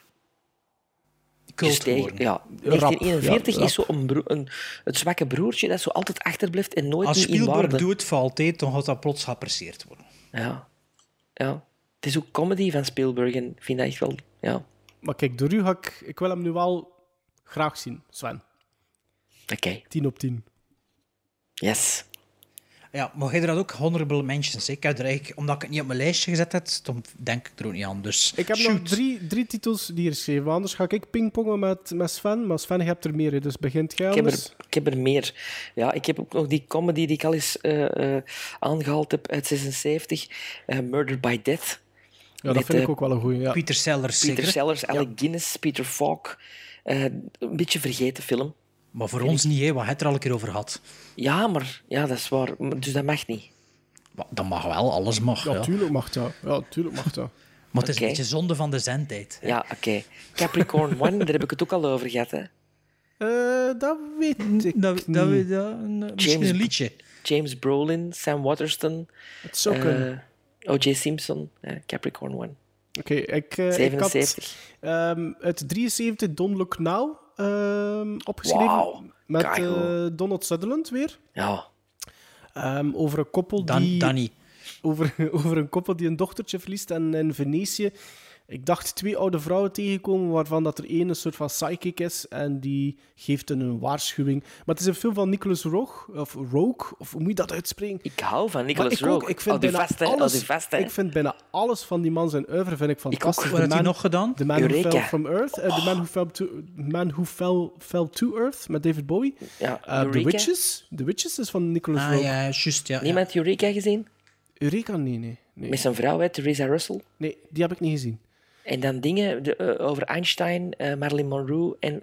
Dus 1941 is zo het zwakke broertje dat zo altijd achterblijft en nooit als niet in waarde. Als Spielberg doet valt, dan gaat dat plots geapprecieerd worden. Ja. Het is ook comedy van Spielberg en ik vind dat echt wel... Ja. Maar kijk, door u ik wil hem nu wel graag zien, Sven. Oké. 10 op 10. Yes. Ja, maar jij dat ook honorable mentions? Ik heb er eigenlijk, omdat ik het niet op mijn lijstje gezet heb, dan denk ik er ook niet aan. Dus ik heb nog drie titels die hier geschreven. Anders ga ik pingpongen met Sven. Maar Sven, je hebt er meer, hè, dus begint jij anders. Ik heb er meer. Ja, ik heb ook nog die comedy die ik al eens aangehaald heb uit 76. Murder by Death. Ja, dat vind ik ook wel een goeie. Ja. Peter Sellers, Alec Guinness, Peter Falk. Een beetje vergeten film. Maar voor ons niet, hè, wat het er al een keer over had. Ja, maar dat is waar. Dus dat mag niet. Maar dat mag wel, alles mag. Ja, tuurlijk mag dat. Maar het is een beetje zonde van de zendtijd. Ja, oké. Capricorn 1, daar heb ik het ook al over gehad, hè. Dat weet ik niet. Misschien een liedje. James Brolin, Sam Waterston. Het zou kunnen. O.J. Simpson, Capricorn 1. Oké, ik 77. Had uit 73 Don't Look Now opgeschreven. Wow, met Donald Sutherland weer. Ja. Over een koppel Danny. Over een koppel die een dochtertje verliest en in Venetië. Ik dacht 2 oude vrouwen tegenkomen, waarvan dat er één een soort van psychic is en die geeft een waarschuwing. Maar het is een film van Nicholas Roeg, of hoe moet je dat uitspreken? Ik hou van Nicholas Roeg. Ik vind bijna alles van die man zijn oeuvre vind ik fantastisch. Wat had hij nog gedaan? The Man Who Fell From Earth. The Man Who Fell to Earth, met David Bowie. Ja, The Witches. The Witches is van Nicholas Roeg. Ja, juist, ja. Niemand Eureka gezien? Eureka? Nee. Met zijn vrouw, Theresa Russell? Nee, die heb ik niet gezien. En dan dingen over Einstein, Marilyn Monroe en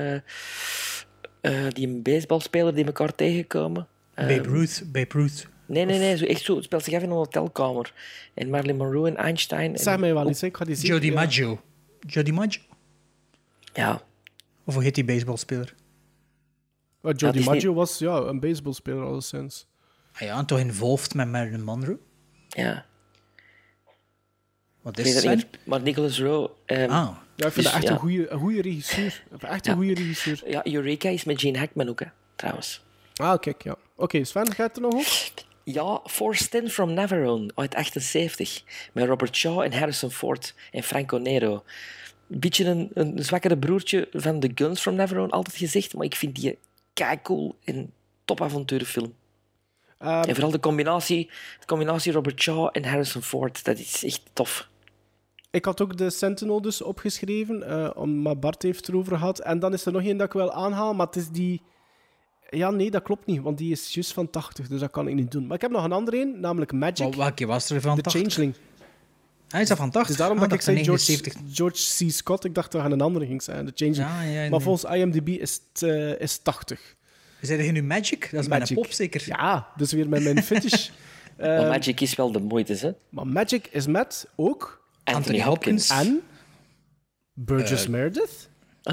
die een baseballspeler die elkaar tegenkomen. Babe Ruth. Nee. Zo het speelt zich af in een hotelkamer. En Marilyn Monroe en Einstein. Zeg mij wel iets, ik ga die zien. Jody Maggio. Ja. Of hoe heet die baseballspeler? Jody Maggio was een baseballspeler alleszins. Ja, en toch involved met Marilyn Monroe? Ja. Wat is het? Maar Nicholas Rowe... Ja, ik vind dat echt een goede regisseur. Echt een goede regisseur. Ja, Eureka is met Gene Hackman ook, hè, trouwens. Kijk, ja. Oké, Sven, gaat er nog op? Ja, Forrest Ten from Navarone uit 78. Met Robert Shaw en Harrison Ford en Franco Nero. Een beetje een zwakkere broertje van The Guns from Navarone, altijd gezegd. Maar ik vind die keicool en topavonturenfilm. En vooral de combinatie Robert Shaw en Harrison Ford, dat is echt tof. Ik had ook de Sentinel dus opgeschreven, maar Bart heeft het erover gehad. En dan is er nog één dat ik wil aanhalen, maar het is die... Ja, nee, dat klopt niet, want die is juist van 80, dus dat kan ik niet doen. Maar ik heb nog een andere een, namelijk Magic. Welke was er van The 80? Changeling. Hij is dat van 80? Dus daarom dat ik zei 79. George C. Scott. Ik dacht dat er een andere ging zijn, The Changeling. Maar volgens IMDb is 80. Zijn er nu Magic? Dat is bijna pop, zeker? Ja, dus weer met mijn fetish. Maar Magic is wel de moeite, hè? Maar Magic is met ook... Anthony Hopkins. En Burgess Meredith.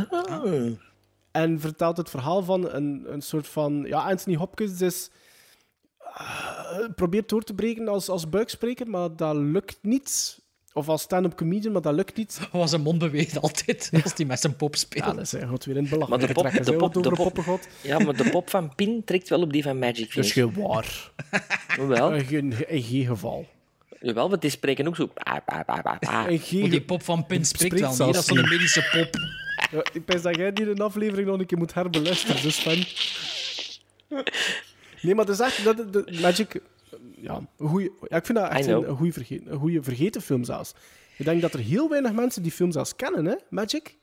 En vertelt het verhaal van een soort van... Ja, Anthony Hopkins is... probeert door te breken als buikspreker, maar dat lukt niet. Of als stand-up comedian, maar dat lukt niet. Was zijn mond beweegt altijd als hij met zijn pop speelt. Ja, dat is God weer in het belach. Maar ja, maar de pop van Pin trekt wel op die van Magic. Dat is geen waar. Hoewel? In geen geval. Jawel, want die spreken ook zo... Maar die pop van Pin spreekt wel niet. Dat is zo'n medische pop. Ja, ik denk dat jij die een aflevering nog een keer moet herbeluisteren, dus van... Nee, maar dat is echt... De Magic... Ja, ik vind dat echt een goede vergeten film zelfs. Ik denk dat er heel weinig mensen die film zelfs kennen, hè? Magic?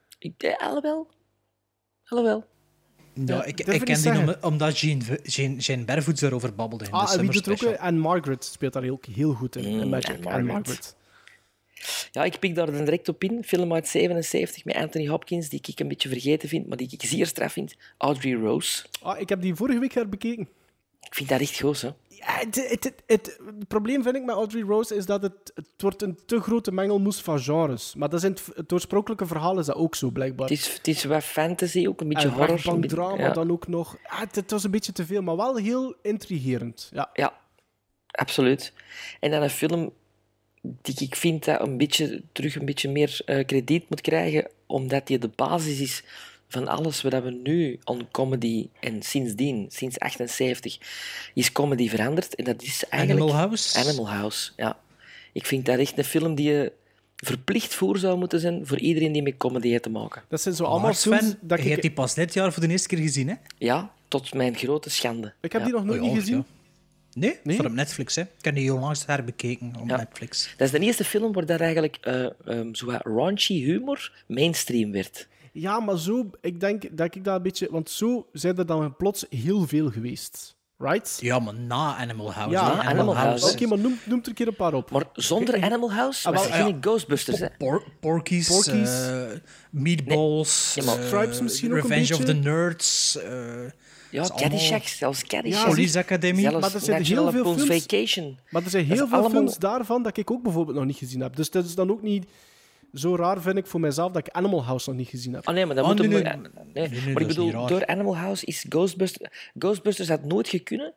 Alhoewel. Ja, ik ken die omdat Jane Barefoots erover babbelde. En wie doet er ook? En Margaret speelt daar heel goed in Magic. En Margaret. Ja, ik pik daar dan direct op in. Film uit 77 met Anthony Hopkins, die ik een beetje vergeten vind, maar die ik zeer straf vind. Audrey Rose. Ik heb die vorige week herbekeken. Ik vind dat echt goed, hè. Ja, het probleem vind ik met Audrey Rose is dat het wordt een te grote mengelmoes van genres. Maar dat is het oorspronkelijke verhaal is dat ook zo, blijkbaar. Het is wat fantasy, ook een beetje horror. En drama dan ook nog. Het was een beetje te veel, maar wel heel intrigerend. Ja, absoluut. En dan een film die ik vind dat een beetje meer krediet moet krijgen, omdat die de basis is van alles wat we nu aan comedy en sindsdien, sinds 78, is comedy veranderd. En dat is eigenlijk... Animal House, ja. Ik vind dat echt een film die je verplicht voor zou moeten zijn voor iedereen die met comedy heeft te maken. Dat zijn zo allemaal films... Je hebt die pas dit jaar voor de eerste keer gezien, hè? Ja, tot mijn grote schande. Ik heb die nog nooit niet gezien. Ja. Nee? Voor op Netflix, hè? Ik heb die onlangs herbekeken op Netflix. Dat is de eerste film waar daar eigenlijk zo wat raunchy humor mainstream werd. Ja, maar zo... Ik denk dat ik dat een beetje... Want zo zijn er dan plots heel veel geweest. Right? Ja, maar na Animal House. Ja, na Animal House. Oké, maar noem er een keer een paar op. Maar zonder Animal House was het geen Ghostbusters, hè? Porky's. Meatballs. Stripes misschien ook een Revenge beetje. of the Nerds. Ja, Caddyshack, zelfs Caddyshack. Police Academy. Zelfs Maar er zijn National heel veel Lampoon's films... Vacation. Maar er zijn heel veel films daarvan dat ik ook bijvoorbeeld nog niet gezien heb. Dus dat is dan ook niet... Zo raar vind ik voor mezelf dat ik Animal House nog niet gezien heb. Oh nee, maar dat moet maar ik bedoel, door Animal House is Ghostbusters had nooit gekunnen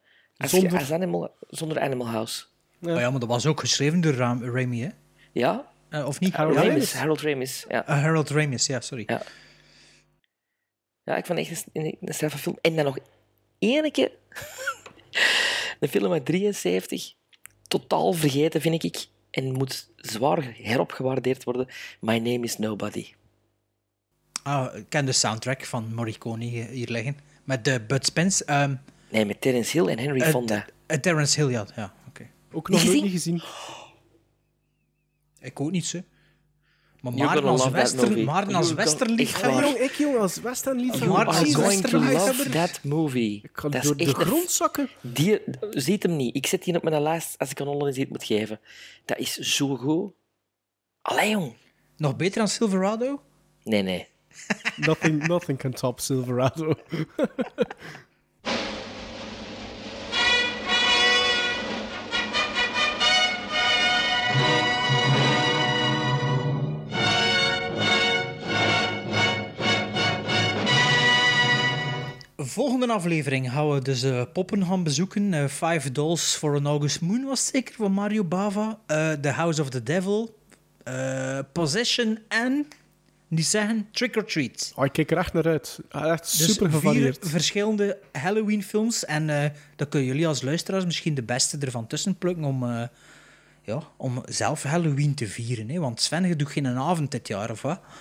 zonder Animal House. Ja. Oh ja, maar dat was ook geschreven door Raimi, hè? Ja. Of niet? Harold Ramis. Ja. Harold Ramis, ja, sorry. Ja, ik vond echt een straffe film. En dan nog één keer... de film uit 73. Totaal vergeten, vind ik. En moet zwaar heropgewaardeerd worden. My Name is Nobody. Ik ken de soundtrack van Morricone hier liggen. Met Bud Spence. Nee, met Terence Hill en Henry Fonda. Terence Hill, ja. Oké. Ook nog nooit niet gezien. Ik ook niet, zo. Maar Maarten als westernliefhebber... Ik als westernliefhebber... You are going to love that movie. Ik ga door de grond zakken. Ziet hem niet. Ik zet die op mijn lijst als ik een online iets moet geven. Dat is zo goed. Allee, jong. Nog beter dan Silverado? Nee. Nothing can top Silverado. Volgende aflevering gaan we dus poppen gaan bezoeken. 5 Dolls for an August Moon was zeker, van Mario Bava. The House of the Devil. Possession en... Die zeggen Trick or Treat. Ik kijk er echt naar uit. Echt super dus gevarieerd. 4 verschillende Halloween-films. En dan kunnen jullie als luisteraars misschien de beste ervan tussen plukken om zelf Halloween te vieren. Hè? Want Sven, je doet geen avond dit jaar, of wat?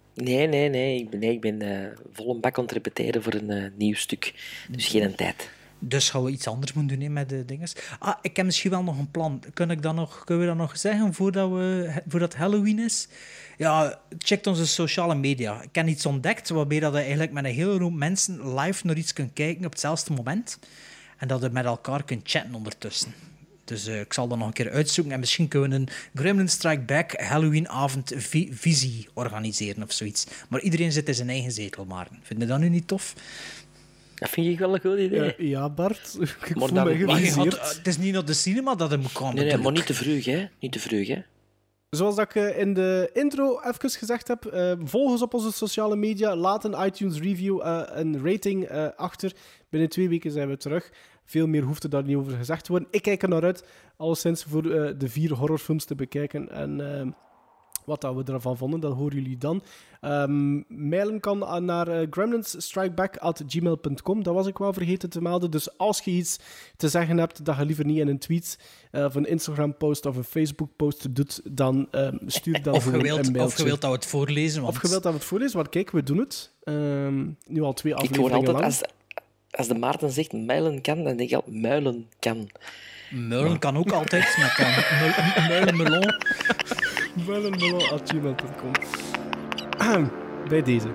Nee. Ik ben vol een bak aan het repeteren voor een nieuw stuk. Dus geen tijd. Dus gaan we iets anders moeten doen hè, met de dinges. Ik heb misschien wel nog een plan. Kunnen we dat nog zeggen voordat Halloween is? Ja, check onze sociale media. Ik heb iets ontdekt waarbij dat je eigenlijk met een hele hoop mensen live naar iets kunt kijken op hetzelfde moment. En dat je met elkaar kunt chatten ondertussen. Dus ik zal dat nog een keer uitzoeken. En misschien kunnen we een Gremlin Strike Back Halloweenavond visie organiseren of zoiets. Maar iedereen zit in zijn eigen zetel, maar. Vind je dat nu niet tof? Dat vind ik wel een goed idee. Ja, Bart. Ik Maar voel me geviseerd. Het is niet naar de cinema dat hij moet komen. Nee, maar niet te vroeg, hè. Niet te vroeg, hè. Zoals dat ik in de intro even gezegd heb, volg ons op onze sociale media, laat een iTunes review, een rating achter. Binnen 2 weken zijn we terug. Veel meer hoeft er daar niet over gezegd te worden. Ik kijk er naar uit, alleszins voor de 4 horrorfilms te bekijken. En wat dat we ervan vonden, dat horen jullie dan. Mailen kan naar gremlinsstrikeback@gmail.com. Dat was ik wel vergeten te melden. Dus als je iets te zeggen hebt dat je liever niet in een tweet of een Instagram-post of een Facebook-post doet, dan stuur dan gewoon een mailtje. Of je wilt dat we het voorlezen. Want... Of je wilt dat we het voorlezen, want kijk, we doen het. Nu al 2 afleveringen Ik hoor lang. altijd, als de Maarten zegt muilen kan, dan denk ik altijd muilen kan. Muilen kan ook altijd, maar kan muilenmelon. Muilenmelon@gmail.com. Bij deze.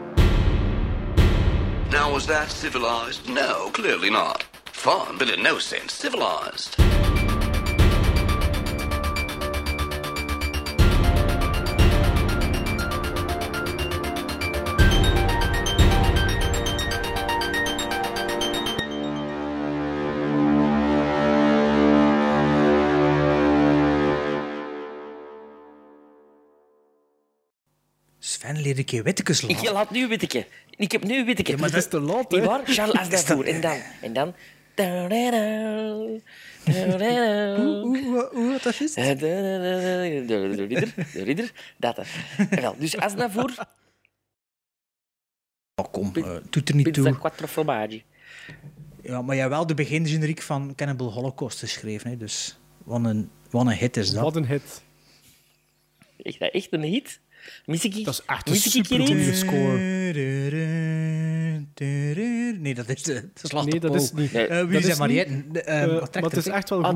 Now, was that civilized? No, clearly not. Fun, but in no sense civilized. Sven, leer ik je wittekes laten. Ik laat nu een witteke. Ik heb nu een witteke. Ja, maar dat is te laat, hè? Niet waar? Charles Aznavour. En dan... Hoe dat is? De ridder. Dat. En wel, dus Aznavour... Oh, kom, doet er niet toe. Quattro formaggi. Ja, maar jij hebt wel de begingeneriek van Cannibal Holocaust geschreven, hè? Dus wat een hit is dat. Wat een hit. Echt een hit? Dat is echt een supergoeie score. Nee, dat is Nee, dat is niet. Wie zijn Mariette? Maar het is echt wel goed.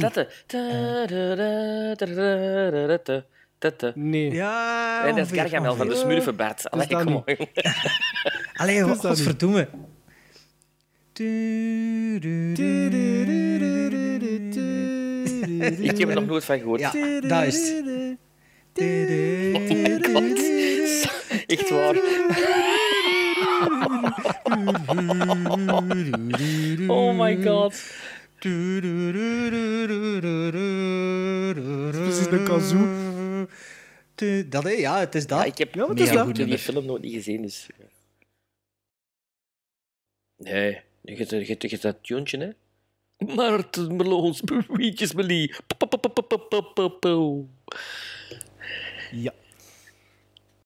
Dat. Nee. Ja, dat is Gargamel van de Smurfen, Bart. Allee, kom op. Allee, godverdomme. Ik heb er nog nooit van gehoord. Ja, dat is het. Echt waar. Oh my god. Precies een kazoo. Dat is, ja, het is dat. Ja, ik heb die film nooit niet gezien, dus... Nee, je hebt dat tuentje, hè? Maarten Meloons, Wietjes Melie. Ja.